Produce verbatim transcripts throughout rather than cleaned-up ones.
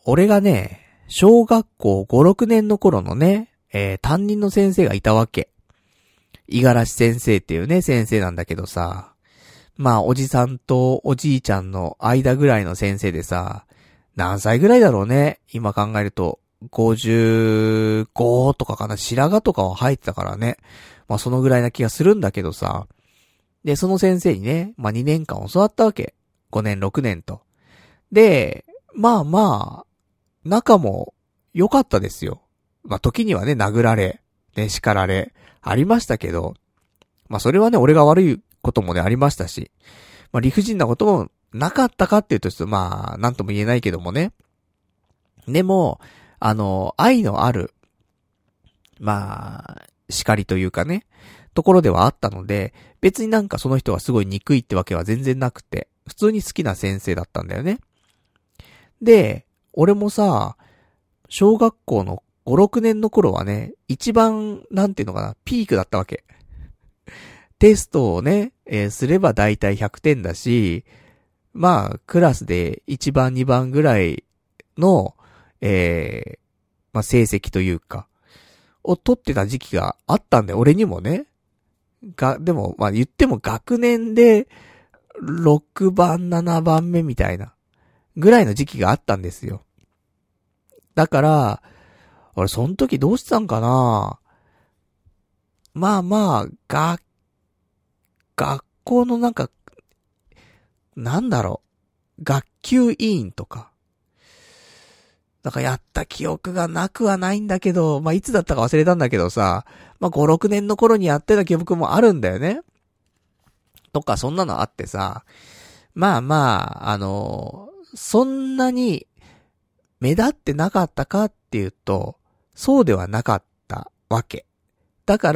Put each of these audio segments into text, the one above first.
俺がね、小学校ご、ろくねんの頃のね、えー、担任の先生がいたわけ。五十嵐先生っていうね、先生なんだけどさ、まあ、おじさんとおじいちゃんの間ぐらいの先生でさ、何歳ぐらいだろうね、今考えると。ごじゅうごとかかな、白髪とかは生えてたからね。まあ、そのぐらいな気がするんだけどさ。で、その先生にね、まあ、にねんかん教わったわけ。ごねん、ろくねんと。で、まあまあ、仲も良かったですよ。まあ、時にはね、殴られ、ね、叱られ、ありましたけど、まあ、それはね、俺が悪いこともね、ありましたし、まあ、理不尽なこともなかったかっていうと、ちょっとまあ、なんとも言えないけどもね。でも、あの、愛のある、まあ、叱りというかね、ところではあったので、別になんかその人がすごい憎いってわけは全然なくて、普通に好きな先生だったんだよね。で、俺もさ、小学校のご、ろくねんの頃はね、一番、なんていうのかな、ピークだったわけ。テストをね、えー、すればだいたいひゃくてんだし、まあ、クラスでいちばんにばんぐらいの、えー、まあ成績というか、を取ってた時期があったんだよ、俺にもね。が、でも、まあ言っても学年でろくばん、ななばんめみたいな、ぐらいの時期があったんですよ。だから、俺その時どうしてたんかな。まあまあ、が、学校のなんか、なんだろう、学級委員とか、なんかやった記憶がなくはないんだけど、まあいつだったか忘れたんだけどさ、まあご、ろくねんの頃にやってた記憶もあるんだよね。とかそんなのあってさ、まあまあ、あの、そんなに目立ってなかったかっていうと、そうではなかったわけ。だから、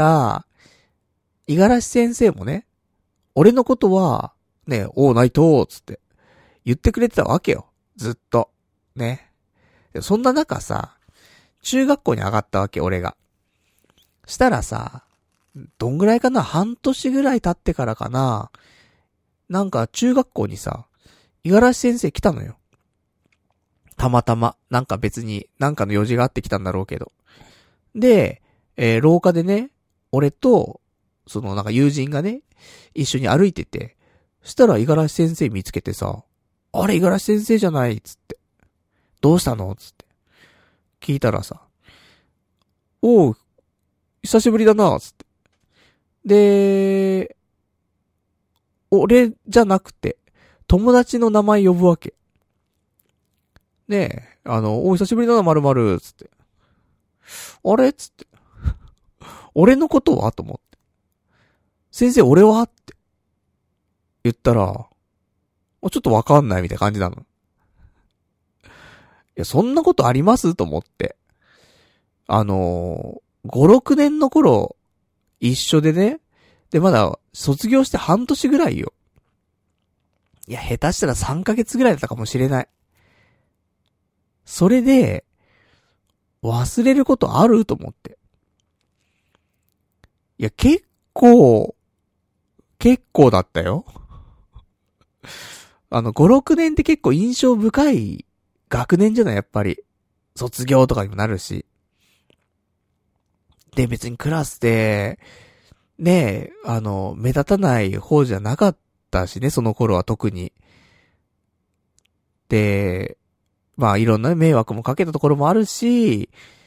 五十嵐先生もね、俺のことは、ね、おう、内藤つって言ってくれてたわけよ。ずっと。ね。そんな中さ、中学校に上がったわけ、俺が。したらさ、どんぐらいかな、半年ぐらい経ってからかな、なんか中学校にさ、五十嵐先生来たのよ。たまたま。なんか別に、なんかの用事があって来たんだろうけど。で、えー、廊下でね、俺と、そのなんか友人がね、一緒に歩いてて、したら五十嵐先生見つけてさ、あれ五十嵐先生じゃないつって。どうしたのつって。聞いたらさ、おう、久しぶりだなつって。で、俺じゃなくて、友達の名前呼ぶわけ。ねえ、あの、お久しぶりだな、まるまるつって。あれつって。俺のことはと思って。先生、俺はって言ったら、ちょっとわかんないみたいな感じなの。いや、そんなことありますと思って。あのー、ご、ろくねんの頃、一緒でね、で、まだ、卒業して半年ぐらいよ。いや、下手したらさんかげつぐらいだったかもしれない。それで、忘れることあると思って。いや、結構、結構だったよ。あの、ご、ろくねんって結構印象深い学年じゃないやっぱり。卒業とかにもなるし。で、別にクラスで、ねえ、あの、目立たない方じゃなかったしね、その頃は特に。で、まあいろんな迷惑もかけたところもあるし、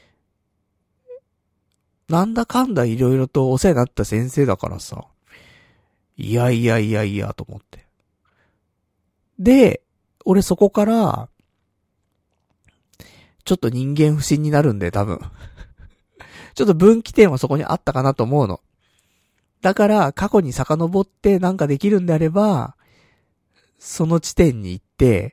なんだかんだいろいろとお世話になった先生だからさ。いやいやいやいやと思って。で、俺そこから、ちょっと人間不信になるんで多分。ちょっと分岐点はそこにあったかなと思うの。だから過去に遡ってなんかできるんであれば、その地点に行って、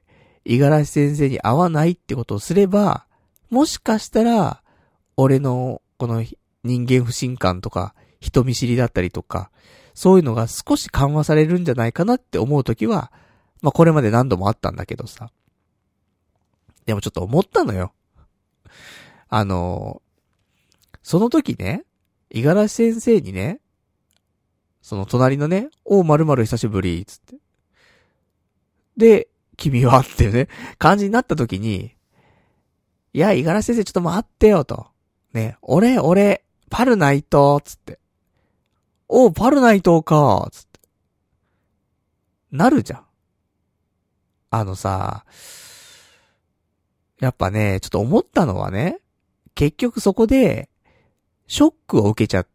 五十嵐先生に会わないってことをすれば、もしかしたら、俺のこの人間不信感とか、人見知りだったりとか、そういうのが少し緩和されるんじゃないかなって思うときは、まあこれまで何度もあったんだけどさ。でもちょっと思ったのよ。あの、その時ね、五十嵐先生にね、その隣のね、おう〇〇久しぶり、つって。で、君はっていうね、感じになった時に、 いや、五十嵐先生ちょっと待ってよと。ね、俺、俺、パルナイト、つって。おう、パルナイトか、つって。なるじゃん。あのさ、やっぱね、ちょっと思ったのはね、結局そこで、ショックを受けちゃって、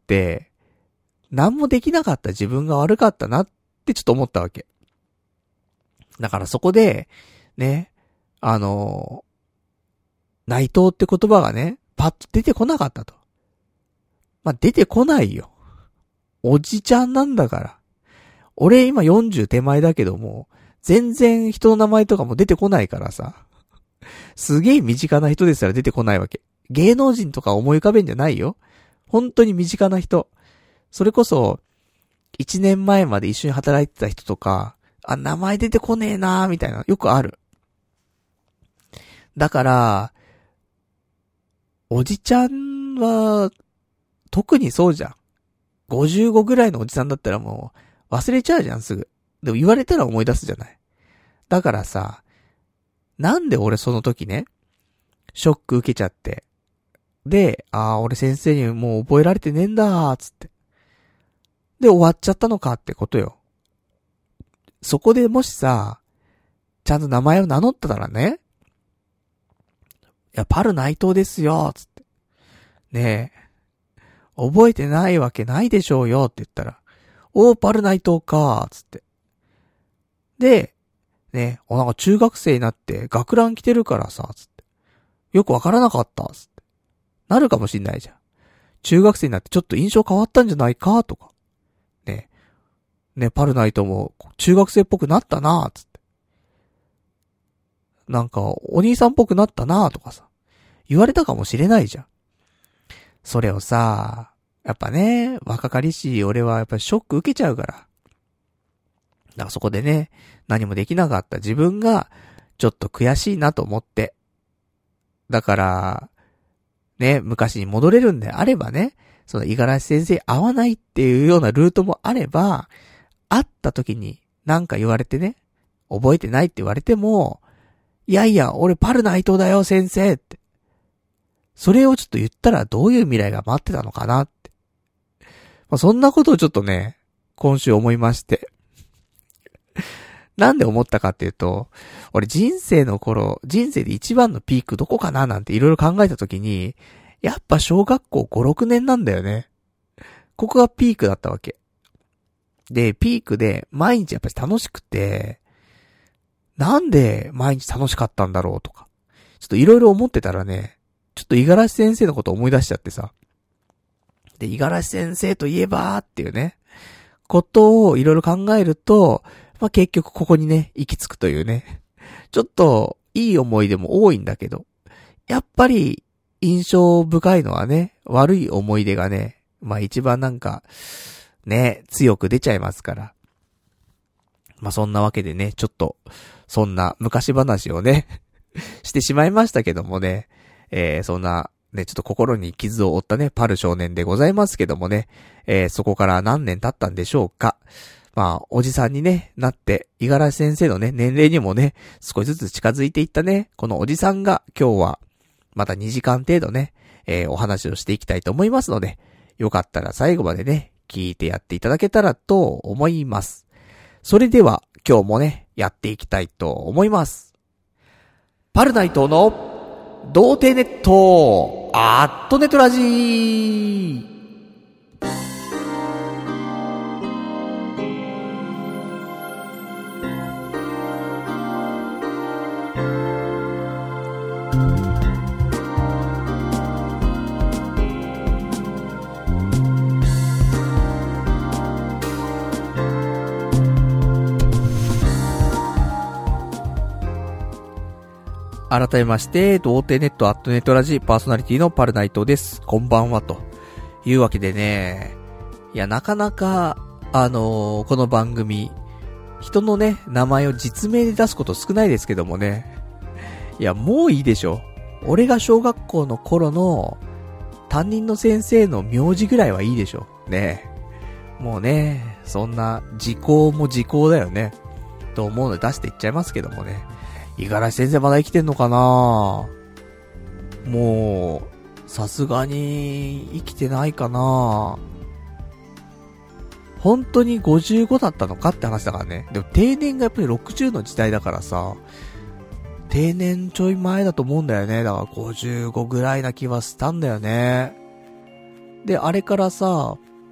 何もできなかった自分が悪かったなってちょっと思ったわけ。だからそこで、ね、あの、内藤って言葉がね、パッと出てこなかったと。まあ、出てこないよ。おじちゃんなんだから。俺今よんじゅう手前だけども、全然人の名前とかも出てこないからさ。すげえ身近な人ですら出てこないわけ。芸能人とか思い浮かべんじゃないよ。本当に身近な人。それこそ、一年前まで一緒に働いてた人とか、あ、名前出てこねえなーみたいな、よくある。だから、おじちゃんは、特にそうじゃん。ごじゅうごぐらいのおじさんだったらもう、忘れちゃうじゃん、すぐ。でも言われたら思い出すじゃない。だからさ、なんで俺その時ね、ショック受けちゃって。で、ああ、俺先生にもう覚えられてねえんだー、つって。で、終わっちゃったのかってことよ。そこでもしさ、ちゃんと名前を名乗ったらね、いや、パル内藤ですよ、つって。ねえ、覚えてないわけないでしょうよ、って言ったら、おー、パル内藤か、つって。で、ね、お、なんか中学生になって学ラン着てるからさ、つって。よくわからなかった、つって。なるかもしんないじゃん。中学生になってちょっと印象変わったんじゃないか、とか。ね。ね、パルナイトも中学生っぽくなったな、つって。なんか、お兄さんっぽくなったな、とかさ。言われたかもしれないじゃん。それをさ、やっぱね、若かりしい俺はやっぱりショック受けちゃうから。だからそこでね、何もできなかった自分が、ちょっと悔しいなと思って。だから、ね、昔に戻れるんであればね、その五十嵐先生会わないっていうようなルートもあれば、会った時に何か言われてね、覚えてないって言われても、いやいや、俺パル内藤だよ先生って。それをちょっと言ったらどういう未来が待ってたのかなって。まあ、そんなことをちょっとね、今週思いまして。なんで思ったかっていうと、俺人生の頃、人生で一番のピークどこかななんていろいろ考えた時に、やっぱ小学校ご、ろくねんなんだよね。ここがピークだったわけ。で、ピークで毎日やっぱり楽しくて、なんで毎日楽しかったんだろうとか、ちょっといろいろ思ってたらね、ちょっと五十嵐先生のことを思い出しちゃってさ。で、五十嵐先生といえばーっていうね、ことをいろいろ考えると、まあ、結局ここにね、行き着くというね。ちょっと、いい思い出も多いんだけど、やっぱり、印象深いのはね、悪い思い出がね、まあ一番なんか、ね、強く出ちゃいますから。まあそんなわけでね、ちょっと、そんな昔話をね、してしまいましたけどもね、えー、そんな、ね、ちょっと心に傷を負ったね、パル少年でございますけどもね、えー、そこから何年経ったんでしょうか。まあ、おじさんにね、なって、五十嵐先生のね、年齢にもね、少しずつ近づいていったね、このおじさんが今日は、またにじかん程度ね、えー、お話をしていきたいと思いますので、よかったら最後までね、聞いてやっていただけたらと思います。それでは、今日もね、やっていきたいと思います。パルナイトの、童貞ネット、アットネットラジー。改めまして、童貞ネットアットネットラジーパーソナリティのパルナイトです。こんばんは、というわけでね、いや、なかなか、あのー、この番組、人のね、名前を実名で出すこと少ないですけどもね、いや、もういいでしょ。俺が小学校の頃の担任の先生の名字ぐらいはいいでしょ。ね。もうね、そんな時効も時効だよね。と思うので出していっちゃいますけどもね。五十嵐先生まだ生きてんのかな。 もう、さすがに生きてないかな。本当にごじゅうごだったのかって話だからね。でも定年がやっぱりろくじゅうの時代だからさ、定年ちょい前だと思うんだよね。だからごじゅうごぐらいな気はしたんだよね。で、あれからさ、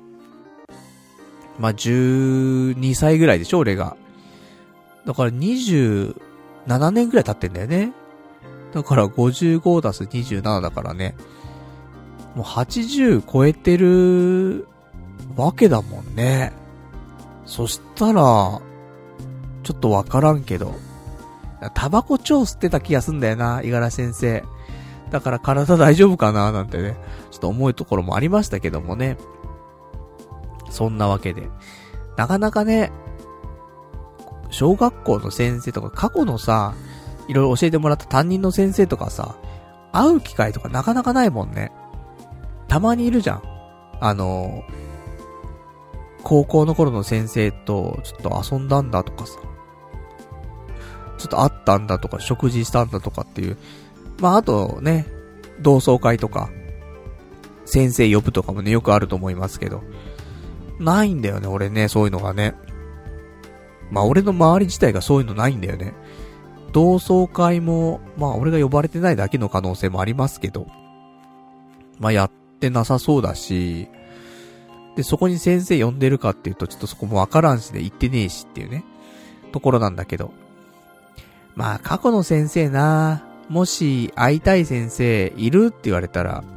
まあ、じゅうにさいぐらいでしょ、俺が。だからにじゅうななねんぐらい経ってんだよね。だからごじゅうご足すにじゅうななだからね。もうはちじゅう超えてるわけだもんね。そしたら、ちょっとわからんけど、タバコ超吸ってた気がすんだよな、五十嵐先生。だから体大丈夫かななんてね、ちょっと思うところもありましたけどもね。そんなわけで。なかなかね、小学校の先生とか過去のさ、いろいろ教えてもらった担任の先生とかさ、会う機会とかなかなかないもんね。たまにいるじゃん。あの、高校の頃の先生とちょっと遊んだんだとかさ、ちょっと会ったんだとか、食事したんだとかっていう。まああとね、同窓会とか、先生呼ぶとかもね、よくあると思いますけど。ないんだよね、俺ね、そういうのがね。まあ俺の周り自体がそういうのないんだよね。同窓会も、まあ俺が呼ばれてないだけの可能性もありますけど。まあやってなさそうだし、で、そこに先生呼んでるかっていうと、ちょっとそこもわからんしで、ね、行ってねえしっていうね、ところなんだけど。まあ過去の先生な、もし会いたい先生いるって言われたら、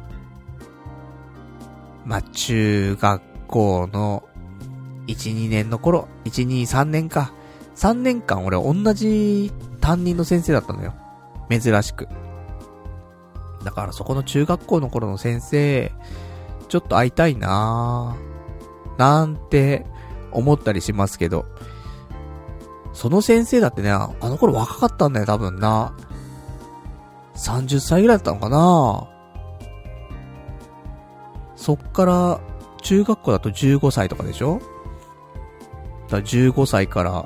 まあ中学校のいち、にねんの頃、いち、に、さんねんか。さんねんかん俺同じ担任の先生だったのよ。珍しく。だからそこの中学校の頃の先生、ちょっと会いたいなぁ、なんて思ったりしますけど、その先生だってね、あの頃若かったんだよ多分な。さんじゅっさいぐらいだったのかな。そっから中学校だとじゅうごさいとかでしょ。だからじゅうごさいから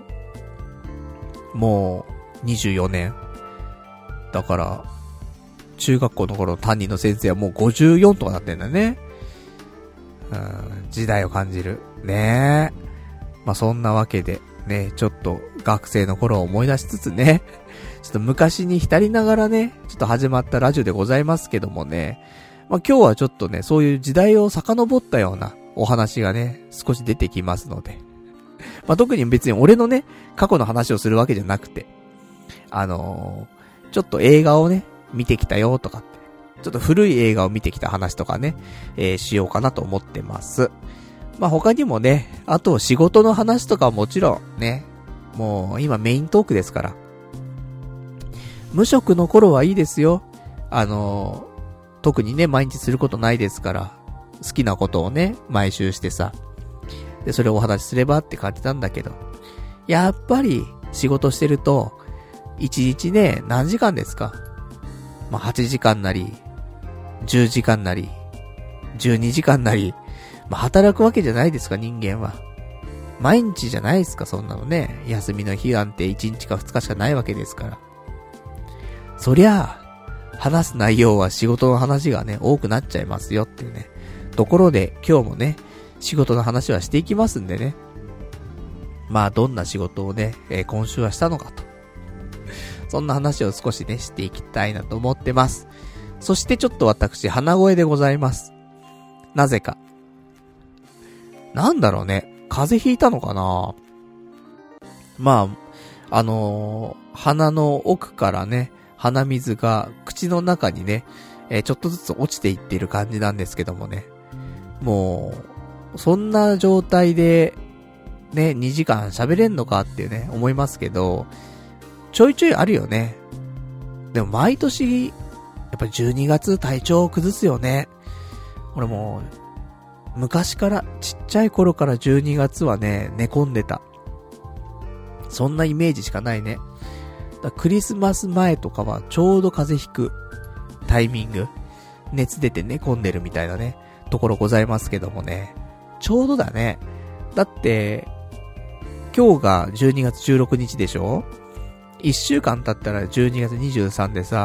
もうにじゅうよねんだから、中学校の頃の担任の先生はもうごじゅうよんとかなってんだね。うん、時代を感じるねえ。まあそんなわけでね、ちょっと学生の頃を思い出しつつね、ちょっと昔に浸りながらね、ちょっと始まったラジオでございますけどもね、まあ今日はちょっとね、そういう時代を遡ったようなお話がね、少し出てきますので、まあ特に別に俺のね、過去の話をするわけじゃなくて、あのー、ちょっと映画をね、見てきたよとかって、ちょっと古い映画を見てきた話とかね、えー、しようかなと思ってます。まあ他にもね、あと仕事の話とかはもちろんね、もう今メイントークですから。無職の頃はいいですよ。あのー、特にね、毎日することないですから、好きなことをね、毎週してさ、で、それをお話しすればって感じなんだけど、やっぱり仕事してると、一日ね、何時間ですか？まあはちじかんなり、じゅうじかんなり、じゅうにじかんなり、まあ働くわけじゃないですか、人間は。毎日じゃないですか、そんなのね。休みの日なんていちにちかふつかしかないわけですから。そりゃあ、話す内容は仕事の話がね、多くなっちゃいますよっていうね。ところで、今日もね、仕事の話はしていきますんでね。まあ、どんな仕事をね、えー、今週はしたのかと。そんな話を少しね、していきたいなと思ってます。そしてちょっと私、鼻声でございます。なぜか。なんだろうね、風邪ひいたのかな。まあ、あのー、鼻の奥からね、鼻水が口の中にね、えー、ちょっとずつ落ちていっている感じなんですけどもね。もう、そんな状態で、ね、にじかん喋れんのかっていうね、思いますけど、ちょいちょいあるよね。でも毎年、やっぱりじゅうにがつ体調を崩すよね。俺もう、昔から、ちっちゃい頃からじゅうにがつはね、寝込んでた。そんなイメージしかないね。だクリスマス前とかはちょうど風邪ひくタイミング、熱出て寝込んでるみたいなね、ところございますけどもね。ちょうどだね。だって、今日がじゅうにがつじゅうろくにちでしょ？いっしゅうかん経ったらじゅうにがつにじゅうさんでさ、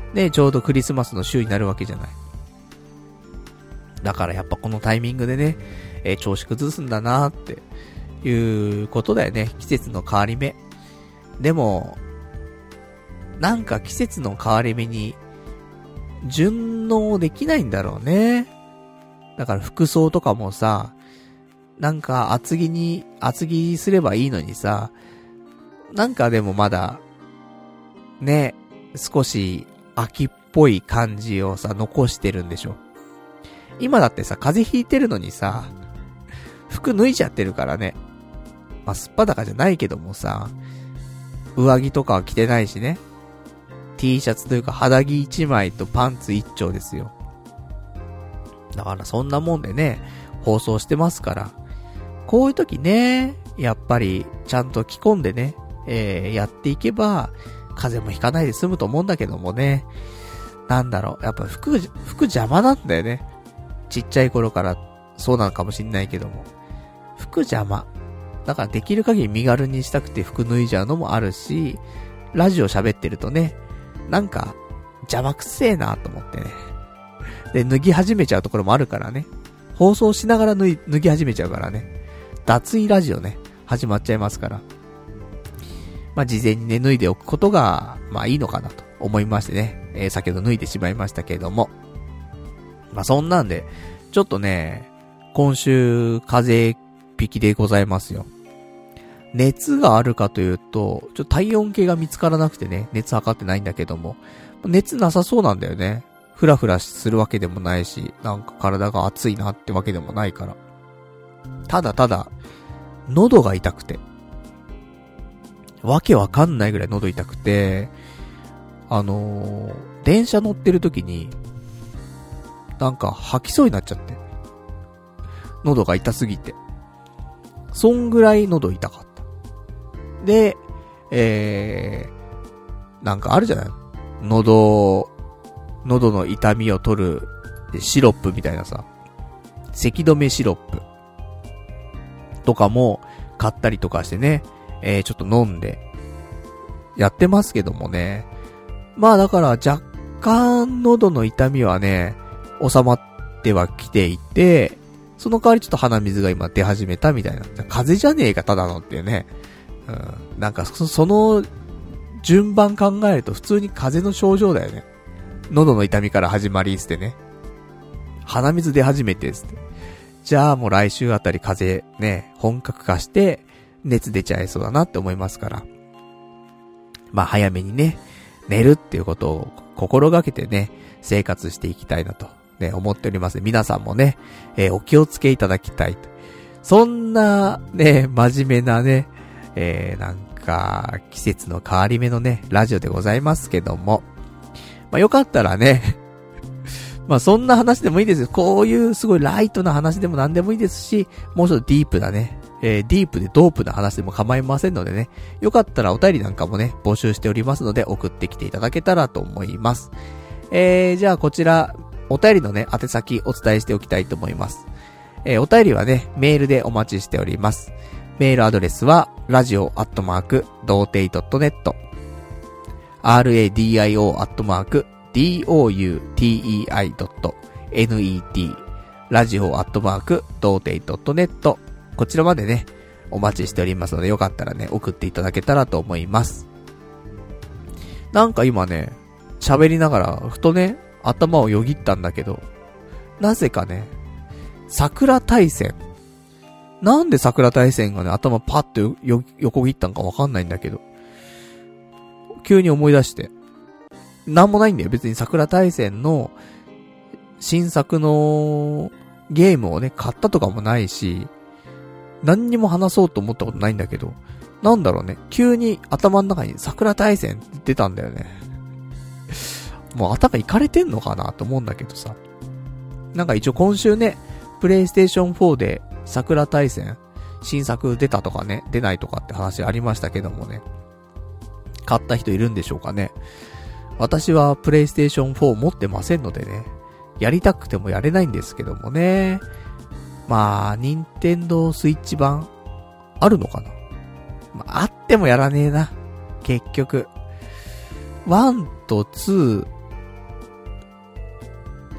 ね、ちょうどクリスマスの週になるわけじゃない。だからやっぱこのタイミングでね、えー、調子崩すんだなーっていうことだよね。季節の変わり目。でも、なんか季節の変わり目に順応できないんだろうね。だから服装とかもさ、なんか厚着に、厚着すればいいのにさ、なんかでもまだ、ね、少し秋っぽい感じをさ、残してるんでしょ。今だってさ、風邪ひいてるのにさ、服脱いじゃってるからね。まあ、すっぱだかじゃないけどもさ、上着とかは着てないしね。T シャツというか肌着一枚とパンツ一丁ですよ。だからそんなもんでね、放送してますから。こういう時ね、やっぱりちゃんと着込んでね、えー、やっていけば、風邪もひかないで済むと思うんだけどもね。なんだろう、やっぱ服、服邪魔なんだよね。ちっちゃい頃からそうなのかもしんないけども。服邪魔。だからできる限り身軽にしたくて服脱いじゃうのもあるし、ラジオ喋ってるとね、なんか邪魔くせえなと思ってね。で、脱ぎ始めちゃうところもあるからね。放送しながら脱い、脱ぎ始めちゃうからね。脱衣ラジオね、始まっちゃいますから。まあ、事前にね、脱いでおくことが、まあいいのかなと思いましてね。えー、先ほど脱いでしまいましたけれども。まあそんなんで、ちょっとね、今週、風邪引きでございますよ。熱があるかというと、ちょっと体温計が見つからなくてね、熱測ってないんだけども、熱なさそうなんだよね。ふらふらするわけでもないし、なんか体が熱いなってわけでもないから。ただただ、喉が痛くて。わけわかんないぐらい喉痛くて、あのー、電車乗ってる時に、なんか吐きそうになっちゃって。喉が痛すぎて。そんぐらい喉痛かった。で、えー、なんかあるじゃない？喉、喉の痛みを取るシロップみたいなさ、咳止めシロップとかも買ったりとかしてね、えー、ちょっと飲んでやってますけどもね。まあだから若干喉の痛みはね、収まってはきていて、その代わりちょっと鼻水が今出始めたみたいな。風邪じゃねえかただのっていうね。うん、なんかそ、その順番考えると普通に風邪の症状だよね。喉の痛みから始まりつってね。鼻水出始めてつって。じゃあもう来週あたり風邪ね、本格化して熱出ちゃいそうだなって思いますから。まあ早めにね、寝るっていうことを心がけてね、生活していきたいなとね、思っております。皆さんもね、えー、お気をつけいただきたいと。そんなね、真面目なね、えー、なんか季節の変わり目のね、ラジオでございますけども。まあよかったらね、まあそんな話でもいいですよ。こういうすごいライトな話でも何でもいいですし、もうちょっとディープなね、えー、ディープでドープな話でも構いませんのでね、よかったらお便りなんかもね、募集しておりますので送ってきていただけたらと思います。えー、じゃあこちら、お便りのね、宛先お伝えしておきたいと思います。えー、お便りはね、メールでお待ちしております。メールアドレスは、ラジオアットマーク、ドーテイドットネット、ラディオアットマーク、ドーテイドットネット、ラジオアットマーク、ドーテイドットネット、こちらまでね、お待ちしておりますので、よかったらね、送っていただけたらと思います。なんか今ね、喋りながら、ふとね、頭をよぎったんだけど、なぜかね、桜大戦。なんで桜大戦がね、頭パッとよ、よ、横切ったんかわかんないんだけど、急に思い出して、なんもないんだよ。別に桜大戦の新作のゲームをね、買ったとかもないし、何にも話そうと思ったことないんだけど、なんだろうね、急に頭の中に桜大戦って出たんだよね。もう頭いかれてんのかなと思うんだけどさ。なんか一応今週ね、プレイステーションフォーで桜大戦新作出たとかね、出ないとかって話ありましたけどもね。買った人いるんでしょうかね。私はプレイステーションフォー持ってませんのでね、やりたくてもやれないんですけどもね。まあ、任天堂スイッチ版あるのかな。まあ、あってもやらねえな。結局。ワンとツー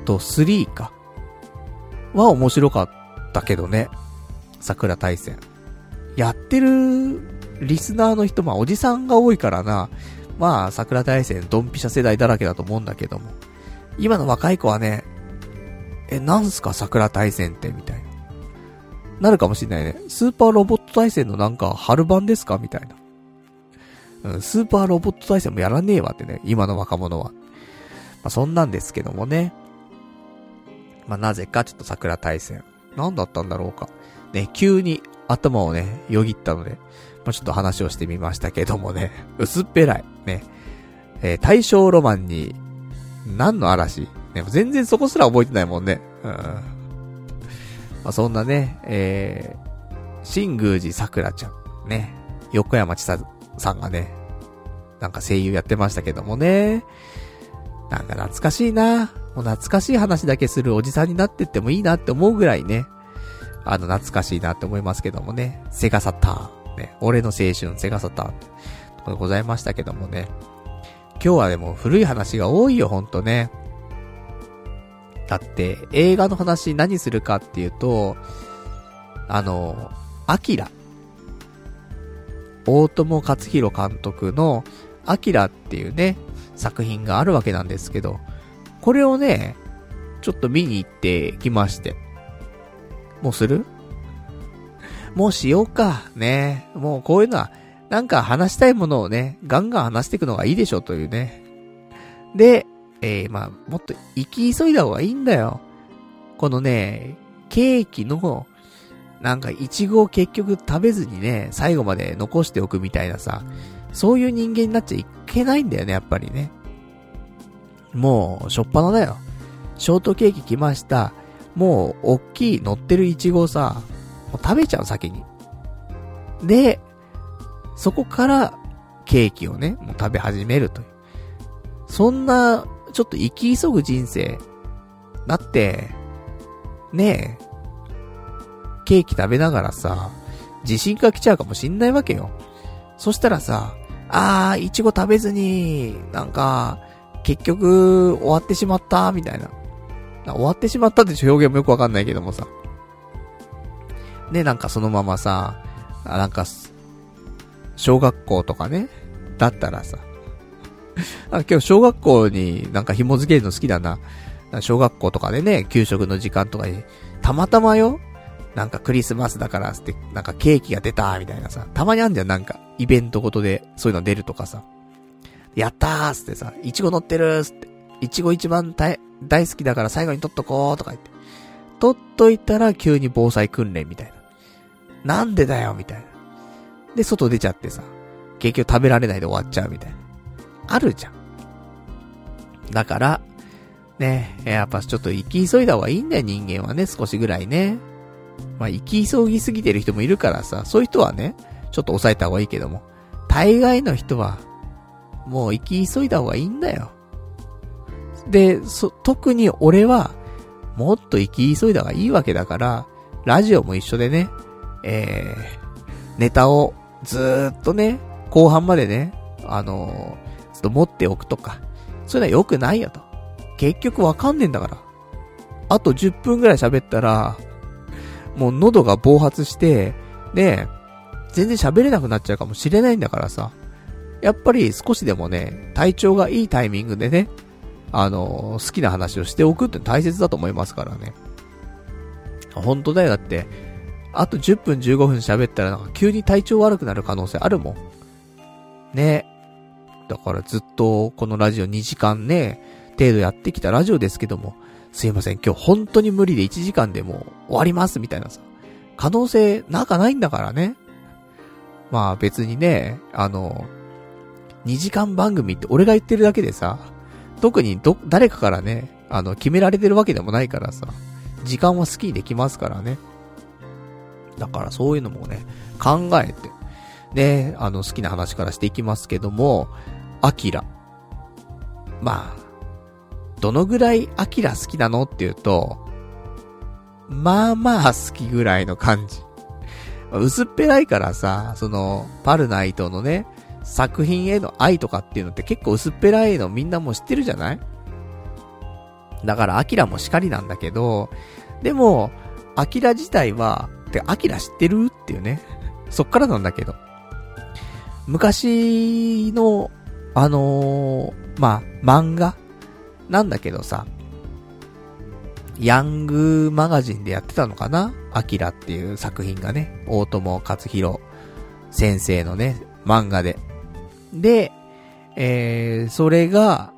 とスリーか。は面白かったけどね。桜大戦。やってるリスナーの人、まあおじさんが多いからな。まあ桜大戦ドンピシャ世代だらけだと思うんだけども。今の若い子はね、え、なんすか桜大戦ってみたいな。なるかもしれないね。スーパーロボット大戦のなんか春版ですかみたいな。うん、スーパーロボット大戦もやらねえわってね、今の若者は。まあそんなんですけどもね。まあなぜかちょっと桜大戦。なんだったんだろうか。ね、急に頭をね、よぎったので、まあちょっと話をしてみましたけどもね。薄っぺらい。ね。えー、大正ロマンに、何の嵐ね、全然そこすら覚えてないもんね。うん。まあそんなね、えー、新宮寺桜ちゃん。ね。横山千沙さんがね、なんか声優やってましたけどもね。なんか懐かしいな。もう懐かしい話だけするおじさんになってってもいいなって思うぐらいね。あの懐かしいなって思いますけどもね。セガサターン。ね。俺の青春セガサターン。とかございましたけどもね。今日はでも古い話が多いよほんとね。だって映画の話何するかっていうと、あの、アキラ。大友克洋監督のアキラっていうね、作品があるわけなんですけど、これをね、ちょっと見に行ってきまして。もうする？もうしようか。ね。もうこういうのは、なんか話したいものをね、ガンガン話していくのがいいでしょというね。で、えー、まあ、もっと生き急いだ方がいいんだよ。このね、ケーキの、なんかイチゴを結局食べずにね、最後まで残しておくみたいなさ、そういう人間になっちゃいけないんだよね、やっぱりね。もう、しょっぱなだよ。ショートケーキ来ました。もう、おっきい乗ってるイチゴをさ、もう食べちゃう先に。で、そこから、ケーキをね、もう食べ始めるという。そんな、ちょっと生き急ぐ人生。だって、ねえ、ケーキ食べながらさ、地震が来ちゃうかもしんないわけよ。そしたらさ、あー、イチゴ食べずに、なんか、結局、終わってしまった、みたいな。終わってしまったって表現もよくわかんないけどもさ。ね、なんかそのままさ、なんか、小学校とかね、だったらさ、あ今日小学校になんか紐付けるの好きだな。小学校とかでね、給食の時間とかに、たまたまよ、なんかクリスマスだからって、なんかケーキが出たみたいなさ、たまにあんじゃん、なんか、イベントごとでそういうの出るとかさ。やったーつってさ、イチゴ乗ってるーつって、イチゴ一番大、大好きだから最後に取っとこうとか言って。取っといたら急に防災訓練みたいな。なんでだよみたいな。で、外出ちゃってさ、結局食べられないで終わっちゃうみたいな。あるじゃん。だから、ね、やっぱちょっと生き急いだ方がいいんだよ、人間はね、少しぐらいね。まあ、生き急ぎすぎてる人もいるからさ、そういう人はね、ちょっと抑えた方がいいけども、大概の人は、もう生き急いだ方がいいんだよ。で、そ、特に俺は、もっと生き急いだ方がいいわけだから、ラジオも一緒でね、えー、ネタをずーっとね、後半までね、あのー、ちょっと持っておくとか、そういうのは良くないよと。結局わかんねえんだから。あとじゅっぷんぐらい喋ったら、もう喉が暴発して、ね、全然喋れなくなっちゃうかもしれないんだからさ。やっぱり少しでもね、体調がいいタイミングでね、あのー、好きな話をしておくって大切だと思いますからね。本当だよ、だって、あとじゅっぷんじゅうごふん喋ったらなんか急に体調悪くなる可能性あるもん。ね。だからずっとこのラジオにじかんね、程度やってきたラジオですけども、すいません、今日本当に無理でいちじかんでもう終わりますみたいなさ。可能性なんかないんだからね。まあ別にね、あの、にじかん番組って俺が言ってるだけでさ、特にど、誰かからね、あの、決められてるわけでもないからさ、時間は好きにできますからね。だからそういうのもね、考えて、ね、あの、好きな話からしていきますけども、アキラ。まあ、どのぐらいアキラ好きなのっていうと、まあまあ好きぐらいの感じ。薄っぺらいからさ、その、パルナイトのね、作品への愛とかっていうのって結構薄っぺらいのみんなも知ってるじゃない？ だからアキラもしかりなんだけど、でも、アキラ自体は、てアキラ知ってるっていうね。そっからなんだけど。昔の、あのー、まあ、漫画なんだけどさ、ヤングマガジンでやってたのかな？アキラっていう作品がね、大友克洋先生のね、漫画で。で、えー、それが、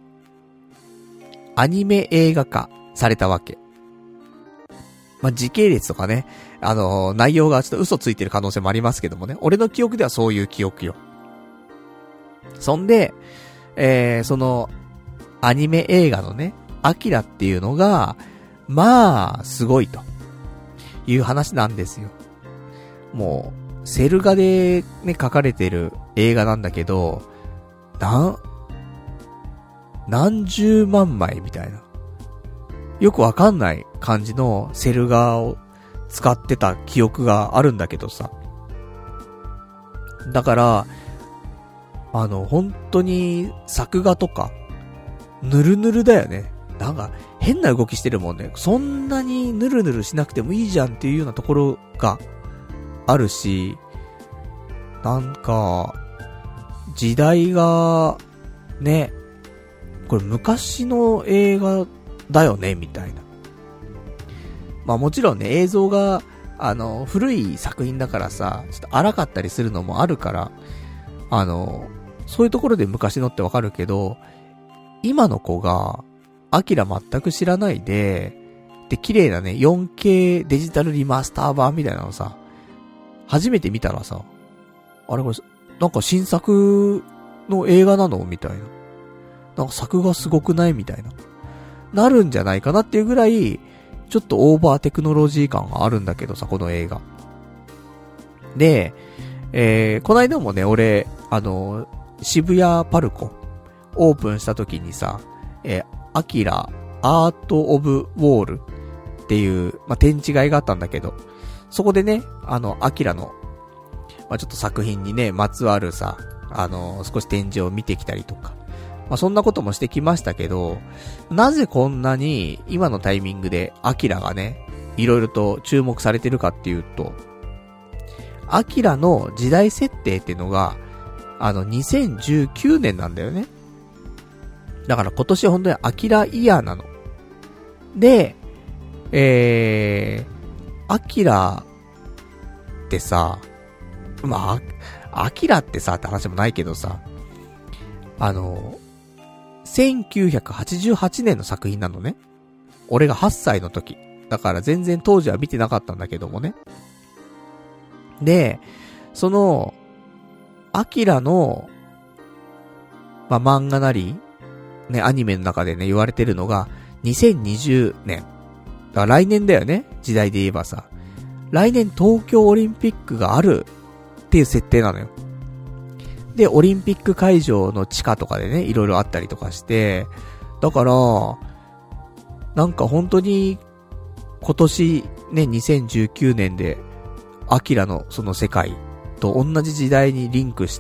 アニメ映画化されたわけ。まあ、時系列とかね、あのー、内容がちょっと嘘ついてる可能性もありますけどもね、俺の記憶ではそういう記憶よ。そんで、えー、その、アニメ映画のね、アキラっていうのが、まあ、すごいという話なんですよ。もう、セル画でね、書かれてる映画なんだけど、なん、何十万枚みたいな。よくわかんない感じのセル画を使ってた記憶があるんだけどさ。だから、あの、本当に作画とか、ぬるぬるだよね。なんか、変な動きしてるもんね。そんなにぬるぬるしなくてもいいじゃんっていうようなところがあるし、なんか、時代が、ね、これ昔の映画だよね、みたいな。まあもちろんね、映像が、あの、古い作品だからさ、ちょっと荒かったりするのもあるから、あの、そういうところで昔のってわかるけど、今の子が、アキラ全く知らないで、で、綺麗なね、よんケー デジタルリマスター版みたいなのさ、初めて見たらさ、あれこれ、なんか新作の映画なのみたいな。なんか作画すごくないみたいな。なるんじゃないかなっていうぐらい、ちょっとオーバーテクノロジー感があるんだけどさ、この映画。で、えー、この間もね、俺、あの、渋谷パルコ、オープンした時にさ、えー、アキラ、アートオブウォールっていう、まあ、展示会があったんだけど、そこでね、あの、アキラの、まあ、ちょっと作品にね、まつわるさ、あの、少し展示を見てきたりとか、まあ、そんなこともしてきましたけど、なぜこんなに今のタイミングでアキラがね、いろいろと注目されてるかっていうと、アキラの時代設定っていうのが、あの、にせんじゅうきゅうねんなんだよね。だから今年本当にアキライヤーなの。で、えー、アキラってさ、まあ、アキラってさって話もないけどさ、あの、せんきゅうひゃくはちじゅうはちねんの作品なのね。俺がはっさいの時。だから全然当時は見てなかったんだけどもね。で、その、アキラの、まあ、漫画なり、ね、アニメの中でね、言われてるのが、にせんにじゅうねん。だから来年だよね、時代で言えばさ。来年東京オリンピックがあるっていう設定なのよ。で、オリンピック会場の地下とかでね、いろいろあったりとかして、だから、なんか本当に、今年ね、にせんじゅうきゅうねんで、アキラのその世界と同じ時代にリンクして、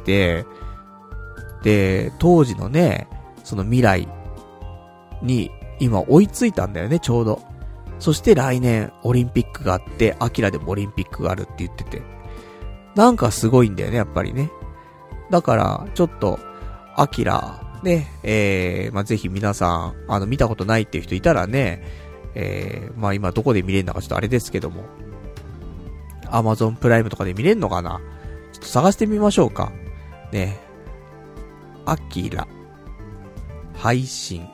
で、当時のね、その未来に今追いついたんだよね、ちょうど。そして来年オリンピックがあって、アキラでもオリンピックがあるって言ってて。なんかすごいんだよね、やっぱりね。だから、ちょっと、アキラ、ね、えー、まあ、ぜひ皆さん、あの、見たことないっていう人いたらね、えー、まあ、今どこで見れるのかちょっとあれですけども。アマゾンプライムとかで見れるのかな？ちょっと探してみましょうか。ね。アキラ。配信。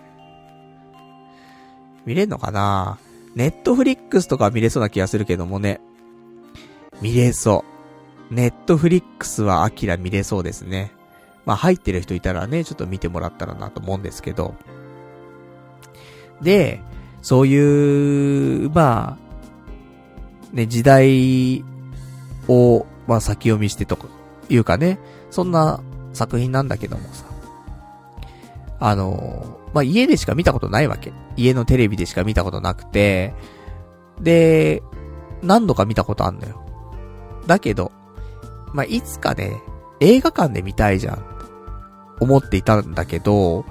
見れんのかな？ネットフリックスとか見れそうな気がするけどもね。見れそう。ネットフリックスはアキラ見れそうですね。まあ入ってる人いたらね、ちょっと見てもらったらなと思うんですけど。で、そういう、まあ、ね、時代を、まあ先読みしてとか、いうかね、そんな作品なんだけどもさ。あの、まあ、家でしか見たことないわけ。家のテレビでしか見たことなくて、で、何度か見たことあんのよ。だけど、まあ、いつかね、映画館で見たいじゃん、思っていたんだけど、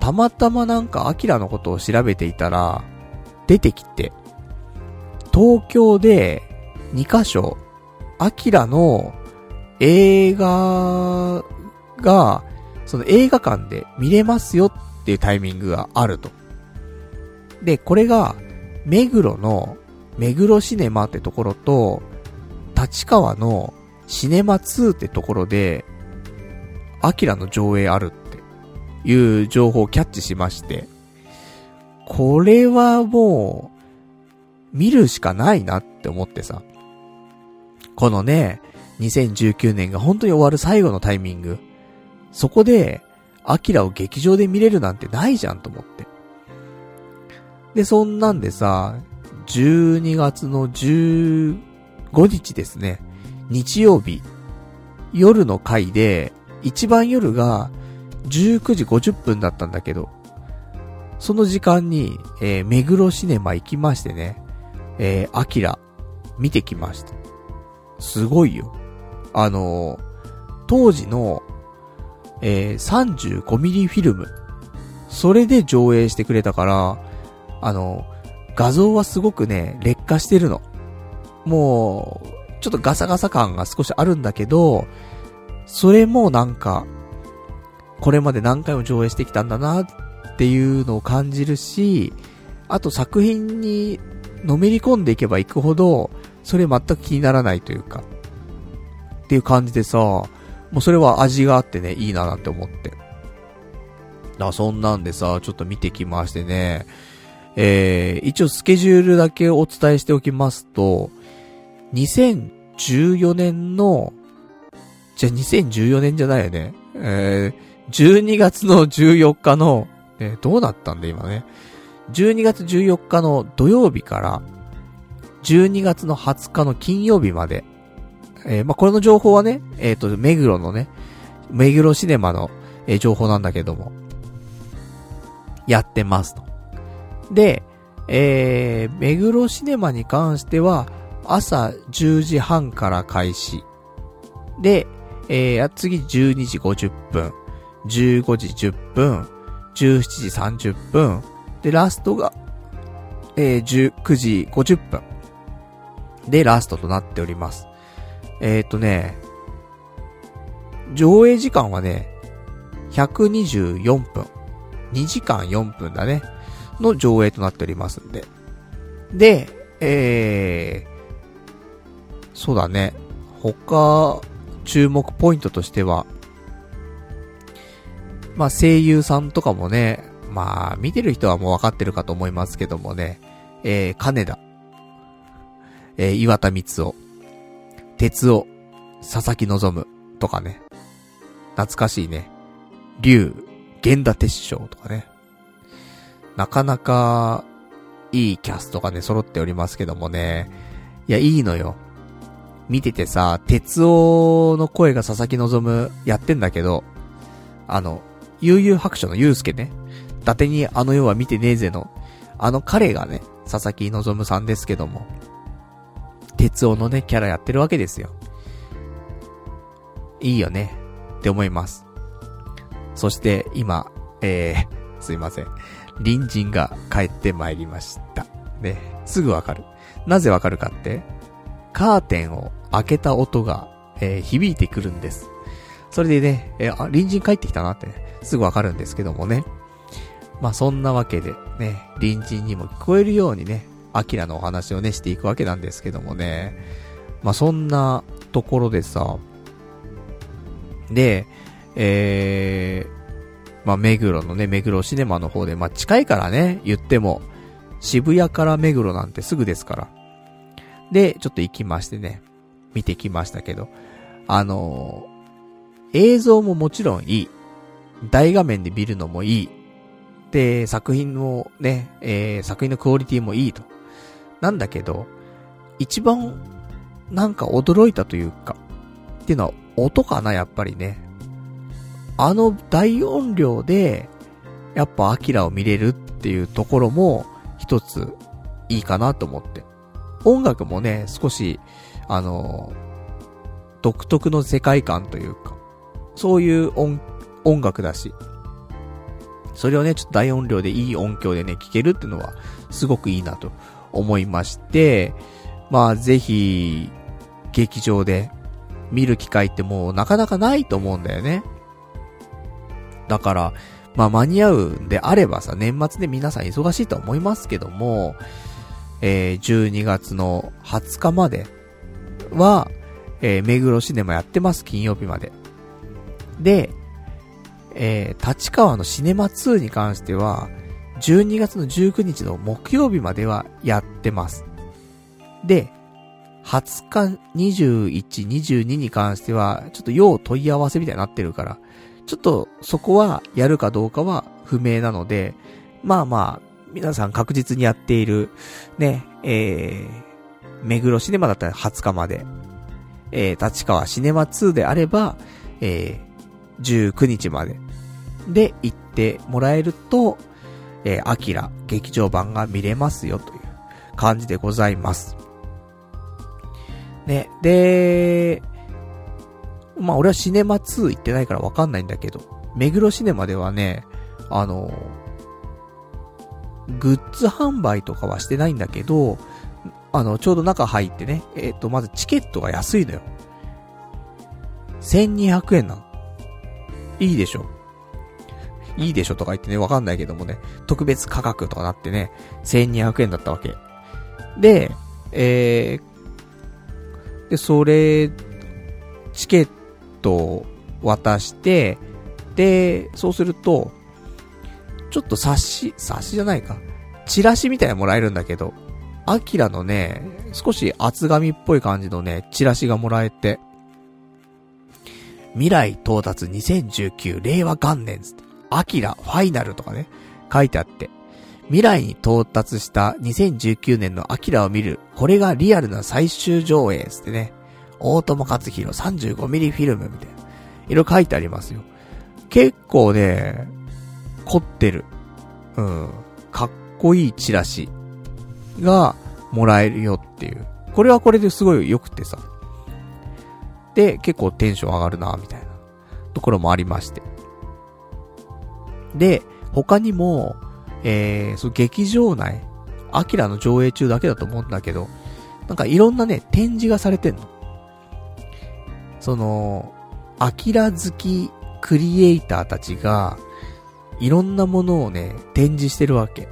たまたまなんかアキラのことを調べていたら、出てきて、東京でにカ所、アキラの映画が、その映画館で見れますよっていうタイミングがあると。で、これが、目黒の、目黒シネマってところと、立川のシネマツーってところで、アキラの上映あるっていう情報をキャッチしまして、これはもう、見るしかないなって思ってさ。このね、にせんじゅうきゅうねんが本当に終わる最後のタイミング。そこで、アキラを劇場で見れるなんてないじゃんと思って。で、そんなんでさ、じゅうにがつのじゅうごにちですね。日曜日。夜の回で、一番夜がじゅうくじごじゅっぷんだったんだけど、その時間に、えー、目黒シネマ行きましてね、えー、アキラ、見てきました。すごいよ。あのー、当時の、えー、さんじゅうごミリ フィルム。それで上映してくれたから、あのー、画像はすごくね、劣化してるの。もう、ちょっとガサガサ感が少しあるんだけど、それもなんか、これまで何回も上映してきたんだなっていうのを感じるし、あと作品にのめり込んでいけばいくほど、それ全く気にならないというか、っていう感じでさ、もうそれは味があってね、いいななんて思って。だからそんなんでさ、ちょっと見てきましてね、えー、一応スケジュールだけお伝えしておきますと、にせんじゅうよねんの、じゃにせんじゅうよねんじゃないよね。えー、じゅうにがつのじゅうよっかの、えー、どうなったんだ今ね。じゅうにがつじゅうよっかの土曜日から、じゅうにがつのはつかの金曜日まで、えー、まあ、これの情報はね、えっと、目黒のね、目黒シネマの、えー、情報なんだけども、やってますと。で、えー、目黒シネマに関しては、朝じゅうじはんから開始。で、えー、次じゅうにじごじゅっぷん、じゅうごじじゅっぷん、じゅうしちじさんじゅっぷん、で、ラストが、えー、じゅうくじごじゅっぷん。で、ラストとなっております。えーっとね、上映時間はね、ひゃくにじゅうよんぷん。にじかんよんぷんだね。の上映となっておりますんで。で、えー、そうだね。他、注目ポイントとしては、まあ声優さんとかもね、まあ見てる人はもう分かってるかと思いますけどもね、えー、金田、えー、岩田光夫、哲夫、佐々木希とかね、懐かしいね、龍、源田鉄章とかね、なかなかいいキャストがね揃っておりますけどもね、いやいいのよ。見ててさ、哲夫の声が佐々木希やってんだけど、あの、悠々白書の祐介ね、伊達にあの世は見てねえぜの、あの彼がね、佐々木希さんですけども、哲夫のね、キャラやってるわけですよ。いいよね、って思います。そして、今、えー、すいません。隣人が帰ってまいりました。ね、すぐわかる。なぜわかるかって、カーテンを開けた音が、えー、響いてくるんです。それでね、えー、あ、隣人帰ってきたなって、ね、すぐわかるんですけどもね。まあ、そんなわけで、ね、隣人にも聞こえるようにね、アキラのお話をね、していくわけなんですけどもね。まあ、そんなところでさ、で、えー、まあ、目黒のね、目黒シネマの方で、まあ、近いからね、言っても、渋谷から目黒なんてすぐですから。で、ちょっと行きましてね、見てきましたけど、あのー、映像ももちろんいい。大画面で見るのもいい。で、作品のね、えー、作品のクオリティもいいと。なんだけど、一番、なんか驚いたというか、っていうのは音かな、やっぱりね。あの大音量で、やっぱアキラを見れるっていうところも、一つ、いいかなと思って。音楽もね、少し、あの、独特の世界観というか、そういう音、音楽だし、 それをね、ちょっと大音量でいい音響でね、聞けるっていうのは、すごくいいなと思いまして、まあ、ぜひ、劇場で見る機会ってもうなかなかないと思うんだよね。だから、まあ間に合うんであればさ、年末で皆さん忙しいと思いますけども、えー、じゅうにがつのはつかまでは、えー、目黒シネマやってます、金曜日まで。で、えー、立川のシネマツーに関しては、じゅうにがつのじゅうくにちの木曜日まではやってます。で、はつか、にじゅういち、にじゅうにに関しては、ちょっと要問い合わせみたいになってるから、ちょっとそこはやるかどうかは不明なので、まあまあ、皆さん確実にやっている、ね、えー、目黒シネマだったらはつかまで、えー、立川シネマツーであれば、えー、じゅうくにちまで、で行ってもらえると、えー、アキラ劇場版が見れますよという感じでございます。ね、で、まあ俺はシネマツー行ってないからわかんないんだけど、目黒シネマではね、あの、グッズ販売とかはしてないんだけど、あの、ちょうど中入ってね、えっと、まずチケットが安いのよ。せんにひゃくえんなの。いいでしょ。いいでしょとか言ってね、わかんないけどもね、特別価格とかなってね、せんにひゃくえんだったわけ。で、えー、で、それ、チケットを渡して、で、そうすると、ちょっと冊子、冊子じゃないか。チラシみたいなのもらえるんだけど、アキラのね、少し厚紙っぽい感じのね、チラシがもらえて、未来到達にせんじゅうきゅう令和元年つって、アキラファイナルとかね、書いてあって、未来に到達したにせんじゅうきゅうねんのアキラを見る、これがリアルな最終上映つってね、大友克洋 さんじゅうごミリ フィルムみたいな、いろいろ書いてありますよ。結構ね、凝ってる。うん。かっこいいチラシがもらえるよっていう。これはこれですごい良くてさ。で、結構テンション上がるな、みたいなところもありまして。で、他にも、えー、そう、劇場内、アキラの上映中だけだと思うんだけど、なんかいろんなね、展示がされてんの。その、アキラ好きクリエイターたちが、いろんなものをね、展示してるわけ。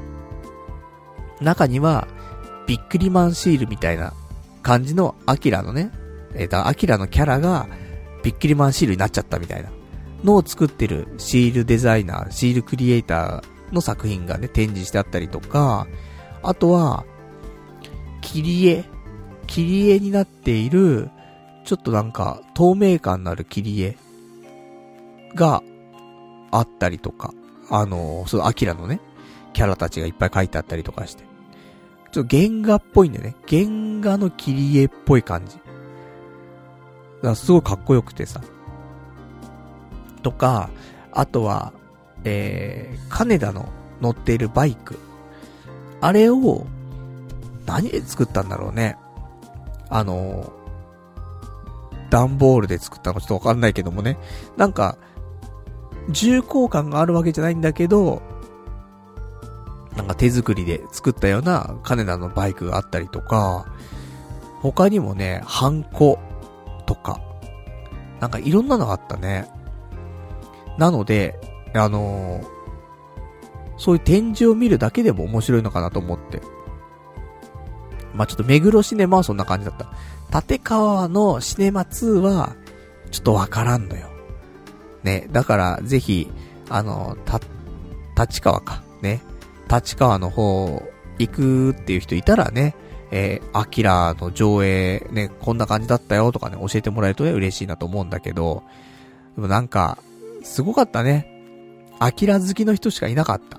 中には、ビックリマンシールみたいな感じのアキラのね、えー、だアキラのキャラが、ビックリマンシールになっちゃったみたいなのを作ってるシールデザイナー、シールクリエイターの作品がね、展示してあったりとか、あとは、切り絵、切り絵になっている、ちょっとなんか、透明感のある切り絵があったりとか、あのー、そう、アキラのね、キャラたちがいっぱい書いてあったりとかして。ちょっと原画っぽいんだよね。原画の切り絵っぽい感じ。だからすごいかっこよくてさ。とか、あとは、えー、金田の乗っているバイク。あれを、何で作ったんだろうね。あのー、段ボールで作ったのかちょっとわかんないけどもね。なんか、重厚感があるわけじゃないんだけど、なんか手作りで作ったような金田のバイクがあったりとか、他にもね、ハンコとか、なんかいろんなのがあったね。なので、あのー、そういう展示を見るだけでも面白いのかなと思って。まあ、ちょっと目黒シネマはそんな感じだった。立川のシネマツーは、ちょっとわからんのよ。ね、だからぜひ、あの、た、立川か、ね。立川の方行くっていう人いたらね、えー、アキラの上映ね、こんな感じだったよとかね、教えてもらえるとね、嬉しいなと思うんだけど、でもなんか、すごかったね。アキラ好きの人しかいなかった。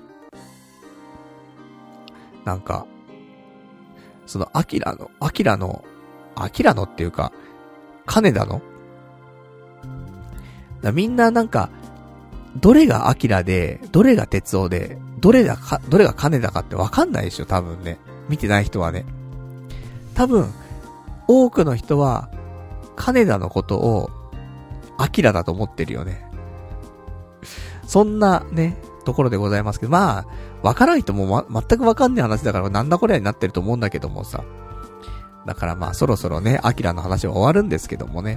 なんか、そのアキラの、アキラの、アキラのっていうか、金田のだみんななんか、どれがアキラで、どれが鉄夫で、どれがか、どれが金田かってわかんないでしょ、多分ね。見てない人はね。多分、多くの人は、金田のことを、アキラだと思ってるよね。そんなね、 ところでございますけど、まあ、わからないともう、ま、全くわかんない話だからなんだこれになってると思うんだけどもさ。だからまあそろそろね、アキラの話は終わるんですけどもね。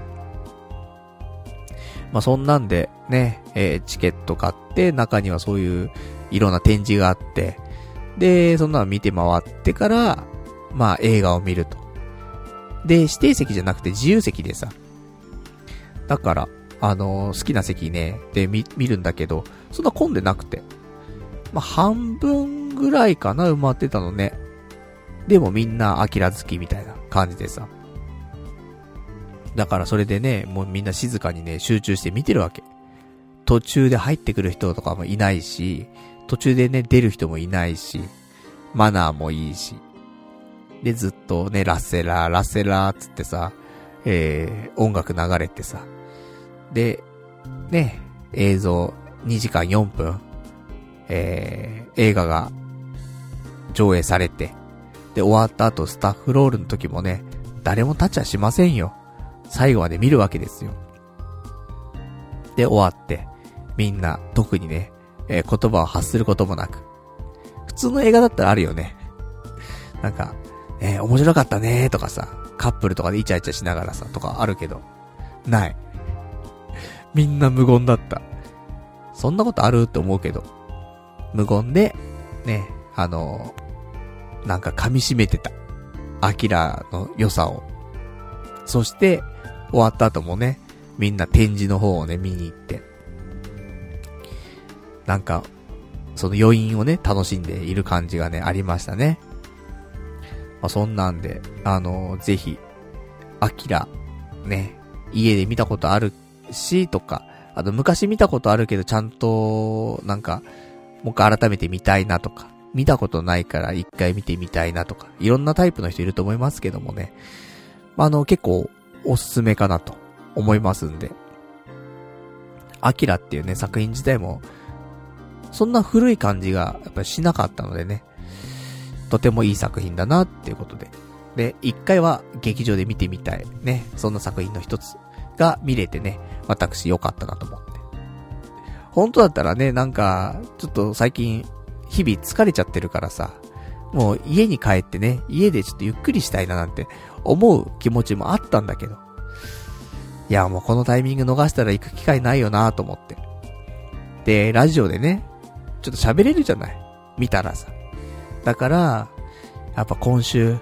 まあそんなんでね、えー、チケット買って中にはそういういろんな展示があって、で、そんなの見て回ってから、まあ映画を見ると。で、指定席じゃなくて自由席でさ。だから、あのー、好きな席ね、で見、見るんだけど、そんな混んでなくて。まあ半分ぐらいかな、埋まってたのね。でもみんなアキラ好きみたいな感じでさ。だからそれでね、もうみんな静かにね、集中して見てるわけ。途中で入ってくる人とかもいないし、途中でね、出る人もいないし、マナーもいいし。で、ずっとね、ラッセラー、ラッセラーつってさ、えー、音楽流れてさ。で、ね、映像にじかんよんぷん、えー、映画が上映されて、で、終わった後スタッフロールの時もね、誰もタッチはしませんよ。最後まで見るわけですよ。で、終わって、みんな特にね、えー、言葉を発することもなく。普通の映画だったらあるよね。なんか、えー、面白かったねーとかさ、カップルとかでイチャイチャしながらさ、とかあるけど、ない。みんな無言だった。そんなことあるって思うけど、無言で、ね、あのー、なんか噛み締めてた。アキラの良さを。そして、終わった後もね、みんな展示の方をね、見に行って。なんか、その余韻をね、楽しんでいる感じがね、ありましたね。まあ、そんなんで、あのー、ぜひ、アキラ、ね、家で見たことあるし、とか、あと昔見たことあるけど、ちゃんと、なんか、もう一回改めて見たいなとか、見たことないから一回見てみたいなとか、いろんなタイプの人いると思いますけどもね。あの、結構、おすすめかなと思いますんで。アキラっていうね、作品自体も、そんな古い感じが、やっぱりしなかったのでね、とてもいい作品だなっていうことで。で、一回は劇場で見てみたい。ね、そんな作品の一つが見れてね、私良かったなと思って。本当だったらね、なんか、ちょっと最近、日々疲れちゃってるからさ、もう家に帰ってね、家でちょっとゆっくりしたいななんて思う気持ちもあったんだけど。いや、もうこのタイミング逃したら行く機会ないよなと思って。で、ラジオでね、ちょっと喋れるじゃない。見たらさ。だから、やっぱ今週、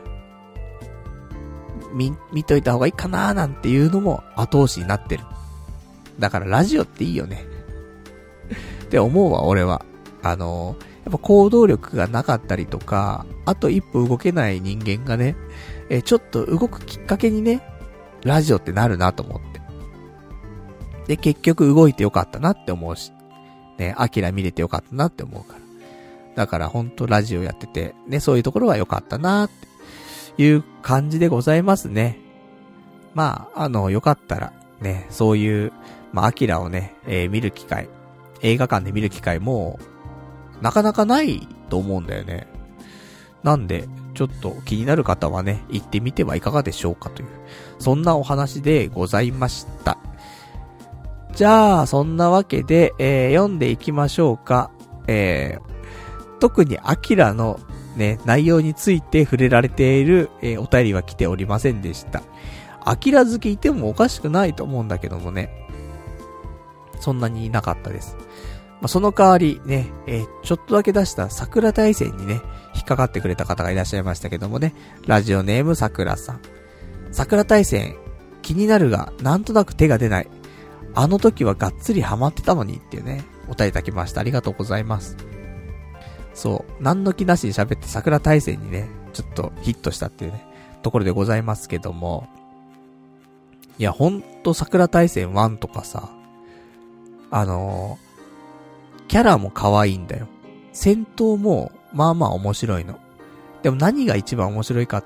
見、見といた方がいいかなーなんていうのも後押しになってる。だからラジオっていいよね。って思うわ、俺は。あのー、やっぱ行動力がなかったりとか、あと一歩動けない人間がね、えー、ちょっと動くきっかけにね、ラジオってなるなと思って。で、結局動いてよかったなって思うし、ね、アキラ見れてよかったなって思うから。だからほんとラジオやってて、ね、そういうところはよかったなっていう感じでございますね。まあ、あの、よかったら、ね、そういう、まあ、アキラをね、えー、見る機会、映画館で見る機会も、なかなかないと思うんだよね。なんで、ちょっと気になる方はね、行ってみてはいかがでしょうかという、そんなお話でございました。じゃあ、そんなわけで、えー、読んでいきましょうか。えー、特にアキラのね、内容について触れられている、えー、お便りは来ておりませんでした。アキラ好きいてもおかしくないと思うんだけどもね。そんなにいなかったです。まあ、その代わりね、えー、ちょっとだけ出した桜大戦にね、引っかかってくれた方がいらっしゃいましたけどもね。ラジオネーム桜さん。桜大戦、気になるが、なんとなく手が出ない。あの時はがっつりハマってたのにっていうね、お便りいただきました。ありがとうございます。そう、何の気なしに喋って桜大戦にね、ちょっとヒットしたっていうね、ところでございますけども。いや、ほんと桜大戦ワンとかさ、あのー、キャラも可愛いんだよ。戦闘も、まあまあ面白いの。でも何が一番面白いかって、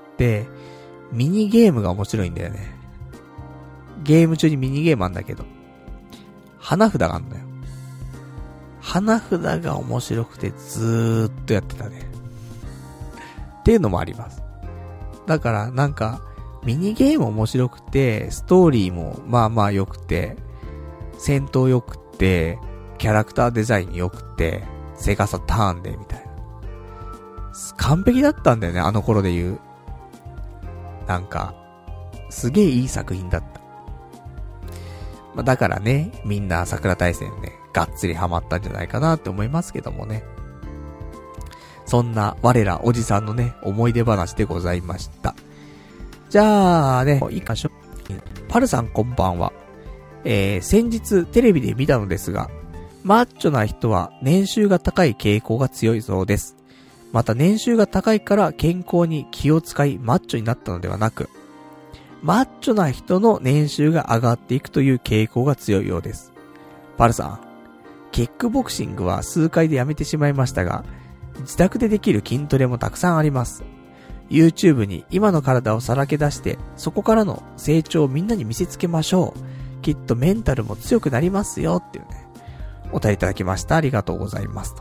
ミニゲームが面白いんだよね。ゲーム中にミニゲームあんだけど、花札があんだよ。花札が面白くてずーっとやってたね。っていうのもあります。だからなんか、ミニゲーム面白くて、ストーリーもまあまあ良くて、戦闘良くて、キャラクターデザイン良くて、 セガサターンで、みたいな。完璧だったんだよね、あの頃で言う。なんか、すげえいい作品だった。まあ、だからね、みんな桜大戦ね、がっつりハマったんじゃないかなって思いますけどもね。そんな我らおじさんのね、思い出話でございました。じゃあね、いいかしょ。パルさんこんばんは。えー、先日テレビで見たのですが、マッチョな人は年収が高い傾向が強いそうです。また年収が高いから健康に気を使いマッチョになったのではなく、マッチョな人の年収が上がっていくという傾向が強いようです。パルさん、キックボクシングは数回でやめてしまいましたが、自宅でできる筋トレもたくさんあります。YouTube に今の体をさらけ出して、そこからの成長をみんなに見せつけましょう。きっとメンタルも強くなりますよっていうね、お便りいただきました。ありがとうございますと。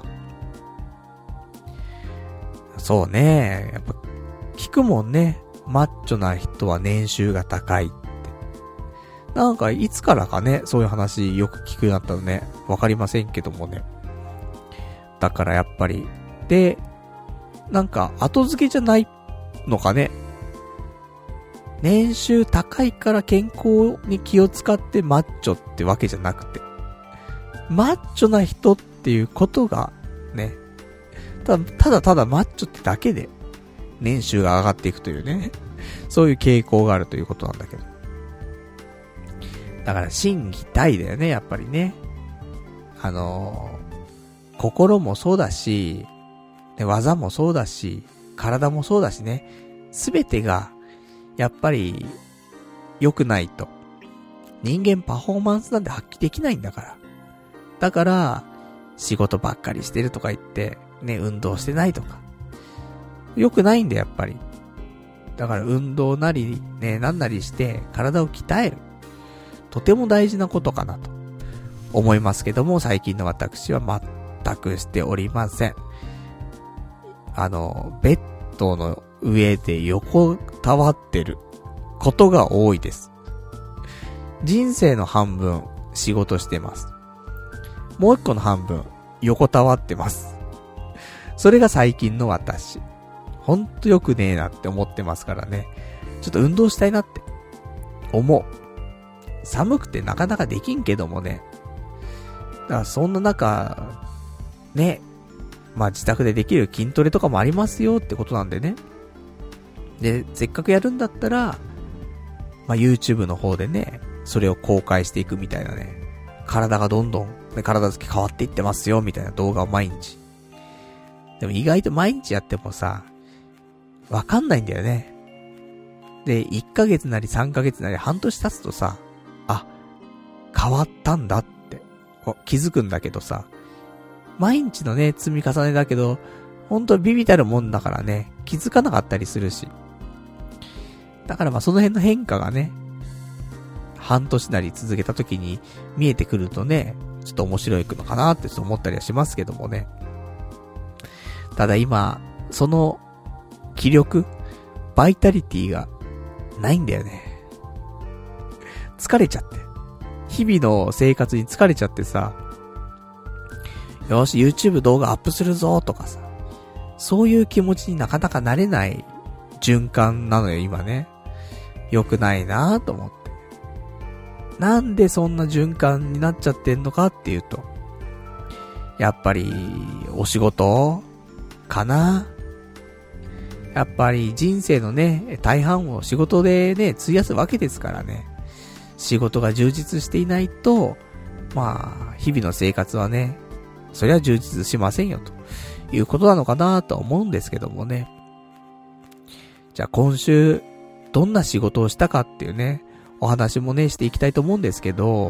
そうね、やっぱ聞くもんね、マッチョな人は年収が高いって。なんかいつからかね、そういう話よく聞くようになったのね、わかりませんけどもね。だからやっぱり、で、なんか後付けじゃないのかね。年収高いから健康に気を使ってマッチョってわけじゃなくて、マッチョな人っていうことがね、ただただただマッチョってだけで年収が上がっていくというね、そういう傾向があるということなんだけど。だから心技体だよね、やっぱりね。あのー、心もそうだし、ね、技もそうだし、体もそうだしね、すべてがやっぱり良くないと人間パフォーマンスなんて発揮できないんだから。だから仕事ばっかりしてるとか言ってね、運動してないとか良くないんだよ、やっぱり。だから運動なりね、なんなりして体を鍛える、とても大事なことかなと思いますけども、最近の私は全くしておりません。あのベッドの上で横たわってることが多いです。人生の半分仕事してます。もう一個の半分横たわってます。それが最近の私。ほんとよくねえなって思ってますからね。ちょっと運動したいなって思う。寒くてなかなかできんけどもね。だからそんな中ね、まあ自宅でできる筋トレとかもありますよってことなんでね。で、せっかくやるんだったら、まあ YouTube の方でね、それを公開していくみたいなね。体がどんどん、ね、体つき変わっていってますよみたいな動画を毎日。でも意外と毎日やってもさ、わかんないんだよね。で、いっかげつなりさんかげつなり半年経つとさ、あ、変わったんだって気づくんだけどさ、毎日のね、積み重ねだけど、ほんとビビたるもんだからね、気づかなかったりするし。だからまあその辺の変化がね、半年なり続けた時に見えてくるとね、ちょっと面白いのかなってちょっと思ったりはしますけどもね。ただ今、その気力、バイタリティがないんだよね。疲れちゃって。日々の生活に疲れちゃってさ、よし YouTube 動画アップするぞとかさ、そういう気持ちになかなかなれない循環なのよ今ね。良くないなぁと思って。なんでそんな循環になっちゃってんのかっていうと、やっぱりお仕事かな。やっぱり人生のね、大半を仕事でね、費やすわけですからね。仕事が充実していないと、まあ日々の生活はね、それは充実しませんよということなのかなと思うんですけどもね。じゃあ今週どんな仕事をしたかっていうね、お話もねしていきたいと思うんですけど、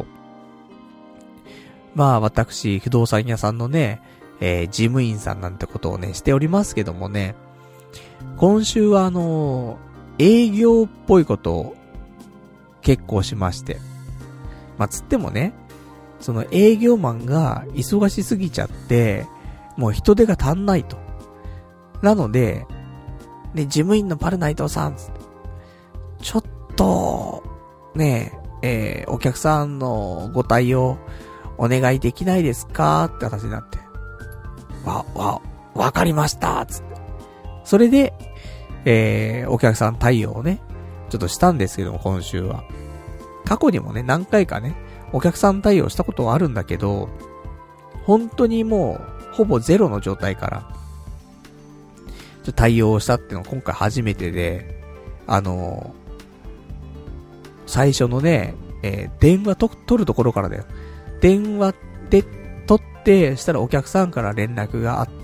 まあ私不動産屋さんのね、えー、事務員さんなんてことをねしておりますけどもね、今週はあのー、営業っぽいことを結構しまして、まあつってもね、その営業マンが忙しすぎちゃって、もう人手が足んないと。なので、ね、事務員のパルナイトさん、ちょっと、ねえ、えー、お客さんのご対応お願いできないですかって話になって。 わ、わ、わかりましたつって。それで、えー、お客さん対応をね、ちょっとしたんですけども、今週は。過去にもね、何回かね、お客さん対応したことはあるんだけど、本当にもう、ほぼゼロの状態から、ちょっと対応したっていうのが今回初めてで、あのー、最初のね、えー、電話と取るところからだよ。電話で取って、したらお客さんから連絡があって、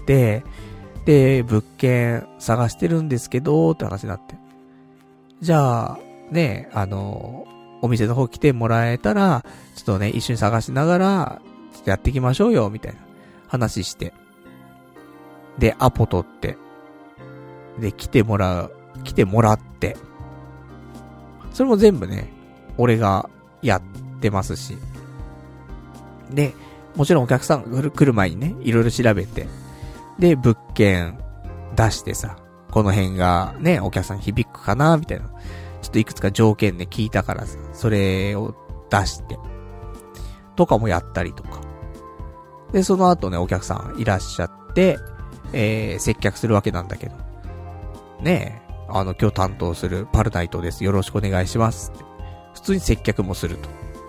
で、物件探してるんですけど、って話になって。じゃあ、ね、あのー、お店の方来てもらえたら、ちょっとね、一緒に探しながら、ちょっとやっていきましょうよ、みたいな話して。で、アポ取って。で、来てもらう、来てもらって。それも全部ね、俺がやってますし。で、もちろんお客さんが来る前にね、いろいろ調べて。で、物件出してさ、この辺がね、お客さんに響くかな、みたいな。ちょっといくつか条件で聞いたからさ、それを出して。とかもやったりとか。で、その後ね、お客さんいらっしゃって、えー、接客するわけなんだけど。ねえ、あの、今日担当するパルナイトです。よろしくお願いしますって。普通に接客もすると。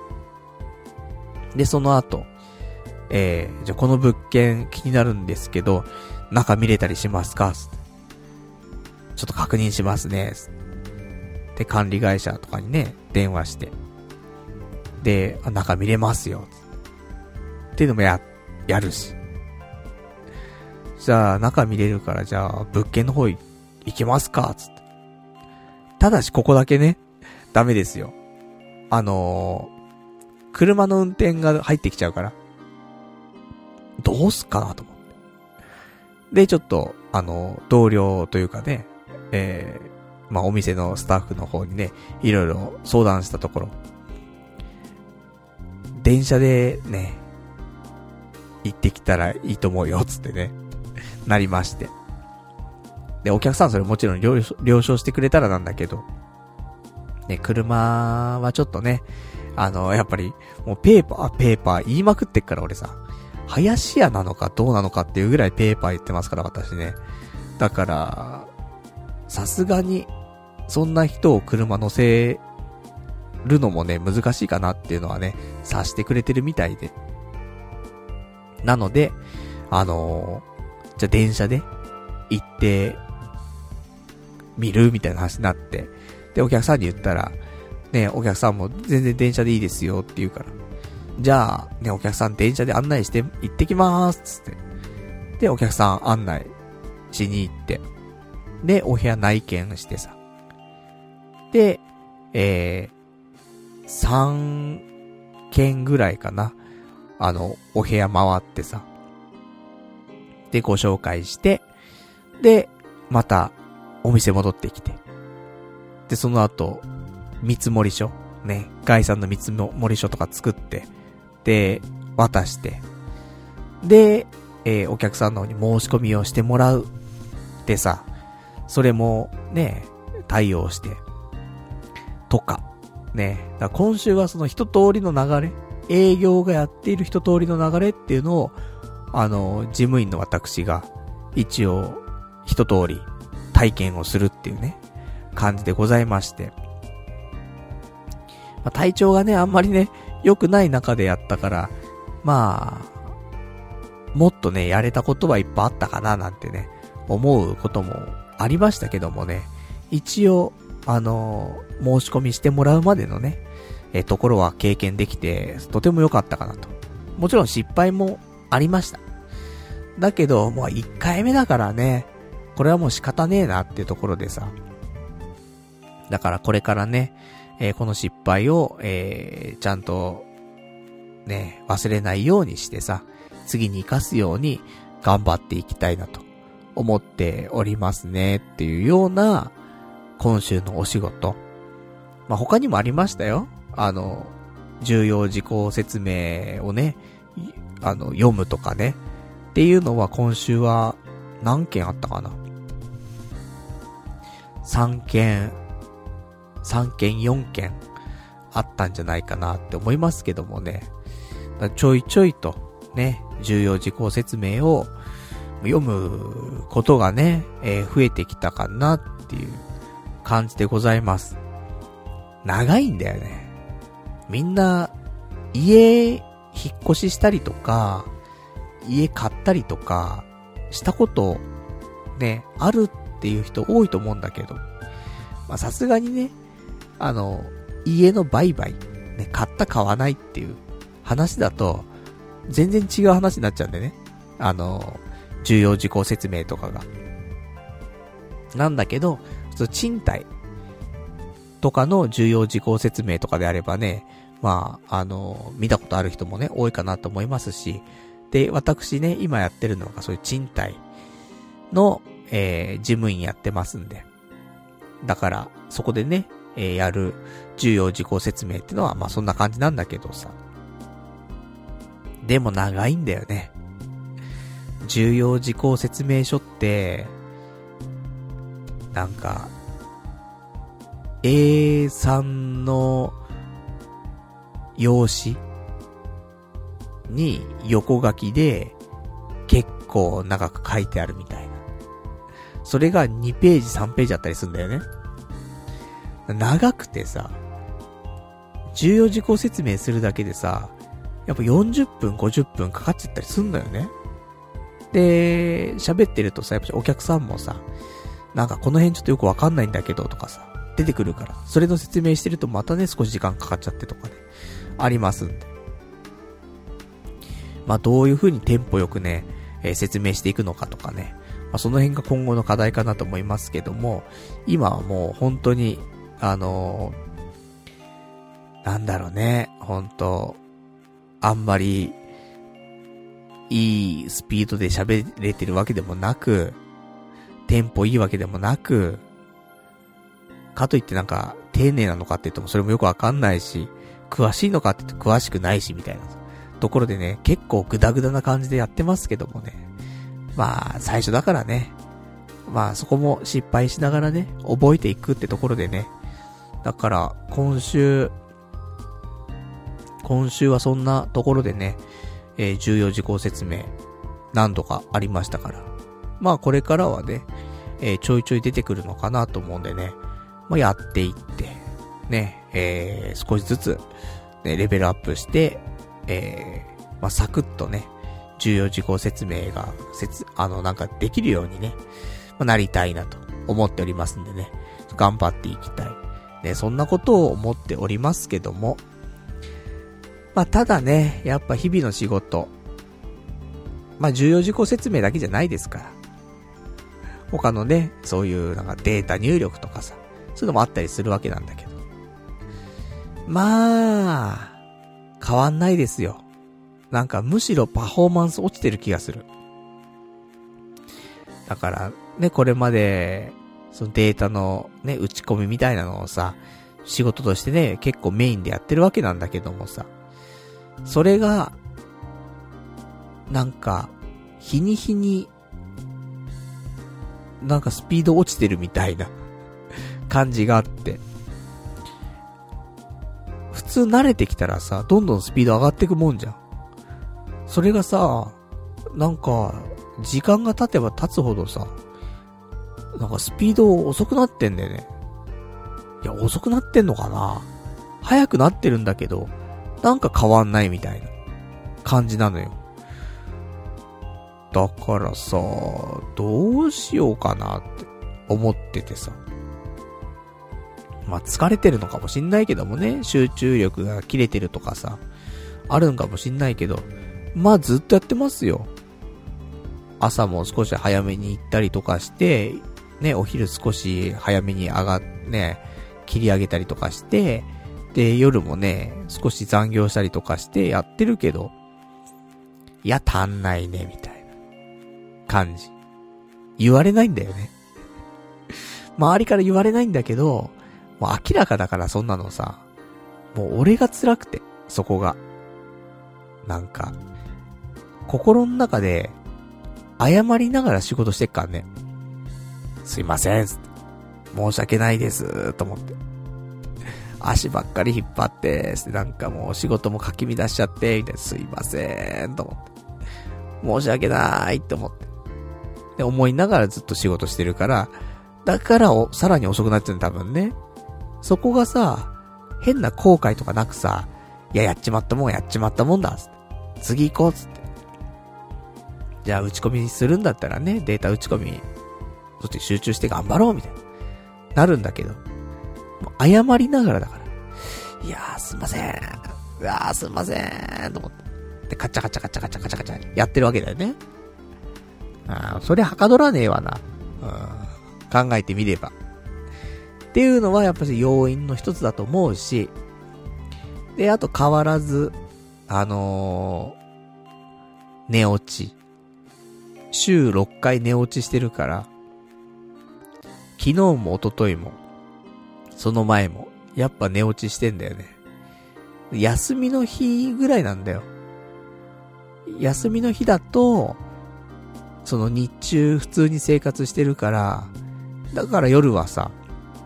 で、その後、えー、じゃあこの物件気になるんですけど、中見れたりしますか？ちょっと確認しますね。で、管理会社とかにね、電話して。で、中見れますよ。っていうのもや、やるし。じゃあ、中見れるから、じゃあ、物件の方行きますかつって。ただし、ここだけね、ダメですよ。あのー、車の運転が入ってきちゃうから。どうすっかなと思って。で、ちょっと、あの、同僚というかね、えー、まあ、お店のスタッフの方にね、いろいろ相談したところ、電車でね、行ってきたらいいと思うよ、つってね、なりまして。で、お客さんそれもちろん了承、了承してくれたらなんだけど、ね、車はちょっとね、あの、やっぱり、もうペーパー、ペーパー言いまくってっから俺さ、林家なのかどうなのかっていうぐらいペーパー言ってますから私ね。だから、さすがに、そんな人を車乗せるのもね、難しいかなっていうのはね、察してくれてるみたいで。なので、あのー、じゃあ電車で行って、見るみたいな話になって、で、お客さんに言ったら、ね、お客さんも全然電車でいいですよって言うから、じゃあ、ね、お客さん電車で案内して行ってきまーすつって。で、お客さん案内しに行って、で、お部屋内見してさ。で、えー、さんけんぐらいかな。あの、お部屋回ってさ。で、ご紹介して、で、また、お店戻ってきて。で、その後、見積もり書。ね、概算の見積もり書とか作って、で、渡して、で、えー、お客さんの方に申し込みをしてもらう。でさ、それも、ね、対応して、とか、ね、だから今週はその一通りの流れ、営業がやっている一通りの流れっていうのを、あの、事務員の私が、一応、一通り、体験をするっていうね、感じでございまして、まあ、体調がね、あんまりね、良くない中でやったから、まあ、もっとね、やれたことはいっぱいあったかななんてね、思うこともありましたけどもね、一応、あのー、申し込みしてもらうまでのね、え、ところは経験できて、とても良かったかなと。もちろん失敗もありました。だけど、もう一回目だからね、これはもう仕方ねえなっていうところでさ、だからこれからね、えー、この失敗を、えー、ちゃんと、ね、忘れないようにしてさ、次に生かすように頑張っていきたいなと思っておりますねっていうような今週のお仕事。まあ、他にもありましたよ。あの、重要事項説明をね、あの、読むとかね。っていうのは今週は何件あったかな ?さん 件、さんけんよんけんあったんじゃないかなって思いますけどもね。ちょいちょいとね、重要事項説明を読むことがね、えー、増えてきたかなっていう感じでございます。長いんだよね。みんな、家、引っ越ししたりとか、家買ったりとか、したこと、ね、あるっていう人多いと思うんだけど、まあさすがにね、あの、家の売買、ね、買った買わないっていう話だと、全然違う話になっちゃうんでね。あの、重要事項説明とかが。なんだけど、その賃貸とかの重要事項説明とかであればね、まあ、あの、見たことある人もね、多いかなと思いますし、で、私ね、今やってるのがそういう賃貸の、えー、事務員やってますんで。だから、そこでね、えー、やる重要事項説明ってのは、まあそんな感じなんだけどさ。でも長いんだよね。重要事項説明書って、なんか、エーさん の用紙に横書きで結構長く書いてあるみたいな。それがにページさんページあったりするんだよね。長くてさ、重要事項説明するだけでさ、やっぱよんじゅっぷんごじゅっぷんかかっちゃったりすんだよね。で、喋ってるとさ、やっぱお客さんもさ、なんかこの辺ちょっとよくわかんないんだけどとかさ、出てくるから、それの説明してるとまたね、少し時間かかっちゃってとかね、ありますんで。まあどういう風にテンポよくね、えー、説明していくのかとかね、まあその辺が今後の課題かなと思いますけども、今はもう本当に、あのー、なんだろうね、本当あんまり、いいスピードで喋れてるわけでもなく、テンポいいわけでもなく、かといってなんか、丁寧なのかって言ってもそれもよくわかんないし、詳しいのかって言って詳しくないしみたいなところでね、結構グダグダな感じでやってますけどもね。まあ、最初だからね。まあ、そこも失敗しながらね、覚えていくってところでね。だから、今週、今週はそんなところでね、えー、重要事項説明、何度かありましたから。まあ、これからはね、えー、ちょいちょい出てくるのかなと思うんでね。まあ、やっていって、ね、えー、少しずつ、ね、レベルアップして、えー、まあ、サクッとね、重要事項説明が、説、あの、なんかできるようにね、まあ、なりたいなと思っておりますんでね、頑張っていきたい。ね、そんなことを思っておりますけども、まあ、ただね、やっぱ日々の仕事、まあ、重要事項説明だけじゃないですから。他のね、そういうなんかデータ入力とかさ、そういうのもあったりするわけなんだけど。まあ、変わんないですよ。なんかむしろパフォーマンス落ちてる気がする。だからね、これまで、そのデータのね、打ち込みみたいなのをさ、仕事としてね、結構メインでやってるわけなんだけどもさ、それが、なんか、日に日に、なんかスピード落ちてるみたいな感じがあって。普通慣れてきたらさ、どんどんスピード上がってくもんじゃん。それがさ、なんか、時間が経てば経つほどさ、なんかスピード遅くなってんだよね。いや、遅くなってんのかな？速くなってるんだけど、なんか変わんないみたいな感じなのよ。だからさ、どうしようかなって思っててさ。まあ、疲れてるのかもしんないけどもね、集中力が切れてるとかさ、あるんかもしんないけど、まあずっとやってますよ。朝も少し早めに行ったりとかして、ね、お昼少し早めに上がっ、ね、切り上げたりとかして、で、夜もね、少し残業したりとかしてやってるけど、いや、足んないね、みたいな感じ。言われないんだよね。周りから言われないんだけど、もう明らかだからそんなのさ、もう俺が辛くて、そこが。なんか、心の中で、謝りながら仕事してっからね。すいません、申し訳ないです、と思って。足ばっかり引っ張って、なんかもう仕事もかき乱しちゃって、みたいな、すいません、と思って。申し訳ない、と思って。 で、思いながらずっと仕事してるから、だからお、さらに遅くなっちゃうの多分ね。そこがさ、変な後悔とかなくさ、いや、やっちまったもんやっちまったもんだ、つって。次行こう、つって。じゃあ、打ち込みするんだったらね、データ打ち込み、そして集中して頑張ろう、みたいな。なるんだけど、もう謝りながらだから。いやー、すいません。うわー、すいません。と思って。で、カチャカチャカチャカチャカチャカチャやってるわけだよね。あー、それはかどらねえわな。うん。考えてみれば。っていうのはやっぱり要因の一つだと思うし、で、あと変わらず、あのー、寝落ち。週ろっかい寝落ちしてるから、昨日も一昨日も、その前も、やっぱ寝落ちしてんだよね。休みの日ぐらいなんだよ。休みの日だと、その日中普通に生活してるから、だから夜はさ、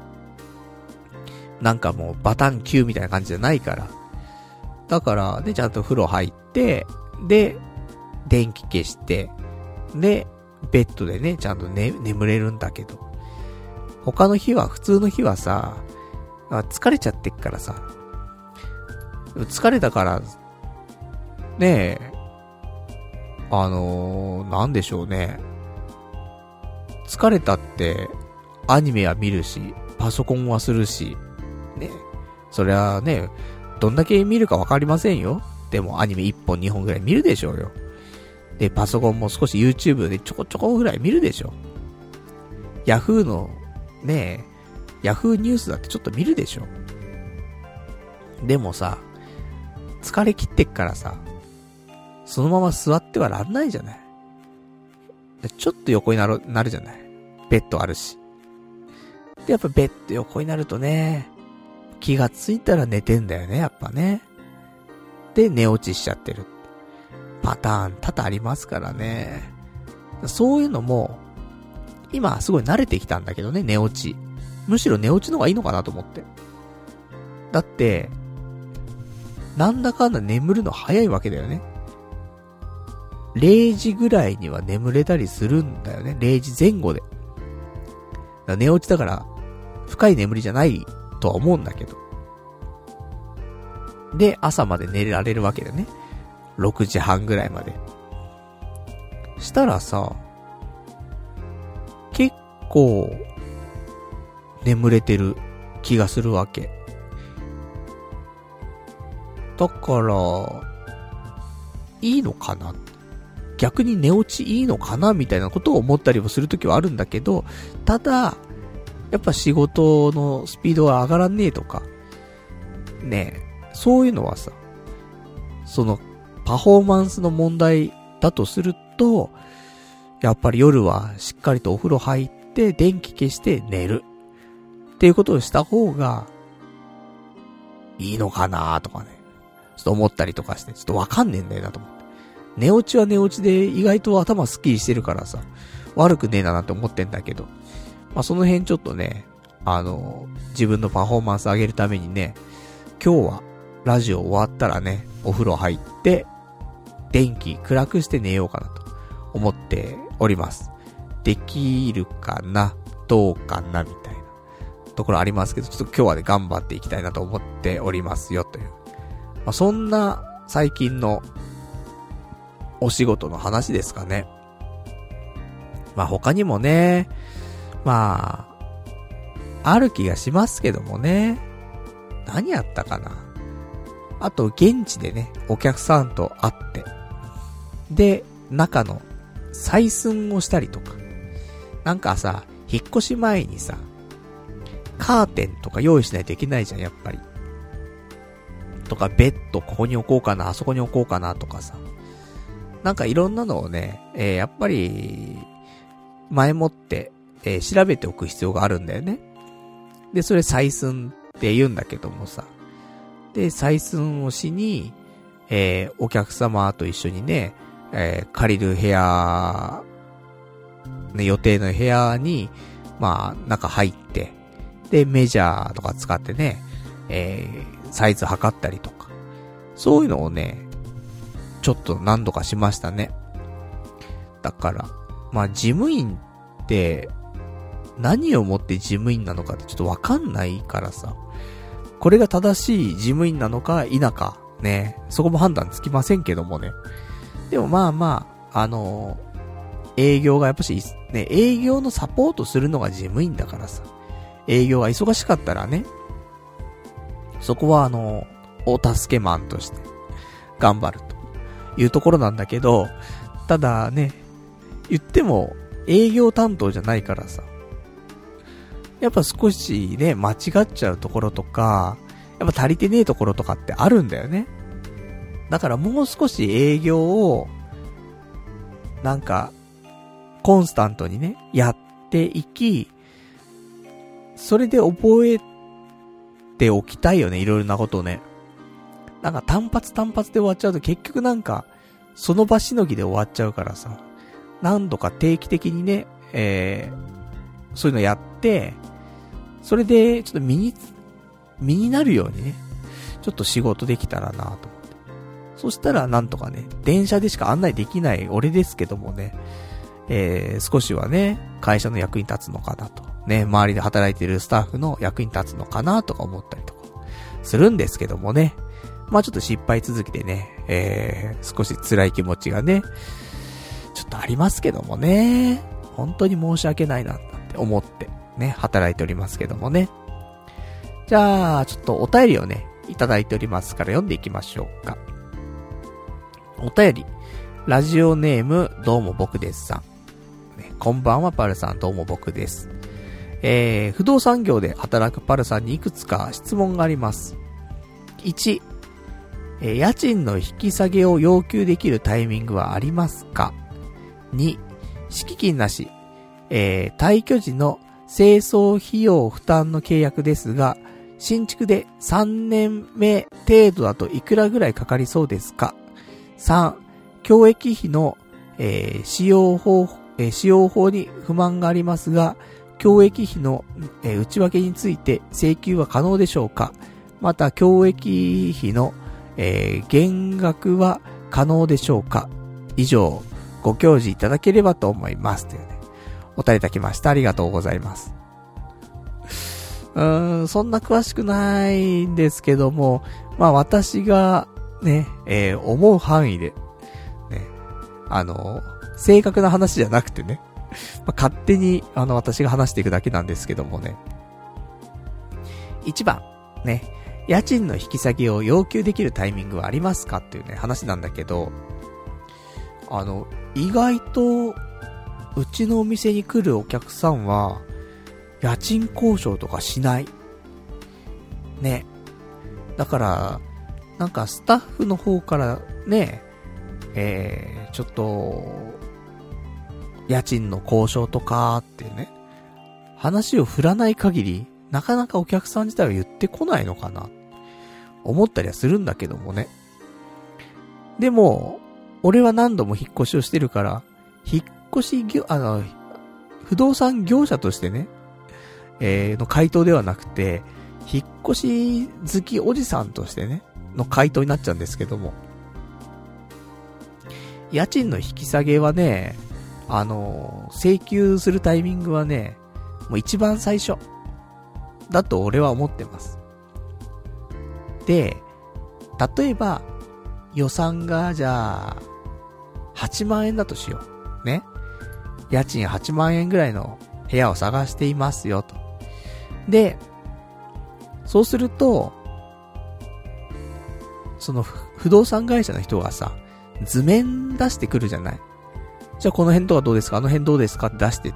なんかもうバタンキューみたいな感じじゃないから。だからね、ちゃんと風呂入って、で、電気消して、で、ベッドでね、ちゃんとね、眠れるんだけど。他の日は、普通の日はさ、疲れちゃってっからさ、疲れたから、ねえ、あのー、なんでしょうね。疲れたって、アニメは見るし、パソコンはするし、ね。そりゃね、どんだけ見るかわかりませんよ。でもアニメいっぽんにほんぐらい見るでしょうよ。で、パソコンも少し YouTube でちょこちょこぐらい見るでしょ。ヤフーの、ねえ、ヤフーニュースだってちょっと見るでしょ。でもさ、疲れ切ってっからさ、そのまま座ってはらんないじゃない。ちょっと横になる、なるじゃない。ベッドあるし。で、やっぱベッド横になるとね、気がついたら寝てんだよね、やっぱね。で、寝落ちしちゃってる。パターン多々ありますからね。そういうのも、今すごい慣れてきたんだけどね、寝落ち。むしろ寝落ちの方がいいのかなと思って。だって、なんだかんだ眠るの早いわけだよね。れいじぐらいには眠れたりするんだよね。れいじぜん後で。だから寝落ちだから、深い眠りじゃないとは思うんだけど。で、朝まで寝られるわけだよね。ろくじはんぐらいまで。したらさ、結構、眠れてる気がするわけ。だから、いいのかな？逆に寝落ちいいのかなみたいなことを思ったりもするときはあるんだけど、ただ、やっぱ仕事のスピードが上がらねえとか、ねえ、そういうのはさ、その、パフォーマンスの問題だとすると、やっぱり夜はしっかりとお風呂入って、電気消して寝る。っていうことをした方が、いいのかなとかね。ちょっと思ったりとかして、ちょっとわかんねえんだよなと思って。寝落ちは寝落ちで意外と頭スッキリしてるからさ、悪くねえななんて思ってんだけど、まあその辺ちょっとね、あの、自分のパフォーマンス上げるためにね、今日はラジオ終わったらね、お風呂入って、電気暗くして寝ようかなと思っております。できるかなどうかなみたいなところありますけど、ちょっと今日はね、頑張っていきたいなと思っておりますよという。まあそんな最近のお仕事の話ですかね。まあ他にもね、まあ、ある気がしますけどもね。何やったかな。あと現地でね、お客さんと会って、で、中の採寸をしたりとか。なんかさ、引っ越し前にさ、カーテンとか用意しないといけないじゃん、やっぱり。とか、ベッドここに置こうかな、あそこに置こうかなとかさ。なんかいろんなのをね、えー、やっぱり、前もって、えー、調べておく必要があるんだよね。で、それ採寸って言うんだけどもさ。で、採寸をしに、えー、お客様と一緒にね、えー、借りる部屋、ね、予定の部屋に、まあ、中入って、で、メジャーとか使ってね、えー、サイズ測ったりとか。そういうのをね、ちょっと何度かしましたね。だから、 まあ事務員って何をもって事務員なのかってちょっとわかんないからさ、これが正しい事務員なのか否かね、そこも判断つきませんけどもね。でもまあまああのー、営業がやっぱしね、営業のサポートするのが事務員だからさ、営業が忙しかったらね、そこはあのお助けマンとして頑張るというところなんだけど、ただね、言っても営業担当じゃないからさ、やっぱ少しね、間違っちゃうところとか、やっぱ足りてねえところとかってあるんだよね。だからもう少し営業をなんかコンスタントにねやっていき、それで覚えておきたいよね、いろいろなことをね。なんか単発単発で終わっちゃうと結局なんかその場しのぎで終わっちゃうからさ、何度か定期的にね、えー、そういうのやって、それでちょっと身に身になるようにね、ちょっと仕事できたらなと思って。そしたらなんとかね、電車でしか案内できない俺ですけどもね、えー、少しはね、会社の役に立つのかなと。ね、周りで働いているスタッフの役に立つのかなとか思ったりとかするんですけどもね。まあちょっと失敗続きでね、えー、少し辛い気持ちがね、ちょっとありますけどもね。本当に申し訳ないなって思ってね、働いておりますけどもね。じゃあ、ちょっとお便りをね、いただいておりますから読んでいきましょうか。お便り。ラジオネーム、どうも僕ですさん。ね、こんばんはパルさん、どうも僕です。えー、不動産業で働くパルさんにいくつか質問があります。いち、えー、家賃の引き下げを要求できるタイミングはありますか？に、敷金なし、えー、退去時の清掃費用負担の契約ですが、新築でさんねんめ程度だといくらぐらいかかりそうですか？さん、教育費の、えー、使用法、えー、使用法に不満がありますが、教育費の、えー、内訳について請求は可能でしょうか？また、教育費の、えー、減額は可能でしょうか？以上、ご教示いただければと思います。というね、お便りいただきました。ありがとうございます。うーん、そんな詳しくないんですけども、まあ私がね、えー、思う範囲で、ね、あの、正確な話じゃなくてね、まあ、勝手にあの私が話していくだけなんですけどもね。一番、ね、家賃の引き下げを要求できるタイミングはありますかっていうね、話なんだけど、あの、意外と、うちのお店に来るお客さんは、家賃交渉とかしない。ね。だから、なんかスタッフの方からね、えー、ちょっと、家賃の交渉とかってね、話を振らない限り、なかなかお客さん自体は言ってこないのかな、思ったりはするんだけどもね。でも、俺は何度も引っ越しをしてるから、引っ越し業、あの、不動産業者としてね、えー、の回答ではなくて、引っ越し好きおじさんとしてね、の回答になっちゃうんですけども。家賃の引き下げはね、あの、請求するタイミングはね、もう一番最初、だと俺は思ってます。で、例えば、予算がじゃあ、はちまんえんだとしよう。ね。家賃はちまんえんぐらいの部屋を探していますよと。で、そうすると、その不動産会社の人がさ、図面出してくるじゃない。じゃあこの辺とかどうですか、あの辺どうですかって出してって、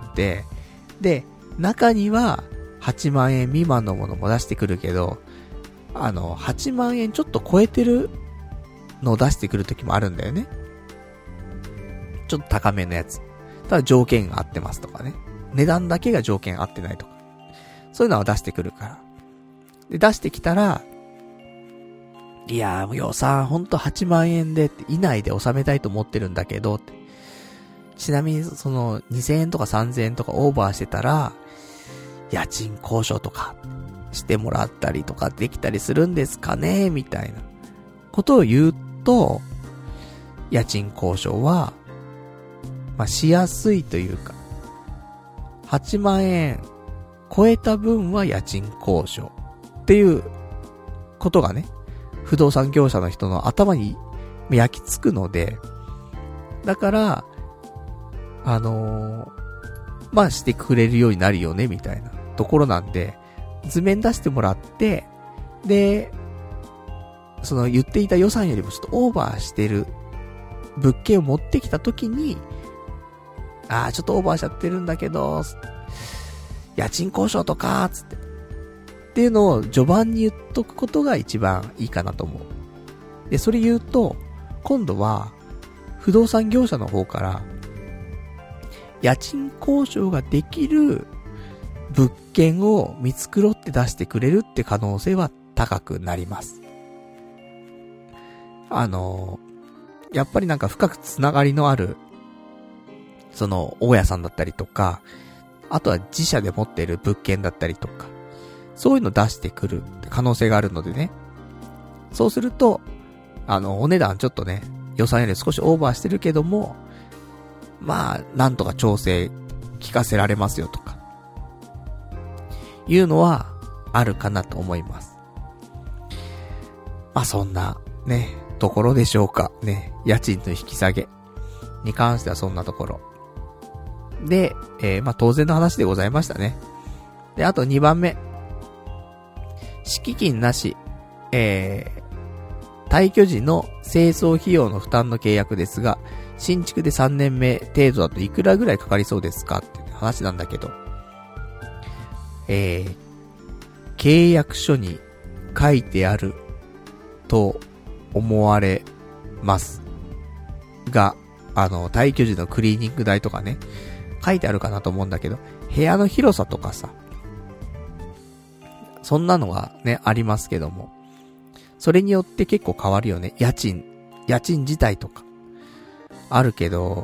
で、中にははちまんえん未満のものも出してくるけど、あの、はちまんえんちょっと超えてるのを出してくる時もあるんだよね。ちょっと高めのやつ。ただ条件が合ってますとかね。値段だけが条件合ってないとか。そういうのは出してくるから。で、出してきたら、いやーもう予算ほんとはちまんえんでって以内で収めたいと思ってるんだけどって。ちなみにそのにせんえんとかさんぜんえんとかオーバーしてたら、家賃交渉とかしてもらったりとかできたりするんですかねみたいなことを言うと、家賃交渉はまあ、しやすいというか、はちまんえん超えた分は家賃交渉っていうことがね、不動産業者の人の頭に焼き付くので、だから、あのー、まあしてくれるようになるよねみたいなところなんで、図面出してもらって、で、その言っていた予算よりもちょっとオーバーしてる物件を持ってきたときに、ああ、ちょっとオーバーしちゃってるんだけど、家賃交渉とか、つって。っていうのを序盤に言っとくことが一番いいかなと思う。で、それ言うと、今度は、不動産業者の方から、家賃交渉ができる物件を見繕って出してくれるって可能性は高くなります。あの、やっぱりなんか深くつながりのある、その、大家さんだったりとか、あとは自社で持っている物件だったりとか、そういうの出してくる可能性があるのでね。そうすると、あの、お値段ちょっとね、予算より少しオーバーしてるけども、まあ、なんとか調整聞かせられますよとか、いうのはあるかなと思います。まあそんな、ね、ところでしょうか。ね、家賃の引き下げに関してはそんなところ。で、えー、まあ当然の話でございましたね。で、あとにばんめ。敷金なし、えー、退去時の清掃費用の負担の契約ですが、新築でさんねんめ程度だといくらぐらいかかりそうですかって話なんだけど、えー、契約書に書いてあると思われますが、あの、退去時のクリーニング代とかね、書いてあるかなと思うんだけど、部屋の広さとかさ、そんなのはね、ありますけども、それによって結構変わるよね。家賃、家賃自体とか。あるけど、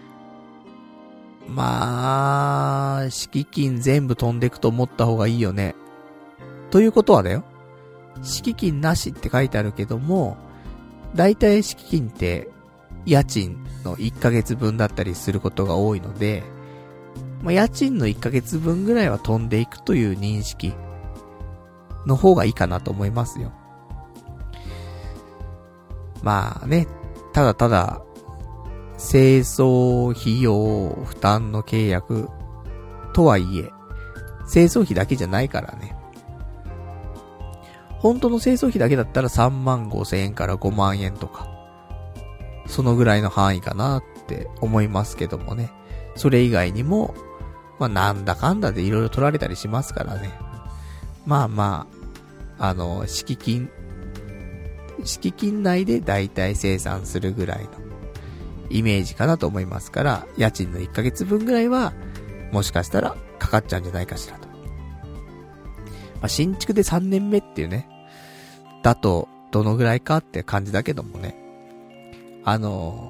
まあ、敷金全部飛んでくと思った方がいいよね。ということはだよ。敷金なしって書いてあるけども、だいたい敷金って家賃のいっかげつぶんだったりすることが多いので、まあ、家賃のいっかげつぶんぐらいは飛んでいくという認識の方がいいかなと思いますよ。まあね、ただただ、清掃費用負担の契約とはいえ、清掃費だけじゃないからね。本当の清掃費だけだったらさんまんごせんえんからごまんえんとか、そのぐらいの範囲かなって思いますけどもね。それ以外にも、まあなんだかんだでいろいろ取られたりしますからね。まあまあ、あの、敷金、敷金内でだいたい生産するぐらいのイメージかなと思いますから、家賃のいっかげつぶんぐらいは、もしかしたらかかっちゃうんじゃないかしらと。まあ、新築でさんねんめっていうね、だと、どのぐらいかって感じだけどもね。あの、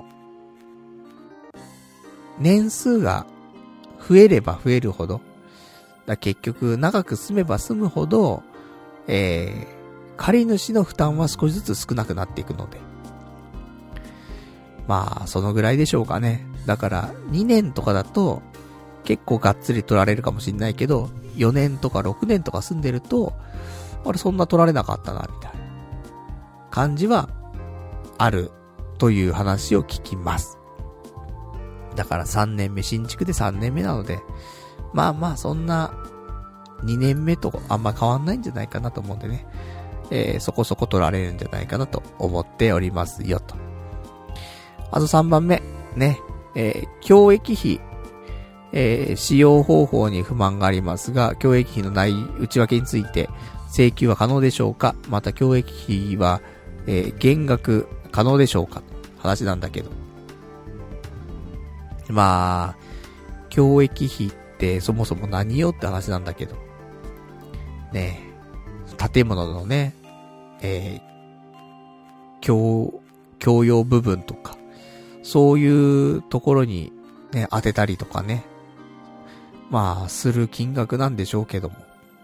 年数が増えれば増えるほど、だ結局長く住めば住むほど、えー、借り主の負担は少しずつ少なくなっていくので。まあ、そのぐらいでしょうかね。だから、にねんとかだと、結構がっつり取られるかもしれないけど、よねんとかろくねんとか住んでると、あれそんな取られなかったな、みたいな感じは、ある、という話を聞きます。だからさんねんめ、新築でさんねんめなので、まあまあ、そんな、にねんめとあんま変わんないんじゃないかなと思うんでね。えー、そこそこ取られるんじゃないかなと思っておりますよ、と。あとさんばんめ、ね、えー、教育費、えー、使用方法に不満がありますが、教育費のない内訳について請求は可能でしょうか？また教育費は、えー、減額可能でしょうか？話なんだけど。まあ、教育費ってそもそも何よって話なんだけど。ねえ、建物のね、えー、教、教養部分とか、そういうところにね、当てたりとかね。まあ、する金額なんでしょうけども。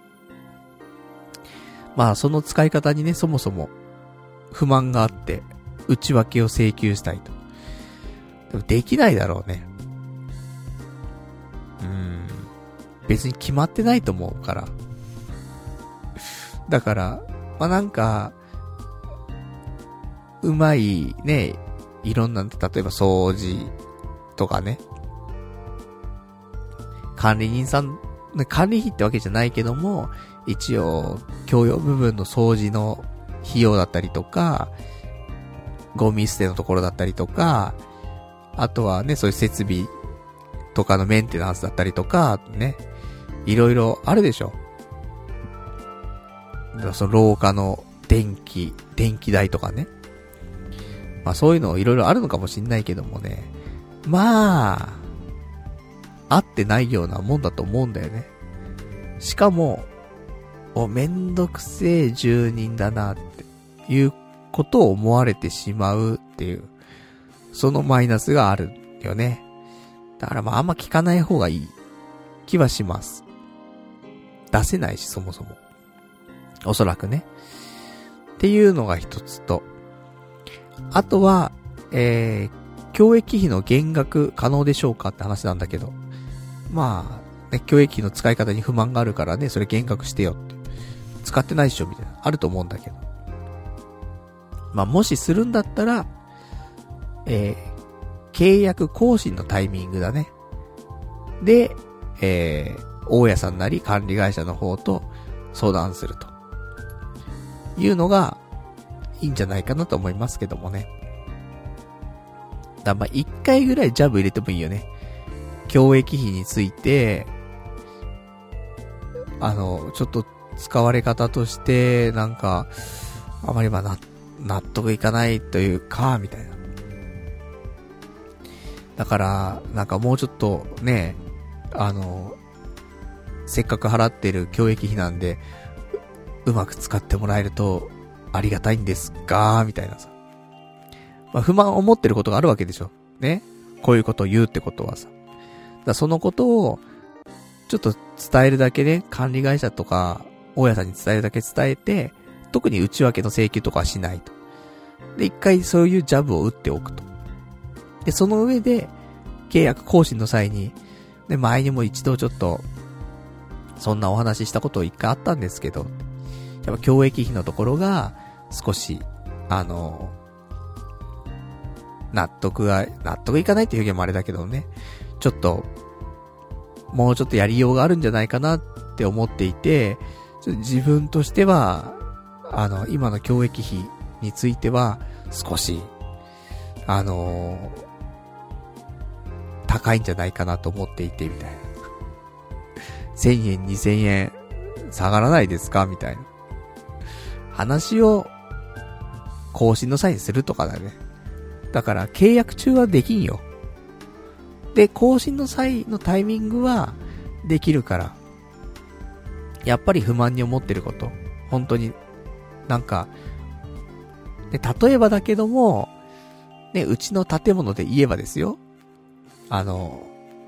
まあ、その使い方にね、そもそも不満があって、内訳を請求したいと。でもできないだろうね。 うん。別に決まってないと思うから。だから、まあ、なんか、うまいね、いろんな、例えば掃除とかね。管理人さん、管理費ってわけじゃないけども、一応、共用部分の掃除の費用だったりとか、ゴミ捨てのところだったりとか、あとはね、そういう設備とかのメンテナンスだったりとか、ね、いろいろあるでしょ。その廊下の電気、電気代とかね。まあそういうのいろいろあるのかもしんないけどもね。まあ、合ってないようなもんだと思うんだよね。しかも、お、めんどくせえ住人だなっていうことを思われてしまうっていう、そのマイナスがあるよね。だからまああんま聞かない方がいい気はします。出せないし、そもそも。おそらくね。っていうのが一つと、あとは、えー、教育費の減額可能でしょうかって話なんだけど、まあ、ね、教育費の使い方に不満があるからね、それ減額してよって。使ってないっしょみたいな、あると思うんだけど。まあ、もしするんだったら、えー、契約更新のタイミングだね。で、えー、大家さんなり管理会社の方と相談すると。いうのが、いいんじゃないかなと思いますけどもね。だまあ、一回ぐらいジャブ入れてもいいよね。教育費について、あの、ちょっと使われ方として、なんか、あまりまあな、納得いかないというか、みたいな。だから、なんかもうちょっとね、あの、せっかく払ってる教育費なんで、う、うまく使ってもらえると、ありがたいんですが、みたいなさ。まあ、不満を持ってることがあるわけでしょ。ね。こういうことを言うってことはさ。だそのことを、ちょっと伝えるだけで、管理会社とか、大家さんに伝えるだけ伝えて、特に内訳の請求とかはしないと。で、一回そういうジャブを打っておくと。で、その上で、契約更新の際に、で、前にも一度ちょっと、そんなお話ししたこと一回あったんですけど、やっぱ教育費のところが、少し、あの、納得が、納得いかないっていう表現もあれだけどね、ちょっと、もうちょっとやりようがあるんじゃないかなって思っていて、ちょっと自分としては、あの、今の教育費については、少し、あのー、高いんじゃないかなと思っていて、みたいな。せんえん、にせんえん、下がらないですかみたいな。話を、更新の際にするとかだね。だから、契約中はできんよ。で、更新の際のタイミングは、できるから。やっぱり不満に思ってること。本当に、なんか、で、例えばだけども、ね、うちの建物で言えばですよ。あの、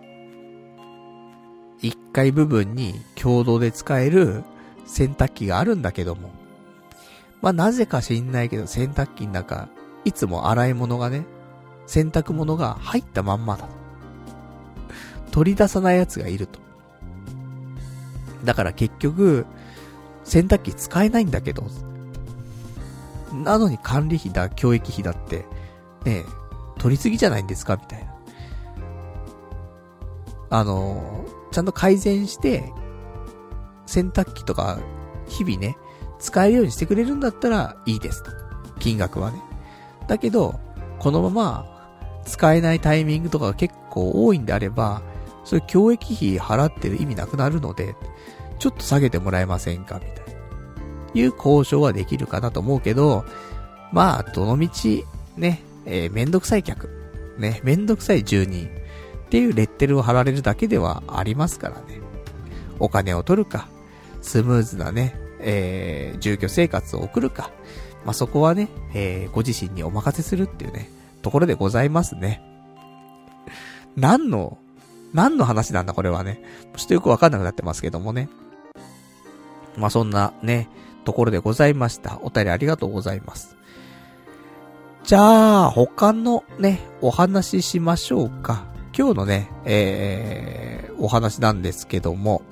一階部分に共同で使える洗濯機があるんだけども。まあ、なぜか知んないけど、洗濯機の中、いつも洗い物がね、洗濯物が入ったまんまだ。取り出さないやつがいると。だから結局、洗濯機使えないんだけど、なのに管理費だ、教育費だって、ねえ、取りすぎじゃないんですかみたいな。あの、ちゃんと改善して、洗濯機とか、日々ね、使えるようにしてくれるんだったらいいですと。金額はね。だけど、このまま、使えないタイミングとかが結構多いんであれば、そういう教育費払ってる意味なくなるので、ちょっと下げてもらえませんかみたいな。いう交渉はできるかなと思うけど、まあ、どのみち、ね、えー、めんどくさい客、ね、めんどくさい住人っていうレッテルを貼られるだけではありますからね。お金を取るか、スムーズなね、えー、住居生活を送るか、まあ、そこはね、えー、ご自身にお任せするっていうね、ところでございますね。何の、何の話なんだこれはね。ちょっとよくわかんなくなってますけどもね。まあ、そんなね、ところでございました。お便りありがとうございます。じゃあ、他のね、お話ししましょうか。今日のね、えー、 お話なんですけども、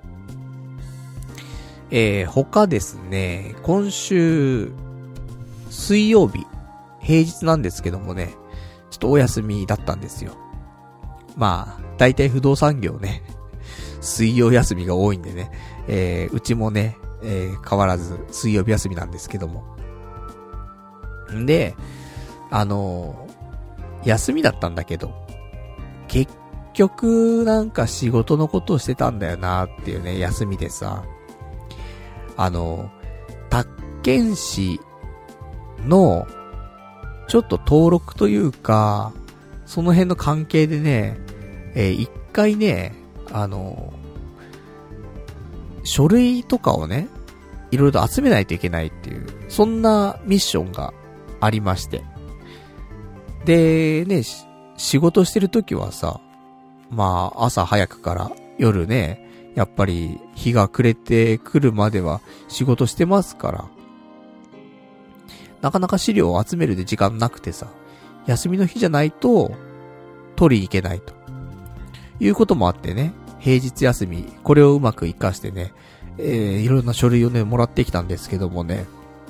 えー、他ですね、今週、水曜日、平日なんですけどもね、ちょっとお休みだったんですよ。まあ、大体不動産業ね、水曜休みが多いんでね、えー、うちもね、えー、変わらず水曜日休みなんですけども。んで、あのー、休みだったんだけど、結局なんか仕事のことをしてたんだよなっていうね、休みでさ、あのー、宅建士の、ちょっと登録というか、その辺の関係でね、えー、一回ね、あのー、書類とかをね、いろいろと集めないといけないっていう、そんなミッションがありまして。で、ね、仕事してるときはさ、まあ、朝早くから夜ね、やっぱり日が暮れてくるまでは仕事してますから、なかなか資料を集めるで時間なくてさ、休みの日じゃないと取りに行けないということもあってね、平日休みこれをうまく活かしてね、えー、いろんな書類をねもらってきたんですけどもね、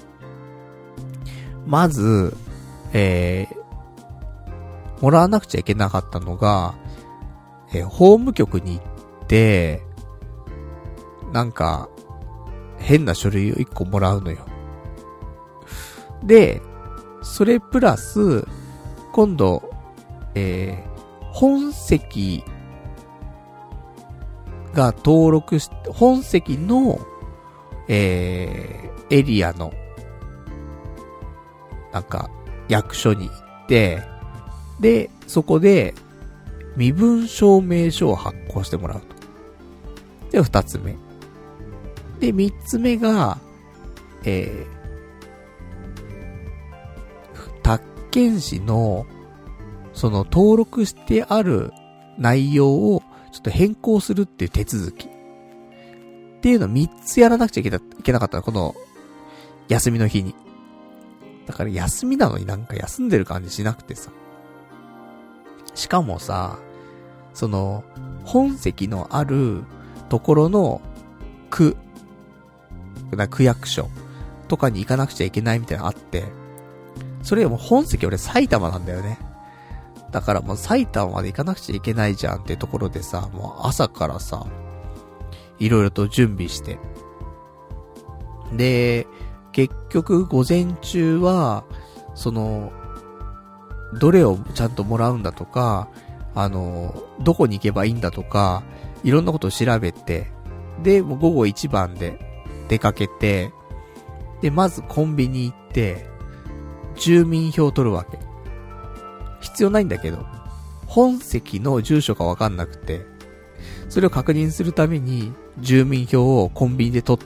まずえー、もらわなくちゃいけなかったのが、えー、法務局に行ってなんか変な書類をいっこもらうのよ。で、それプラス、今度、えー、本籍が登録し、本籍の、えー、エリアの、なんか、役所に行って、で、そこで、身分証明書を発行してもらうと。で、二つ目。で、三つ目が、えー、宅建士のその登録してある内容をちょっと変更するっていう手続きっていうのをみっつやらなくちゃいけな、いけなかったの、この休みの日に。だから休みなのになんか休んでる感じしなくてさ。しかもさ、その本籍のあるところの区、区役所とかに行かなくちゃいけないみたいなのあって、それでも本籍俺埼玉なんだよね。だからもう埼玉まで行かなくちゃいけないじゃんってところでさ、もう朝からさ、いろいろと準備して。で、結局午前中は、その、どれをちゃんともらうんだとか、あの、どこに行けばいいんだとか、いろんなことを調べて、で、もう午後一番で出かけて、で、まずコンビニ行って、住民票を取るわけ。必要ないんだけど、本籍の住所がわかんなくて、それを確認するために住民票をコンビニで取って、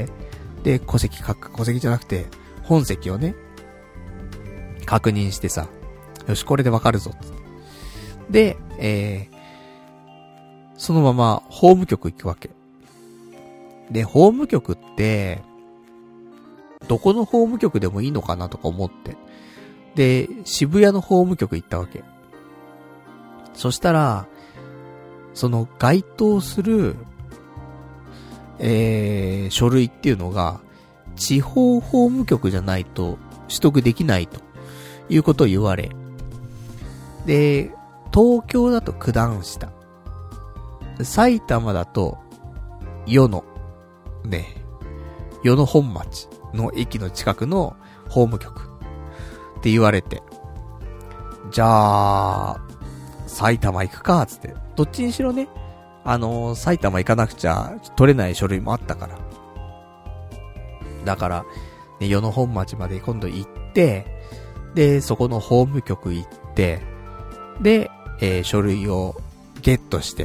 で、戸籍書く、戸籍じゃなくて本籍をね確認してさ、よしこれでわかるぞっつってで、えー、そのまま法務局行くわけで、法務局ってどこの法務局でもいいのかなとか思って、で、渋谷の法務局行ったわけ。そしたら、その該当する、えー、書類っていうのが、地方法務局じゃないと取得できないということを言われ。で、東京だと九段下。埼玉だと、与野。ね、与野本町の駅の近くの法務局。って言われて、じゃあ埼玉行くかつって、どっちにしろね、あのー、埼玉行かなくちゃ取れない書類もあったから、だからね、与野本町まで今度行って、でそこの法務局行って、で、えー、書類をゲットして、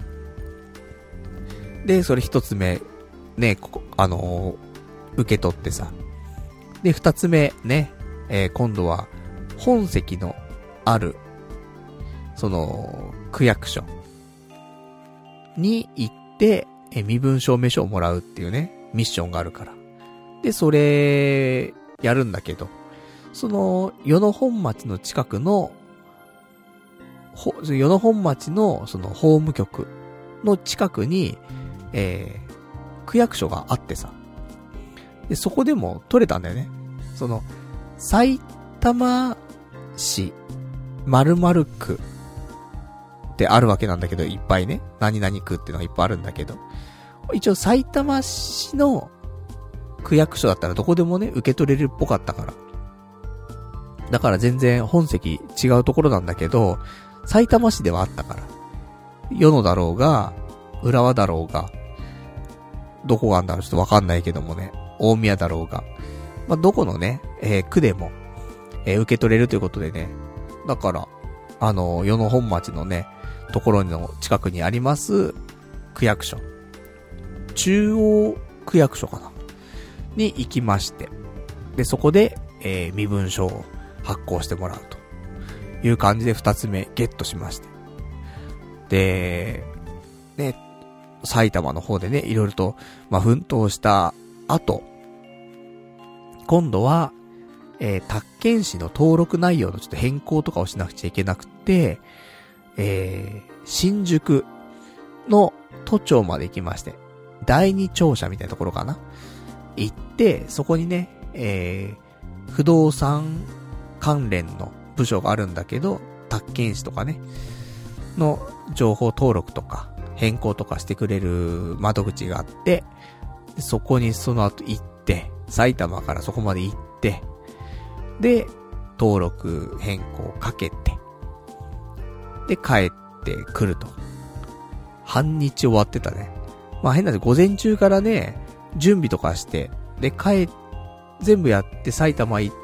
でそれ一つ目ね、ここあのー、受け取ってさ、で二つ目ね、えー、今度は本籍のあるその区役所に行って、えー、身分証明書をもらうっていうねミッションがあるから、でそれやるんだけど、その与野本町の近くのほ与野本町のその法務局の近くに、えー、区役所があってさ。で、そこでも取れたんだよね。その、埼玉市〇〇区ってあるわけなんだけど、いっぱいね。何々区っていうのがいっぱいあるんだけど。一応埼玉市の区役所だったらどこでもね、受け取れるっぽかったから。だから全然本籍違うところなんだけど、埼玉市ではあったから。与野だろうが、浦和だろうが、どこがあるんだろうちょっとわかんないけどもね、大宮だろうが、まあ、どこのね、えー、区でも、えー、受け取れるということでね、だから、あの、与野本町のね、ところの近くにあります、区役所。中央区役所かなに行きまして、で、そこで、えー、身分証を発行してもらうという感じで二つ目ゲットしまして。で、ね、埼玉の方でね、いろいろと、まあ、奮闘した後、今度は、えー、宅建士の登録内容のちょっと変更とかをしなくちゃいけなくて、えー、新宿の都庁まで行きまして、第二庁舎みたいなところかな行って、そこにね、えー、不動産関連の部署があるんだけど、宅建士とかね、の情報登録とか変更とかしてくれる窓口があって、そこにその後行って、埼玉からそこまで行って、で、登録変更かけて、で、帰ってくると。半日終わってたね。まあ変なで午前中からね、準備とかして、で、帰、全部やって埼玉行って、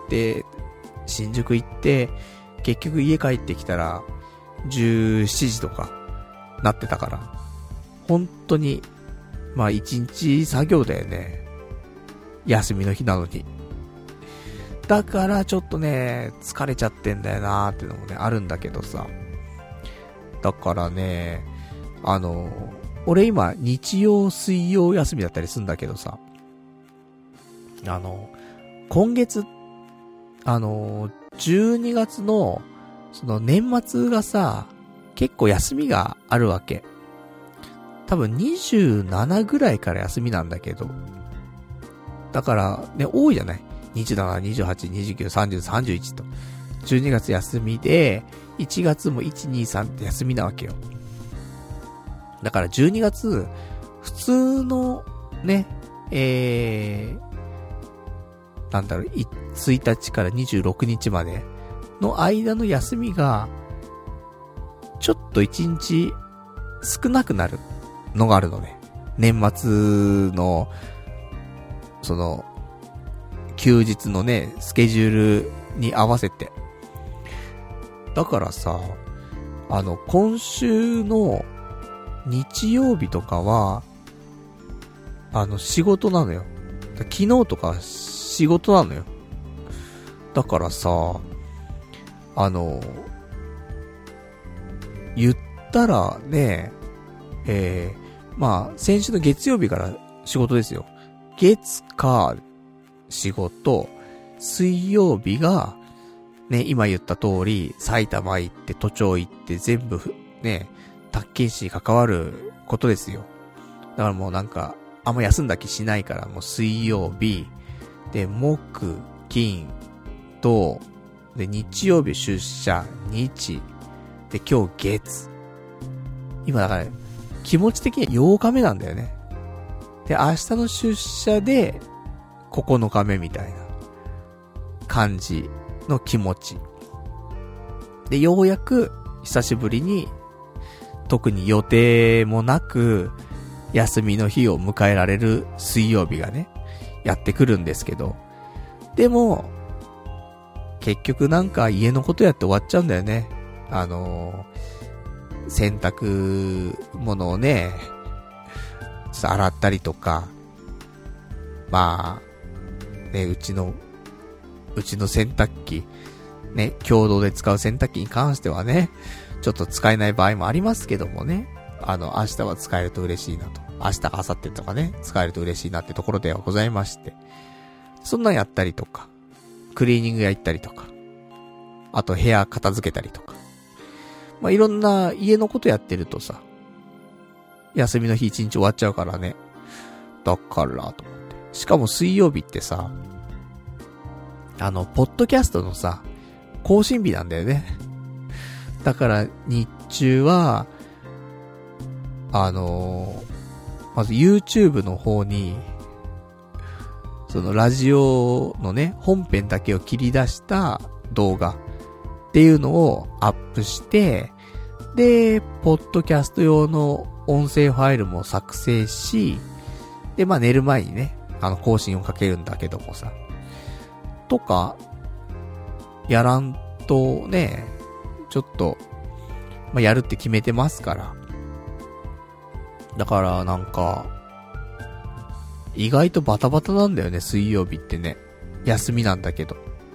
新宿行って、結局家帰ってきたら、じゅうしちじとか、なってたから。本当に、まあ一日作業だよね。休みの日なのに。だからちょっとね、疲れちゃってんだよなーっていうのもね、あるんだけどさ。だからね、あの、俺今、日曜、水曜休みだったりするんだけどさ。あの、今月、あの、じゅうにがつの、その年末がさ、結構休みがあるわけ。多分にじゅうしちぐらいから休みなんだけど。だからね、多いじゃない ?にじゅうなな、にじゅうはち、にじゅうきゅう、さんじゅう、さんじゅういちと。じゅうにがつ休みで、いちがつもいち、に、さんって休みなわけよ。だからじゅうにがつ、普通のね、えー、なんだろう、ついたちからにじゅうろくにちまでの間の休みが、ちょっといちにち少なくなるのがあるのね。年末の、その、休日のね、スケジュールに合わせて。だからさ、あの、今週の日曜日とかは、あの、仕事なのよ。昨日とか仕事なのよ。だからさ、あの、言ったらね、えー、まあ、先週の月曜日から仕事ですよ。月、火、仕事、水曜日が、ね、今言った通り、埼玉行って、都庁行って、全部、ね、宅建士に関わることですよ。だからもうなんか、あんま休んだ気しないから、もう水曜日、で、木、金、土、で、日曜日出社、日、で、今日月。今だから、気持ち的にはようかめなんだよね。で、明日の出社で、ここのかめみたいな感じの気持ち。で、ようやく、久しぶりに、特に予定もなく、休みの日を迎えられる水曜日がね、やってくるんですけど。でも、結局なんか家のことやって終わっちゃうんだよね。あのー、洗濯物をね、洗ったりとか、まあ、ね、うちの、うちの洗濯機、ね、共同で使う洗濯機に関してはね、ちょっと使えない場合もありますけどもね、あの、明日は使えると嬉しいなと。明日か明後日とかね、使えると嬉しいなってところではございまして。そんなんやったりとか、クリーニング屋行ったりとか、あと部屋片付けたりとか。まあ、いろんな家のことやってるとさ、 休みの日一日終わっちゃうからね。だから、と思って。しかも水曜日ってさ、あの、ポッドキャストのさ、更新日なんだよね。だから、日中は、あのー、まず YouTube の方に、そのラジオのね、本編だけを切り出した動画っていうのをアップして、で、ポッドキャスト用の音声ファイルも作成し、で、まあ寝る前にね、あの更新をかけるんだけどもさ、とか、やらんとね、ちょっと、まあやるって決めてますから。だからなんか、意外とバタバタなんだよね、水曜日ってね。休みなんだけど。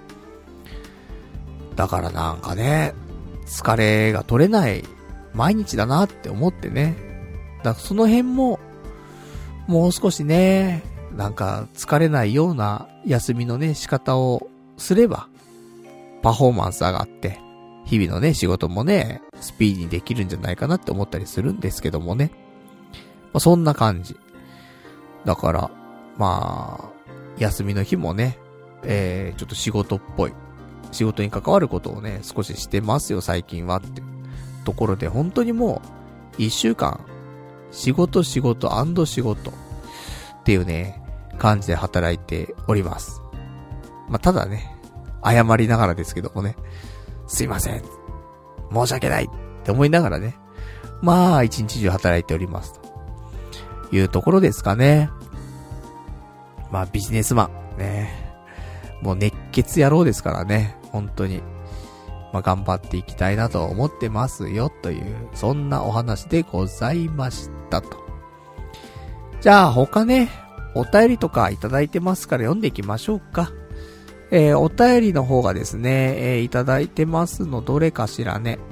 だからなんかね、疲れが取れない毎日だなって思ってね。だからその辺も、もう少しね、なんか疲れないような休みのね、仕方をすれば、パフォーマンス上がって、日々のね、仕事もね、スピーディーにできるんじゃないかなって思ったりするんですけどもね。まあ、そんな感じ。だから、まあ、休みの日もね、えー、ちょっと仕事っぽい。仕事に関わることをね、少ししてますよ、最近はってところで、本当にもう、一週間、仕事仕事&仕事っていうね、感じで働いております。まあ、ただね、謝りながらですけどもね、すいません。申し訳ないって思いながらね、まあ、一日中働いております。というところですかね。まあ、ビジネスマン、ね。もう熱血野郎ですからね、本当に。まあ、頑張っていきたいなと思ってますよ、という、そんなお話でございましたと。じゃあ、他ね、お便りとかいただいてますから読んでいきましょうか。えー、お便りの方がですね、えー、いただいてますのどれかしらね。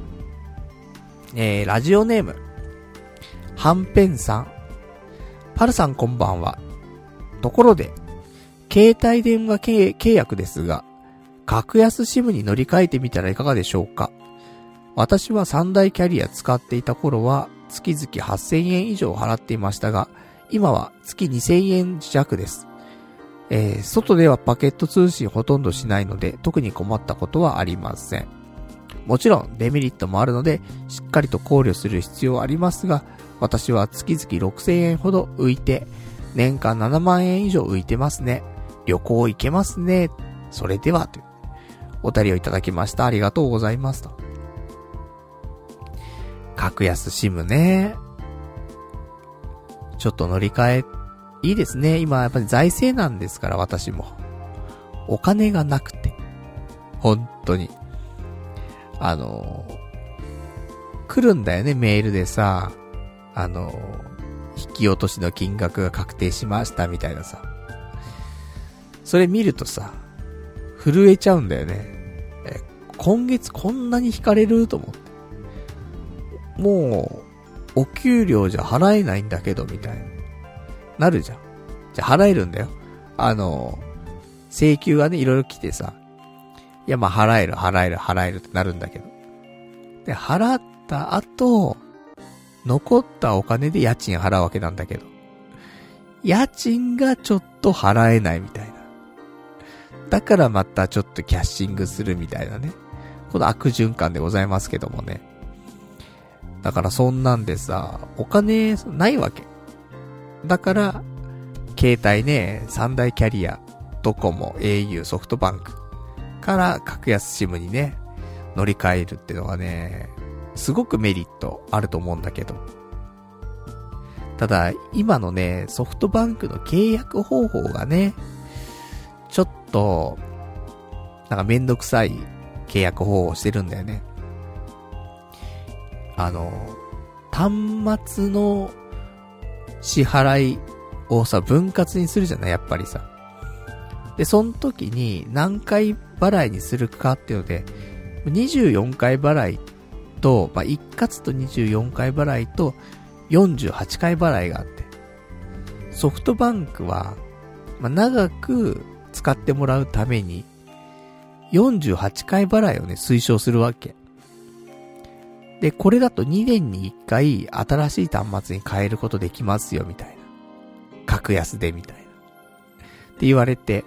えー、ラジオネーム、はんぺんさん。パルさんこんばんは。ところで、携帯電話契約ですが、格安シムに乗り換えてみたらいかがでしょうか。私はさん大キャリア使っていた頃は月々はっせんえん以上払っていましたが、今は月にせんえん弱です。えー、外ではパケット通信ほとんどしないので特に困ったことはありません。もちろんデメリットもあるのでしっかりと考慮する必要はありますが、私は月々ろくせんえんほど浮いて、年間ななまんえん以上浮いてますね。旅行行けますね。それでは、というお便りをいただきました。ありがとうございますと。格安シムね。ちょっと乗り換え、いいですね。今やっぱり財政なんですから、私も。お金がなくて。本当に。あの、来るんだよね、メールでさ。あの、引き落としの金額が確定しましたみたいなさ。それ見るとさ、震えちゃうんだよね。え、今月こんなに引かれると思って。もう、お給料じゃ払えないんだけど、みたいな。なるじゃん。じゃ払えるんだよ。あの、請求がね、いろいろ来てさ。いや、まあ、払える、払える、払えるってなるんだけど。で、払った後、残ったお金で家賃払うわけなんだけど。家賃がちょっと払えないみたいな。だからまたちょっとキャッシングするみたいなね。この悪循環でございますけどもね。だからそんなんでさ、お金ないわけ。だから、携帯ね、三大キャリア、ドコモ、au、ソフトバンクから格安シムにね、乗り換えるってのはね、すごくメリットあると思うんだけど。ただ、今のね、ソフトバンクの契約方法がね、ちょっと、なんかめんどくさい契約方法をしてるんだよね。あの、端末の支払いをさ、分割にするじゃない、やっぱりさ。で、その時に何回払いにするかっていうので、にじゅうよんかい払いと、まあ、一括とにじゅうよんかい払いとよんじゅうはちかい払いがあって、ソフトバンクは、まあ、長く使ってもらうためによんじゅうはちかい払いをね、推奨するわけ。 で、これだとにねんにいっかい新しい端末に変えることできますよ、みたいな。格安で、みたいな。って言われて、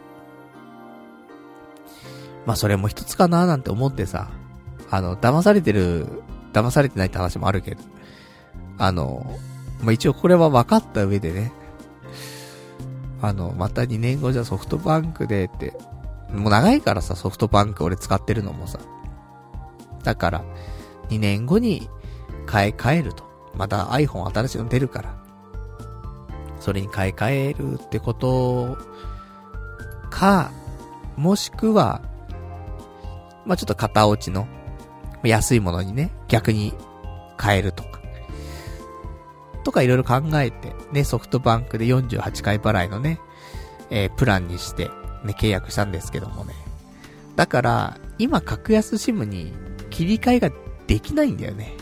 まあそれも一つかなーなんて思ってさ、あの、騙されてる、騙されてないって話もあるけど、あの、まあ一応これは分かった上でね、あの、またにねんごじゃソフトバンクでって、もう長いからさ、ソフトバンク俺使ってるのもさ。だから、にねんごに買い替えると。また iPhone 新しいの出るから。それに買い替えるってことか、もしくは、まあ、ちょっと型落ちの安いものにね、逆に変えるとか。とかいろいろ考えて、ね、ソフトバンクでよんじゅうはちかい払いのね、えー、プランにして、ね、契約したんですけどもね。だから、今格安シムに切り替えができないんだよね。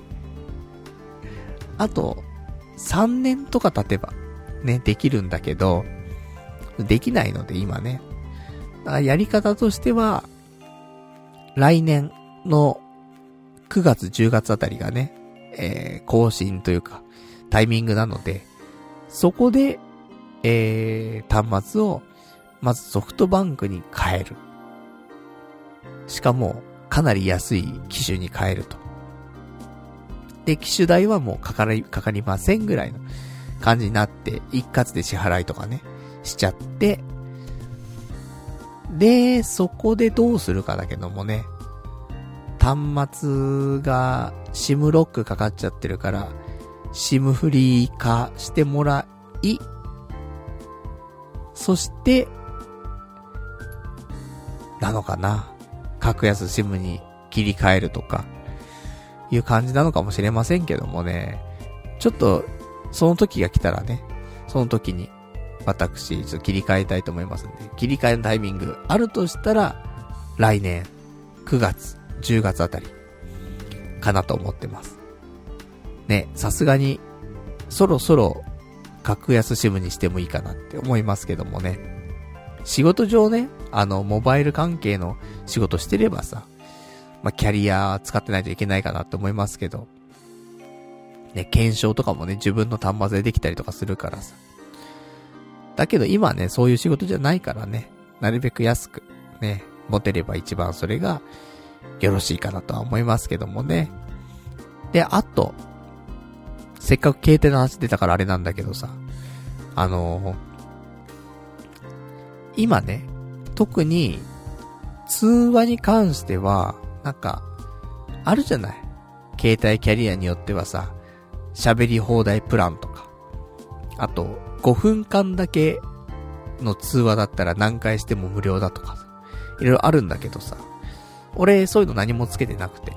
あと、さんねんとか経てば、ね、できるんだけど、できないので今ね。だからやり方としては、来年のくがつじゅうがつあたりがね、えー、更新というか、タイミングなので、そこで、えー、端末を、まずソフトバンクに変える。しかも、かなり安い機種に変えると。で、機種代はもうかかり、かかりませんぐらいの感じになって、一括で支払いとかね、しちゃって、で、そこでどうするかだけどもね、端末が SIM ロックかかっちゃってるから、SIM フリー化してもらい、そして、なのかな。格安 SIM に切り替えるとか、いう感じなのかもしれませんけどもね。ちょっと、その時が来たらね、その時に、私、ちょっと切り替えたいと思いますんで、切り替えのタイミングあるとしたら、来年、くがつ、じゅうがつあたり、かなと思ってます。ね、さすがに、そろそろ、格安 SIM にしてもいいかなって思いますけどもね。仕事上ね、あの、モバイル関係の仕事してればさ、まあ、キャリア使ってないといけないかなって思いますけど、ね、検証とかもね、自分の端末でできたりとかするからさ。だけど今ね、そういう仕事じゃないからね、なるべく安く、ね、持てれば一番それが、よろしいかなとは思いますけどもね。で、あと、せっかく携帯の話出たからあれなんだけどさ、あのー、今ね、特に、通話に関しては、なんか、あるじゃない。携帯キャリアによってはさ、喋り放題プランとか、あと、ごふんかんだけの通話だったら何回しても無料だとか、いろいろあるんだけどさ、俺、そういうの何もつけてなくて、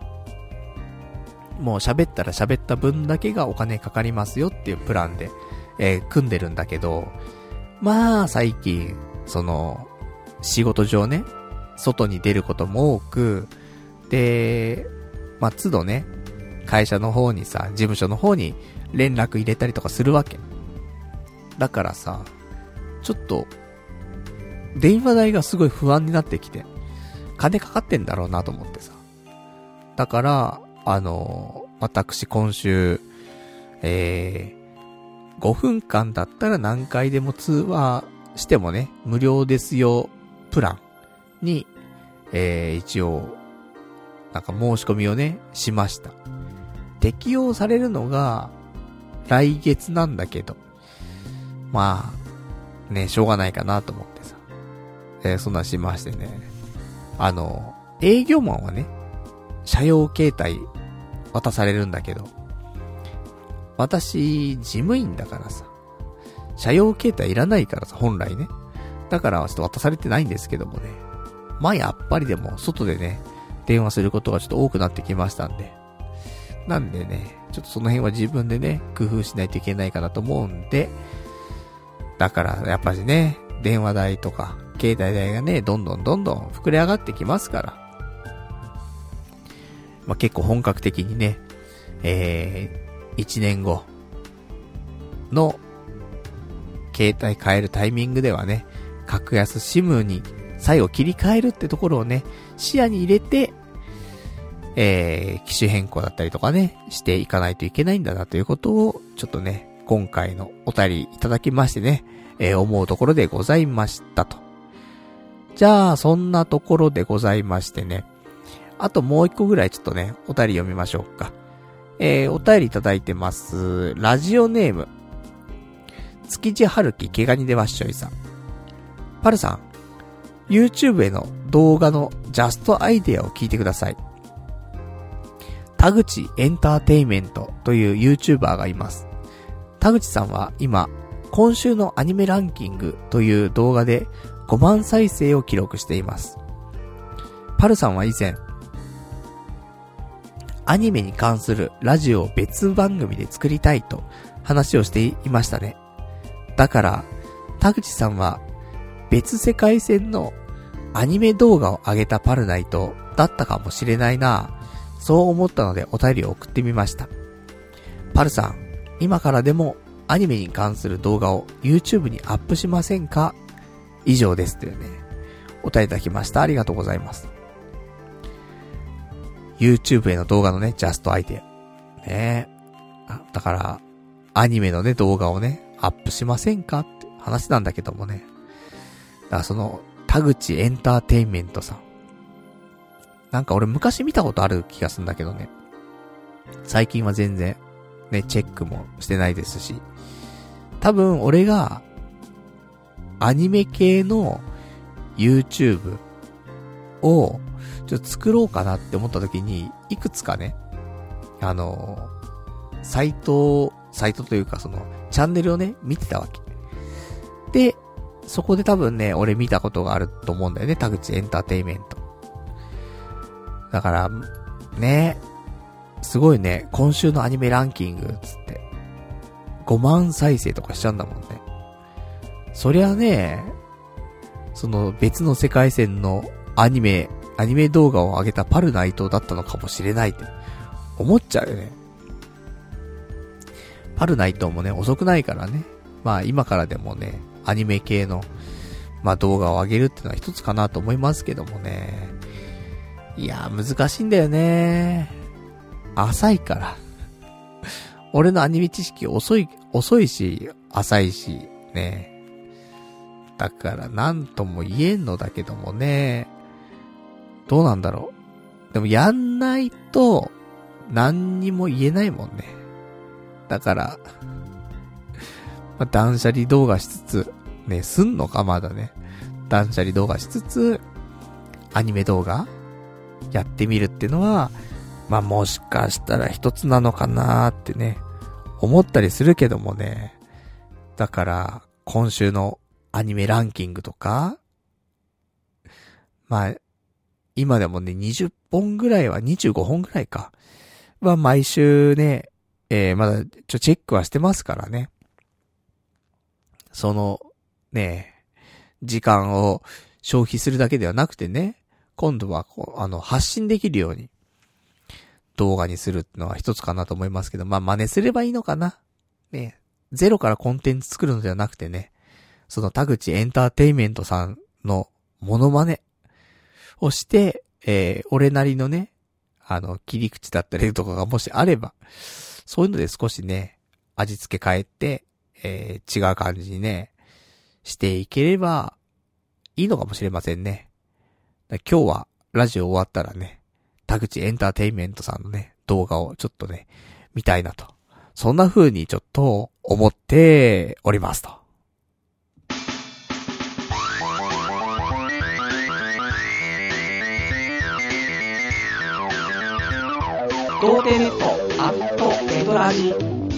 もう喋ったら喋った分だけがお金かかりますよっていうプランで、えー、組んでるんだけど、まあ、最近、その、仕事上ね、外に出ることも多く、で、まあ、都度ね、会社の方にさ、事務所の方に連絡入れたりとかするわけ。だからさ、ちょっと、電話代がすごい不安になってきて、金かかってんだろうなと思ってさ。だから、あの、私今週、えー、ごふんかんだったら何回でも通話してもね、無料ですよ、プランに、えー、一応、なんか申し込みをね、しました。適用されるのが、来月なんだけど、まあ、ね、しょうがないかなと思ってさ、えー、そんなんしましてね、あの、営業マンはね、社用携帯渡されるんだけど、私、事務員だからさ、社用携帯いらないからさ、本来ね。だからちょっと渡されてないんですけどもね。まあやっぱりでも、外でね、電話することがちょっと多くなってきましたんで。なんでね、ちょっとその辺は自分でね、工夫しないといけないかなと思うんで、だからやっぱりね、電話代とか、携帯代がね、どんどんどんどん膨れ上がってきますから。まあ結構本格的にね、えー、いちねんごの携帯変えるタイミングではね、格安 SIM に最後切り替えるってところをね、視野に入れて、 えー、機種変更だったりとかね、していかないといけないんだなということを、ちょっとね、今回のお便りいただきましてね、えー、思うところでございましたと。じゃあ、そんなところでございましてね、あともう一個ぐらいちょっとね、お便り読みましょうか。えー、お便りいただいてます。ラジオネーム、築地春樹毛ガニでわっしょいさん。パルさん、YouTube への動画のジャストアイデアを聞いてください。田口エンターテイメントという YouTuber がいます。田口さんは今、今週のアニメランキングという動画でごまん再生を記録しています。パルさんは以前、アニメに関するラジオを別番組で作りたいと話をしていましたね。だから、田口さんは別世界線のアニメ動画を上げたパルナイトだったかもしれないな。そう思ったのでお便りを送ってみました。パルさん、今からでもアニメに関する動画を YouTube にアップしませんか？以上ですというね、お便りいただきました。ありがとうございます。YouTube への動画のね、ジャストアイデア。ねえ。だから、アニメのね、動画をね、アップしませんかって話なんだけどもね。だからその、田口エンターテインメントさん。なんか俺昔見たことある気がするんだけどね。最近は全然、ね、チェックもしてないですし。多分俺が、アニメ系の YouTube を、ちょっと作ろうかなって思った時に、いくつかね、あの、サイト、サイトというかその、チャンネルをね、見てたわけ。で、そこで多分ね、俺見たことがあると思うんだよね、田口エンターテイメント。だから、ね、すごいね、今週のアニメランキング、つって、ごまん再生とかしちゃうんだもんね。そりゃね、その別の世界線のアニメ、アニメ動画を上げたパルナイトだったのかもしれないって思っちゃうよね。パルナイトもね、遅くないからね。まあ今からでもね、アニメ系の、まあ動画を上げるっていうのは一つかなと思いますけどもね。いやー難しいんだよね。浅いから。俺のアニメ知識遅い、遅いし、浅いし、ね。だからなんとも言えんのだけどもね。どうなんだろう。でもやんないと何にも言えないもんね。だから、まあ、断捨離動画しつつ、ね、すんのかまだね。断捨離動画しつつ、アニメ動画やってみるっていうのは、まあもしかしたら一つなのかなーってね、思ったりするけどもね。だから、今週のアニメランキングとか、まあ、今でもね、にじゅっぽんぐらいは、にじゅうごほんぐらいか。は毎週ね、えー、まだちょチェックはしてますからね。その、ね、時間を消費するだけではなくてね、今度はこう、あの、発信できるように、動画にするってのは一つかなと思いますけど、まあ真似すればいいのかな。ね、ゼロからコンテンツ作るのではなくてね、その田口エンターテイメントさんのモノマネをして、えー、俺なりのね、あの、切り口だったりとかがもしあれば、そういうので少しね、味付け変えて、えー、違う感じにね、していければ、いいのかもしれませんね。だ今日は、ラジオ終わったらね、田口エンターテイメントさんのね、動画をちょっとね、見たいなと。そんな風にちょっと思っておりますと。 童貞ネットアットエドラジ。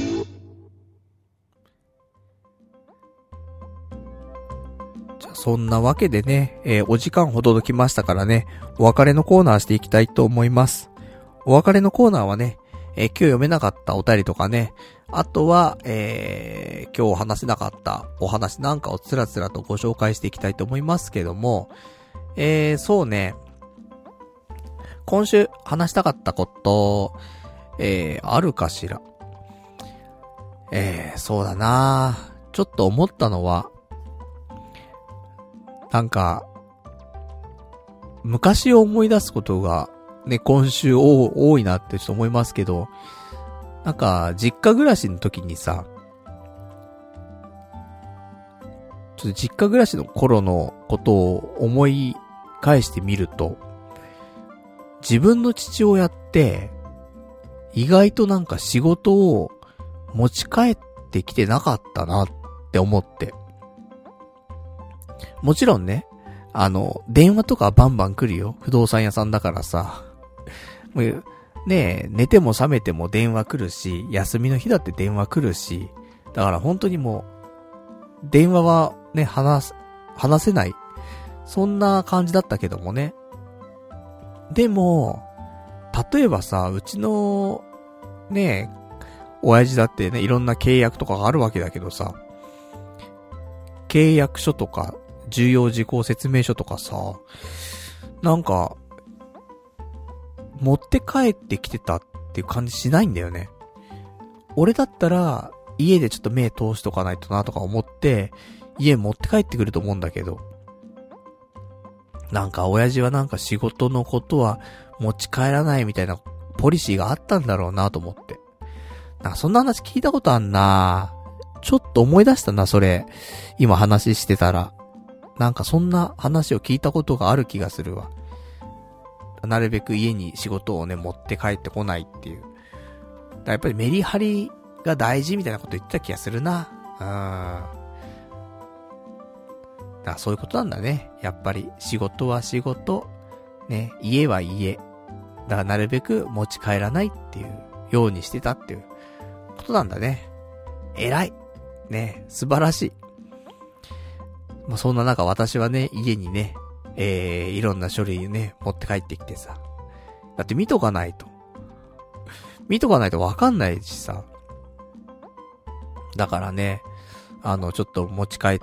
じゃあそんなわけでね、えー、お時間ほど来ましたからね、お別れのコーナーしていきたいと思います。お別れのコーナーはね、えー、今日読めなかったお便りとかね、あとは、えー、今日話せなかったお話なんかをつらつらとご紹介していきたいと思いますけども、えー、そうね、今週話したかったこと、えー、あるかしら。えー、そうだなちょっと思ったのは、なんか、昔を思い出すことがね、今週多いなってちょっと思いますけど、なんか、実家暮らしの時にさ、ちょっと実家暮らしの頃のことを思い返してみると、自分の父親って、意外となんか仕事を持ち帰ってきてなかったなって思って。もちろんね、あの、電話とかバンバン来るよ。不動産屋さんだからさ。もうねえ、寝ても覚めても電話来るし、休みの日だって電話来るし、だから本当にもう、電話はね、話す、話せない。そんな感じだったけどもね。でも、例えばさ、うちの、ねえ、親父だってね、いろんな契約とかがあるわけだけどさ、契約書とか、重要事項説明書とかさ、なんか、持って帰ってきてたっていう感じしないんだよね。俺だったら、家でちょっと目通しとかないとなとか思って、家持って帰ってくると思うんだけど、なんか親父はなんか仕事のことは持ち帰らないみたいなポリシーがあったんだろうなと思って。なんかそんな話聞いたことあんな。ちょっと思い出したな、それ。今話してたら。なんかそんな話を聞いたことがある気がするわ。なるべく家に仕事をね、持って帰ってこないっていう。だからやっぱりメリハリが大事みたいなこと言ってた気がするな。うん。だからそういうことなんだね。やっぱり仕事は仕事。ね、家は家。だからなるべく持ち帰らないっていうようにしてたっていうことなんだね。偉い。ね、素晴らしい。まあ、そんな中私はね、家にね、えー、いろんな書類ね、持って帰ってきてさ。だって見とかないと。見とかないとわかんないしさ。だからね、あの、ちょっと持ち帰って、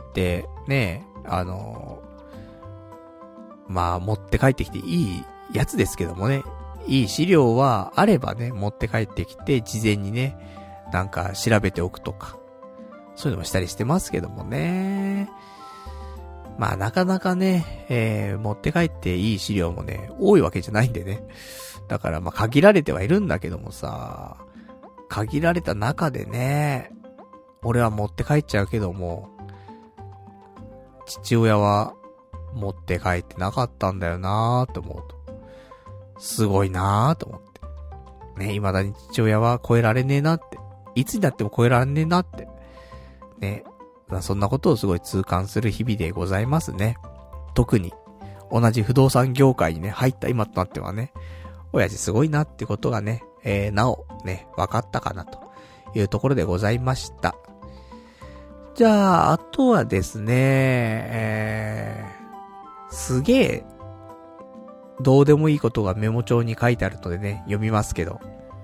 ね、あの、まあ、持って帰ってきていいやつですけどもね、いい資料はあればね、持って帰ってきて、事前にね、なんか調べておくとか、そういうのもしたりしてますけどもね。まあなかなかね、えー、持って帰っていい資料もね、多いわけじゃないんでね。だからまあ限られてはいるんだけどもさ、限られた中でね、俺は持って帰っちゃうけども、父親は持って帰ってなかったんだよなーと思うと、すごいなーと思って。ね、未だに父親は超えられねえなって。いつになっても超えられねえなって。ね。そんなことをすごい痛感する日々でございますね。特に、同じ不動産業界にね、入った今となってはね、親父すごいなってことがね、えー、なお、ね、分かったかなというところでございました。じゃあ、あとはですね、えー、すげえ、どうでもいいことがメモ帳に書いてあるのでね、読みますけど。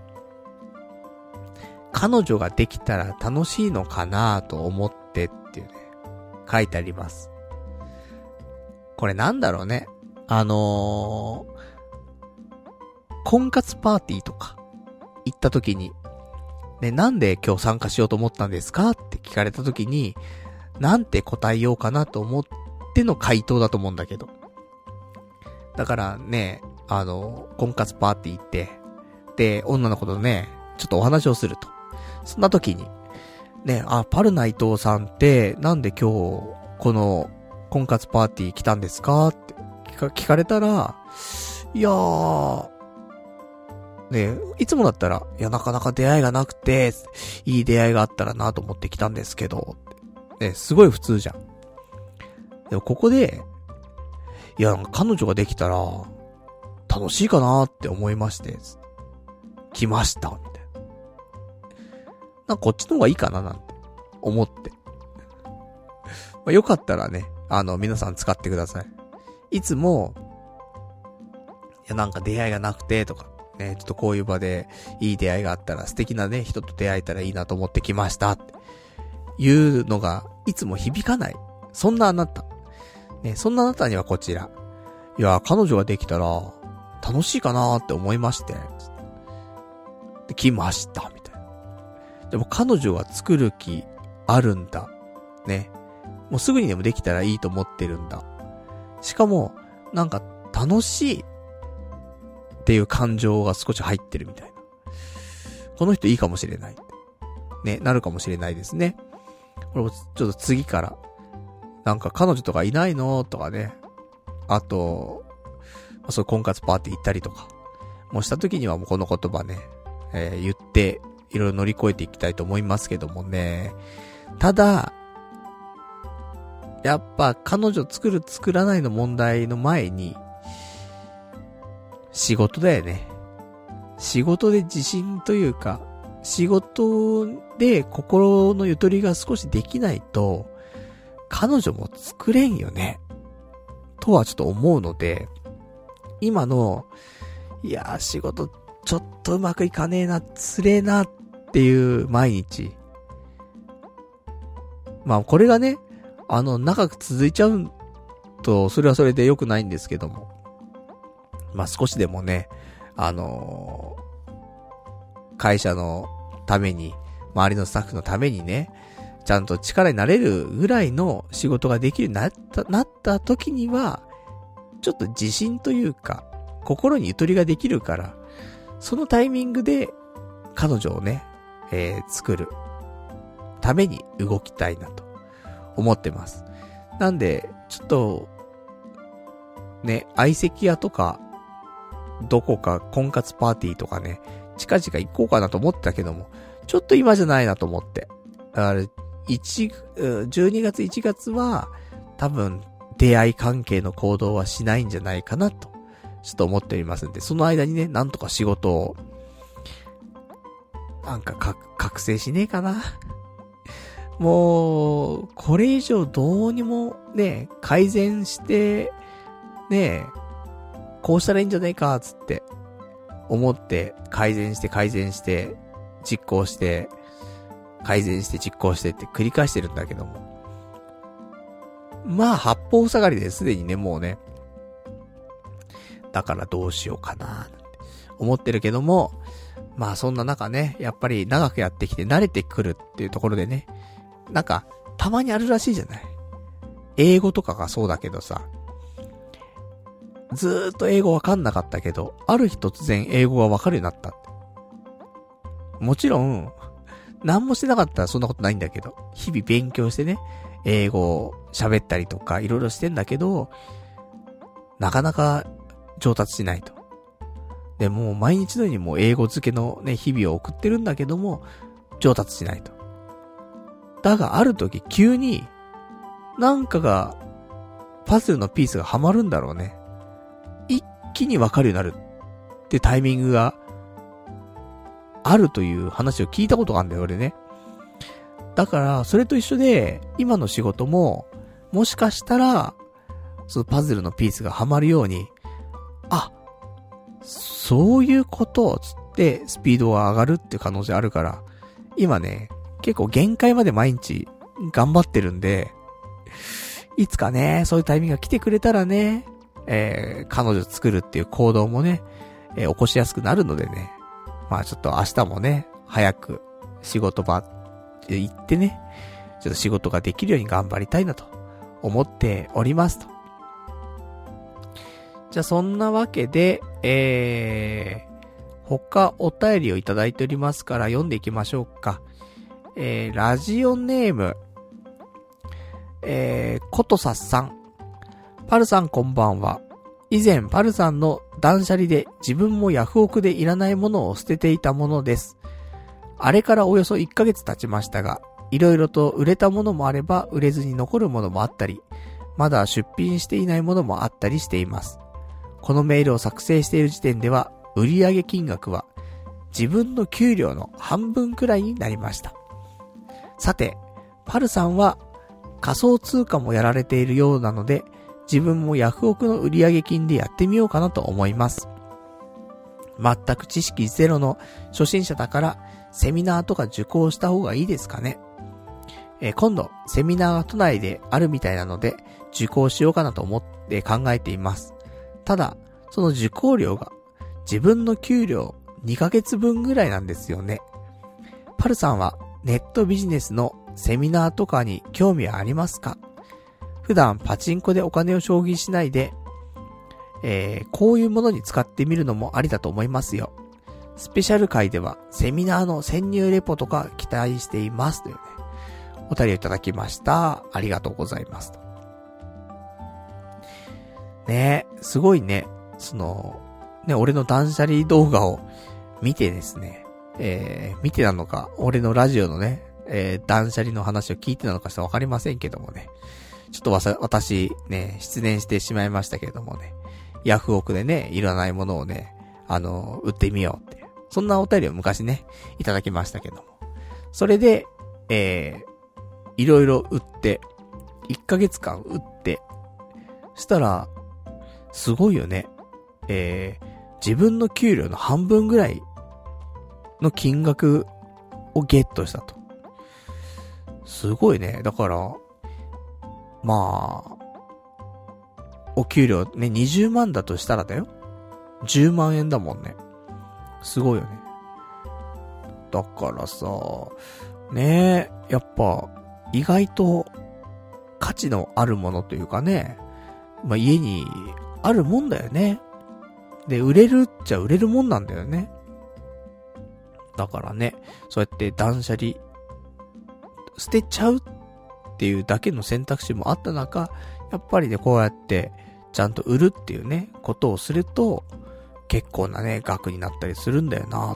彼女ができたら楽しいのかなと思ってっていうね、書いてあります。これなんだろうね。あのー、婚活パーティーとか行った時に、ね、なんで今日参加しようと思ったんですかって聞かれた時に、なんて答えようかなと思っての回答だと思うんだけど。だからね、あの、婚活パーティー行って、で、女の子とね、ちょっとお話をすると。そんな時に、ね、あ、パルナ伊藤さんって、なんで今日、この、婚活パーティー来たんですかって聞か、聞かれたら、いやー、ね、いつもだったら、いや、なかなか出会いがなくて、いい出会いがあったらなと思って来たんですけど、ね、すごい普通じゃん。でもここで、いや、彼女ができたら、楽しいかなって思いまして、来ました、みたいな。なんかこっちの方がいいかななんて、思って。まあ、よかったらね、あの、皆さん使ってください。いつも、いや、なんか出会いがなくて、とか、ね、ちょっとこういう場で、いい出会いがあったら、素敵なね、人と出会えたらいいなと思って来ました、っていうのが、いつも響かない。そんなあなた。ね、そんなあなたにはこちら。いや、彼女ができたら、楽しいかなって思いまして。で、来ました、みたいな。でも彼女が作る気あるんだ。ね。もうすぐにでもできたらいいと思ってるんだ。しかも、なんか楽しいっていう感情が少し入ってるみたいな。この人いいかもしれない。ね、なるかもしれないですね。これもちょっと次から、なんか彼女とかいないのとかね。あと、そういう婚活パーティー行ったりとか。もうした時にはもうこの言葉ね、えー、言って、いろいろ乗り越えていきたいと思いますけどもね。ただ、やっぱ彼女作る作らないの問題の前に、仕事だよね。仕事で自信というか、仕事で心のゆとりが少しできないと、彼女も作れんよね。とはちょっと思うので、今の、いやー仕事ちょっとうまくいかねえな、つれえなっていう毎日。まあこれがね、あの長く続いちゃうと、それはそれで良くないんですけども。まあ少しでもね、あのー、会社のために、周りのスタッフのためにね、ちゃんと力になれるぐらいの仕事ができるようになった、なった時には、ちょっと自信というか、心にゆとりができるから、そのタイミングで彼女をね、えー、作るために動きたいなと思ってます。なんで、ちょっと、ね、相席屋とか、どこか婚活パーティーとかね、近々行こうかなと思ってたけども、ちょっと今じゃないなと思って。だから、一、じゅうにがついちがつは、多分、出会い関係の行動はしないんじゃないかなと、ちょっと思っておりますんで、その間にね、なんとか仕事を、なんかか、覚醒しねえかな。もう、これ以上どうにもね、改善して、ね、こうしたらいいんじゃないか、つって、思って、改善して改善して、実行して、改善して実行してって繰り返してるんだけども。まあ、八方塞がりですでにね、もうね。だからどうしようかな、なんて思ってるけども、まあそんな中ね、やっぱり長くやってきて慣れてくるっていうところでね、なんか、たまにあるらしいじゃない。英語とかがそうだけどさ、ずーっと英語わかんなかったけど、ある日突然英語がわかるようになったって。もちろん、何もしてなかったらそんなことないんだけど、日々勉強してね、英語を喋ったりとかいろいろしてんだけど、なかなか上達しないと。で、もう毎日のようにもう英語漬けのね、日々を送ってるんだけども、上達しないと。だがある時急に、なんかが、パズルのピースがはまるんだろうね。一気にわかるようになるってタイミングがあるという話を聞いたことがあるんだよ、俺ね。だから、それと一緒で、今の仕事も、もしかしたら、そのパズルのピースがはまるように、あ、そういうことをつってスピードが上がるっていう可能性あるから、今ね、結構限界まで毎日頑張ってるんで、いつかね、そういうタイミングが来てくれたらね、えー、彼女作るっていう行動もね、えー、起こしやすくなるのでね、まあちょっと明日もね、早く仕事場行ってね、ちょっと仕事ができるように頑張りたいなと思っておりますと。じゃあそんなわけで、えー、他お便りをいただいておりますから読んでいきましょうか。えー、ラジオネーム、えー、ことさっさん。パルさんこんばんは。以前パルさんの断捨離で自分もヤフオクでいらないものを捨てていたものです。あれからおよそいっかげつ経ちましたが、いろいろと売れたものもあれば売れずに残るものもあったり、まだ出品していないものもあったりしています。このメールを作成している時点では、売上金額は自分の給料の半分くらいになりました。さて、パルさんは仮想通貨もやられているようなので、自分もヤフオクの売上金でやってみようかなと思います。全く知識ゼロの初心者だから、セミナーとか受講した方がいいですかね。えー、今度、セミナーが都内であるみたいなので、受講しようかなと思って考えています。ただ、その受講料が自分の給料にかげつぶんぐらいなんですよね。パルさんはネットビジネスのセミナーとかに興味はありますか？普段パチンコでお金を消費しないで、 えー、こういうものに使ってみるのもありだと思いますよ。スペシャル回ではセミナーの潜入レポとか期待していますというね、お便りをいただきました。ありがとうございますと。ねえ、すごいね、その、ね、俺の断捨離動画を見てですね、えー、見てなのか、俺のラジオのね、えー、断捨離の話を聞いてなのかしてわかりませんけどもね、ちょっとわさ、私ね、失念してしまいましたけれどもね、ヤフオクでね、いらないものをね、あの、売ってみようっていう。そんなお便りを昔ね、いただきましたけども。それで、えー、いろいろ売って、いっかげつかん売って、したら、すごいよね。えー、自分の給料の半分ぐらいの金額をゲットしたと。すごいね。だから、まあ、お給料ね、にじゅうまんだとしたらだよ。じゅうまんえんだもんね。すごいよね。だからさ、ねえ、やっぱ、意外と、価値のあるものというかね、まあ家にあるもんだよね。で、売れるっちゃ売れるもんなんだよね。だからね、そうやって断捨離、捨てちゃうっていうだけの選択肢もあった中、やっぱりね、こうやって、ちゃんと売るっていうね、ことをすると、結構なね、額になったりするんだよなって、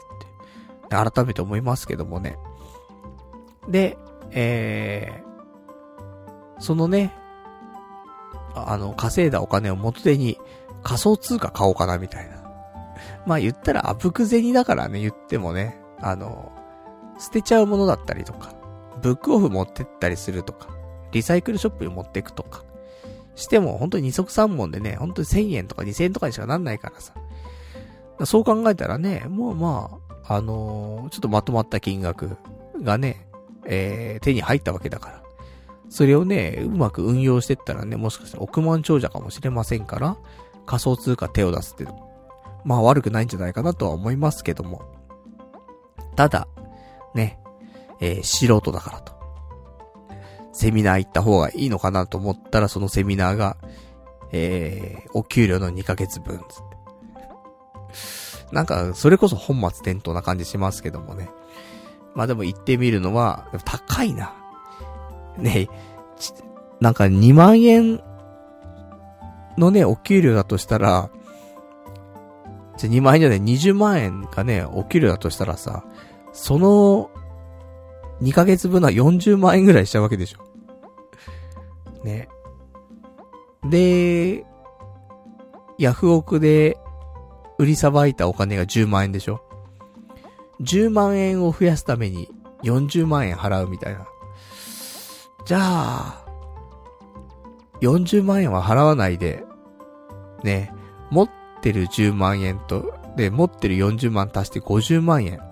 改めて思いますけどもね。で、えー、そのね、あの、稼いだお金を元手に仮想通貨買おうかなみたいな。まあ言ったらあぶく銭だからね、言ってもね、あの、捨てちゃうものだったりとか、ブックオフ持ってったりするとか、リサイクルショップに持っていくとか、しても本当に二足三本でね、本当にせんえんとかにせんえんとかにしかなんないからさ。そう考えたらね、もうまあ、あのー、ちょっとまとまった金額がね、えー、手に入ったわけだから。それをね、うまく運用してったらね、もしかしたら億万長者かもしれませんから、仮想通貨手を出すっていうの、まあ悪くないんじゃないかなとは思いますけども。ただ、ね、えー、素人だからと。セミナー行った方がいいのかなと思ったら、そのセミナーが、えー、お給料のにかげつぶんつって。なんか、それこそ本末転倒な感じしますけどもね。まあでも行ってみるのは、高いな。ね、なんかにまんえんのね、お給料だとしたら、じゃにまんえんじゃない、にじゅうまんえんがね、お給料だとしたらさ、その、にかげつぶんはよんじゅうまんえんぐらいしちゃうわけでしょ。ね。で、ヤフオクで売りさばいたお金がじゅうまんえんでしょ。じゅうまんえんを増やすためによんじゅうまんえん払うみたいな。じゃあ、よんじゅうまんえんは払わないで、ね、持ってるじゅうまんえんと、で、持ってるよんじゅうまん足してごじゅうまんえん。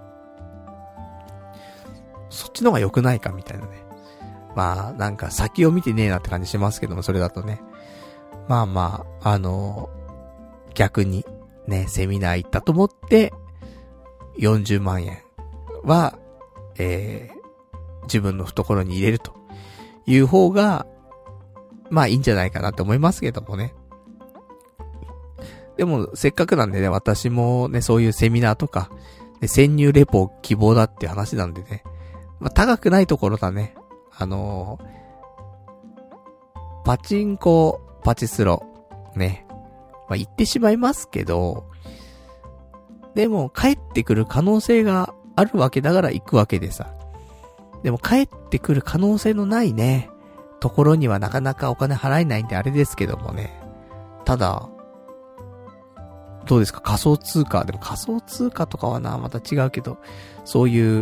そっちの方が良くないかみたいなね。まあ、なんか先を見てねえなって感じしますけども、それだとね。まあまあ、あのー、逆に、ね、セミナー行ったと思って、よんじゅうまんえんは、えー、自分の懐に入れるという方が、まあいいんじゃないかなって思いますけどもね。でも、せっかくなんでね、私もね、そういうセミナーとか、ね、潜入レポ希望だっていう話なんでね、まあ高くないところだね。あのー、パチンコ、パチスロ、ね。まあ言ってしまいますけど、でも帰ってくる可能性があるわけだから行くわけでさ。でも帰ってくる可能性のないね、ところにはなかなかお金払えないんであれですけどもね。ただ、どうですか仮想通貨。でも仮想通貨とかはな、また違うけど、そういう、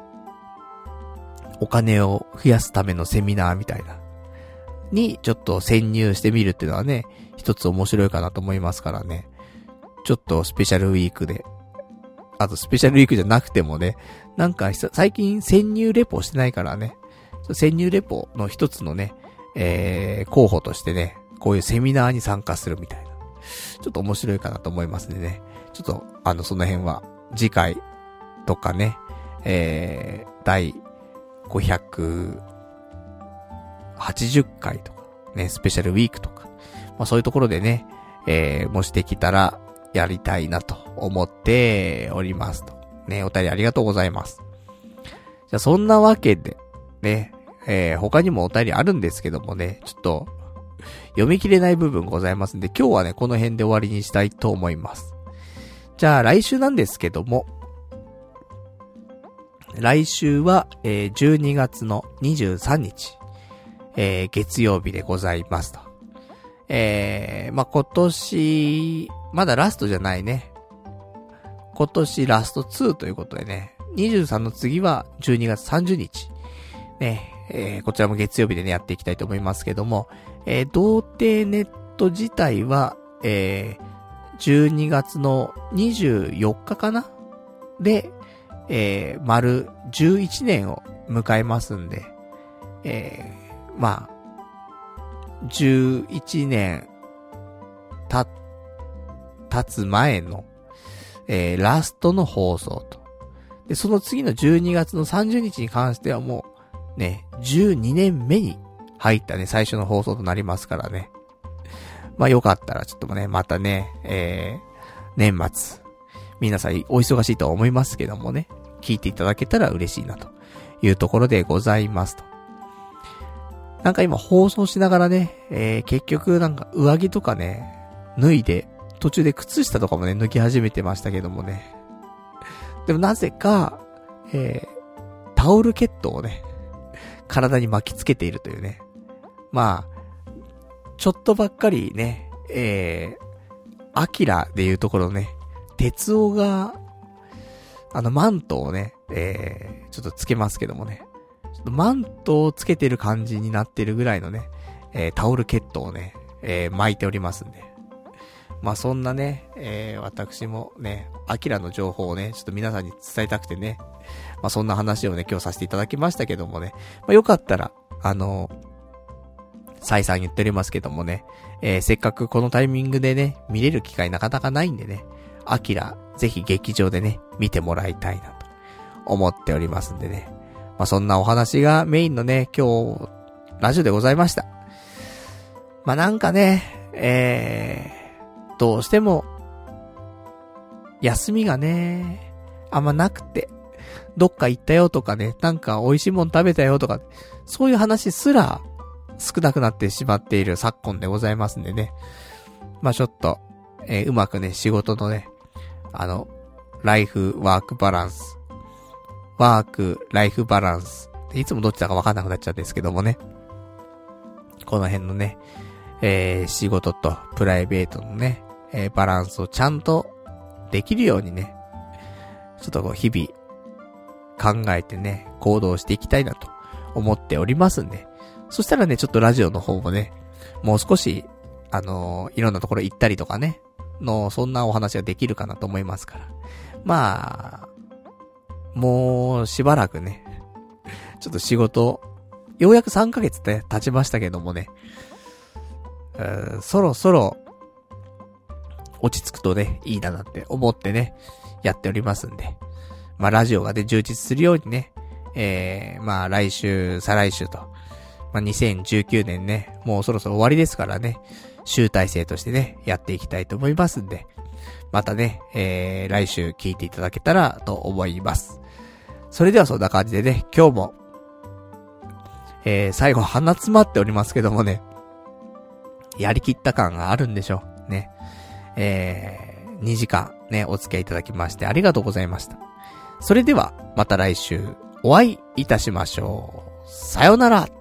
お金を増やすためのセミナーみたいな。に、ちょっと潜入してみるっていうのはね、一つ面白いかなと思いますからね。ちょっとスペシャルウィークで。あとスペシャルウィークじゃなくてもね、なんか最近潜入レポしてないからね。潜入レポの一つのね、えー、候補としてね、こういうセミナーに参加するみたいな。ちょっと面白いかなと思いますんでね。ちょっと、あの、その辺は、次回とかね、えー、第ごひゃくはちじゅっかいとか、ね、スペシャルウィークとか、まあそういうところでね、 えー、もしできたらやりたいなと思っておりますと。ね、お便りありがとうございます。じゃあそんなわけで、ね、えー、他にもお便りあるんですけどもね、ちょっと、読み切れない部分ございますんで、今日はね、この辺で終わりにしたいと思います。じゃあ来週なんですけども、来週は、えー、じゅうにがつのにじゅうさんにち、えー、月曜日でございますと。えー、まあ、今年、まだラストじゃないね。今年ラストにということでね、にじゅうさんの次はじゅうにがつさんじゅうにち。ね、えー、こちらも月曜日でね、やっていきたいと思いますけども、えー、童貞ネット自体は、えー、じゅうにがつのにじゅうよっかかなで、えー、丸じゅういちねんを迎えますんで、えー、まあ、じゅういちねんた、経つ前の、えー、ラストの放送と。で、その次のじゅうにがつのさんじゅうにちに関してはもう、ね、じゅうにねんめに入ったね、最初の放送となりますからね。まあよかったらちょっともね、またね、えー、年末、皆さんお忙しいとは思いますけどもね、聞いていただけたら嬉しいなというところでございますと。なんか今放送しながらね、えー、結局なんか上着とかね、脱いで、途中で靴下とかもね、脱ぎ始めてましたけどもね。でもなぜか、えー、タオルケットをね、体に巻きつけているというね。まあ、ちょっとばっかりね、えー、アキラでいうところね、鉄夫が、あのマントをね、えー、ちょっとつけますけどもね。ちょっとマントをつけてる感じになってるぐらいのね、えー、タオルケットをね、えー、巻いておりますんで。まあそんなね、えー、私もね、アキラの情報をね、ちょっと皆さんに伝えたくてね、まあそんな話をね、今日させていただきましたけどもね、まあよかったら、あのー、再三言っておりますけどもね、えー、せっかくこのタイミングでね、見れる機会なかなかないんでね、アキラ、ぜひ劇場でね、見てもらいたいなと思っておりますんでね。まあそんなお話がメインのね、今日、ラジオでございました。まあなんかね、えー、どうしても、休みがね、あんまなくて、どっか行ったよとかね、なんか美味しいもん食べたよとか、そういう話すら少なくなってしまっている昨今でございますんでね。まあちょっと、えー、うまくね、仕事のね、あの、ライフワークバランス、ワークライフバランス、いつもどっちだかわかんなくなっちゃうんですけどもね。この辺のね、えー、仕事とプライベートのね、えー、バランスをちゃんとできるようにね、ちょっとこう日々考えてね、行動していきたいなと思っておりますんで、そしたらね、ちょっとラジオの方もね、もう少し、あのー、いろんなところ行ったりとかね、の、そんなお話ができるかなと思いますから。まあ、もうしばらくね、ちょっと仕事、ようやくさんかげつね、経ちましたけどもね、うーん、そろそろ、落ち着くとね、いいななんて思ってね、やっておりますんで。まあラジオがね、充実するようにね、えー、まあ来週、再来週と、まあにせんじゅうきゅうねんね、もうそろそろ終わりですからね、集大成としてね、やっていきたいと思いますんで、またね、えー、来週聞いていただけたらと思います。それではそんな感じでね、今日も、えー、最後鼻詰まっておりますけどもね、やりきった感があるんでしょう。ね。えー、にじかんね、お付き合いいただきましてありがとうございました。それでは、また来週お会いいたしましょう。さよなら。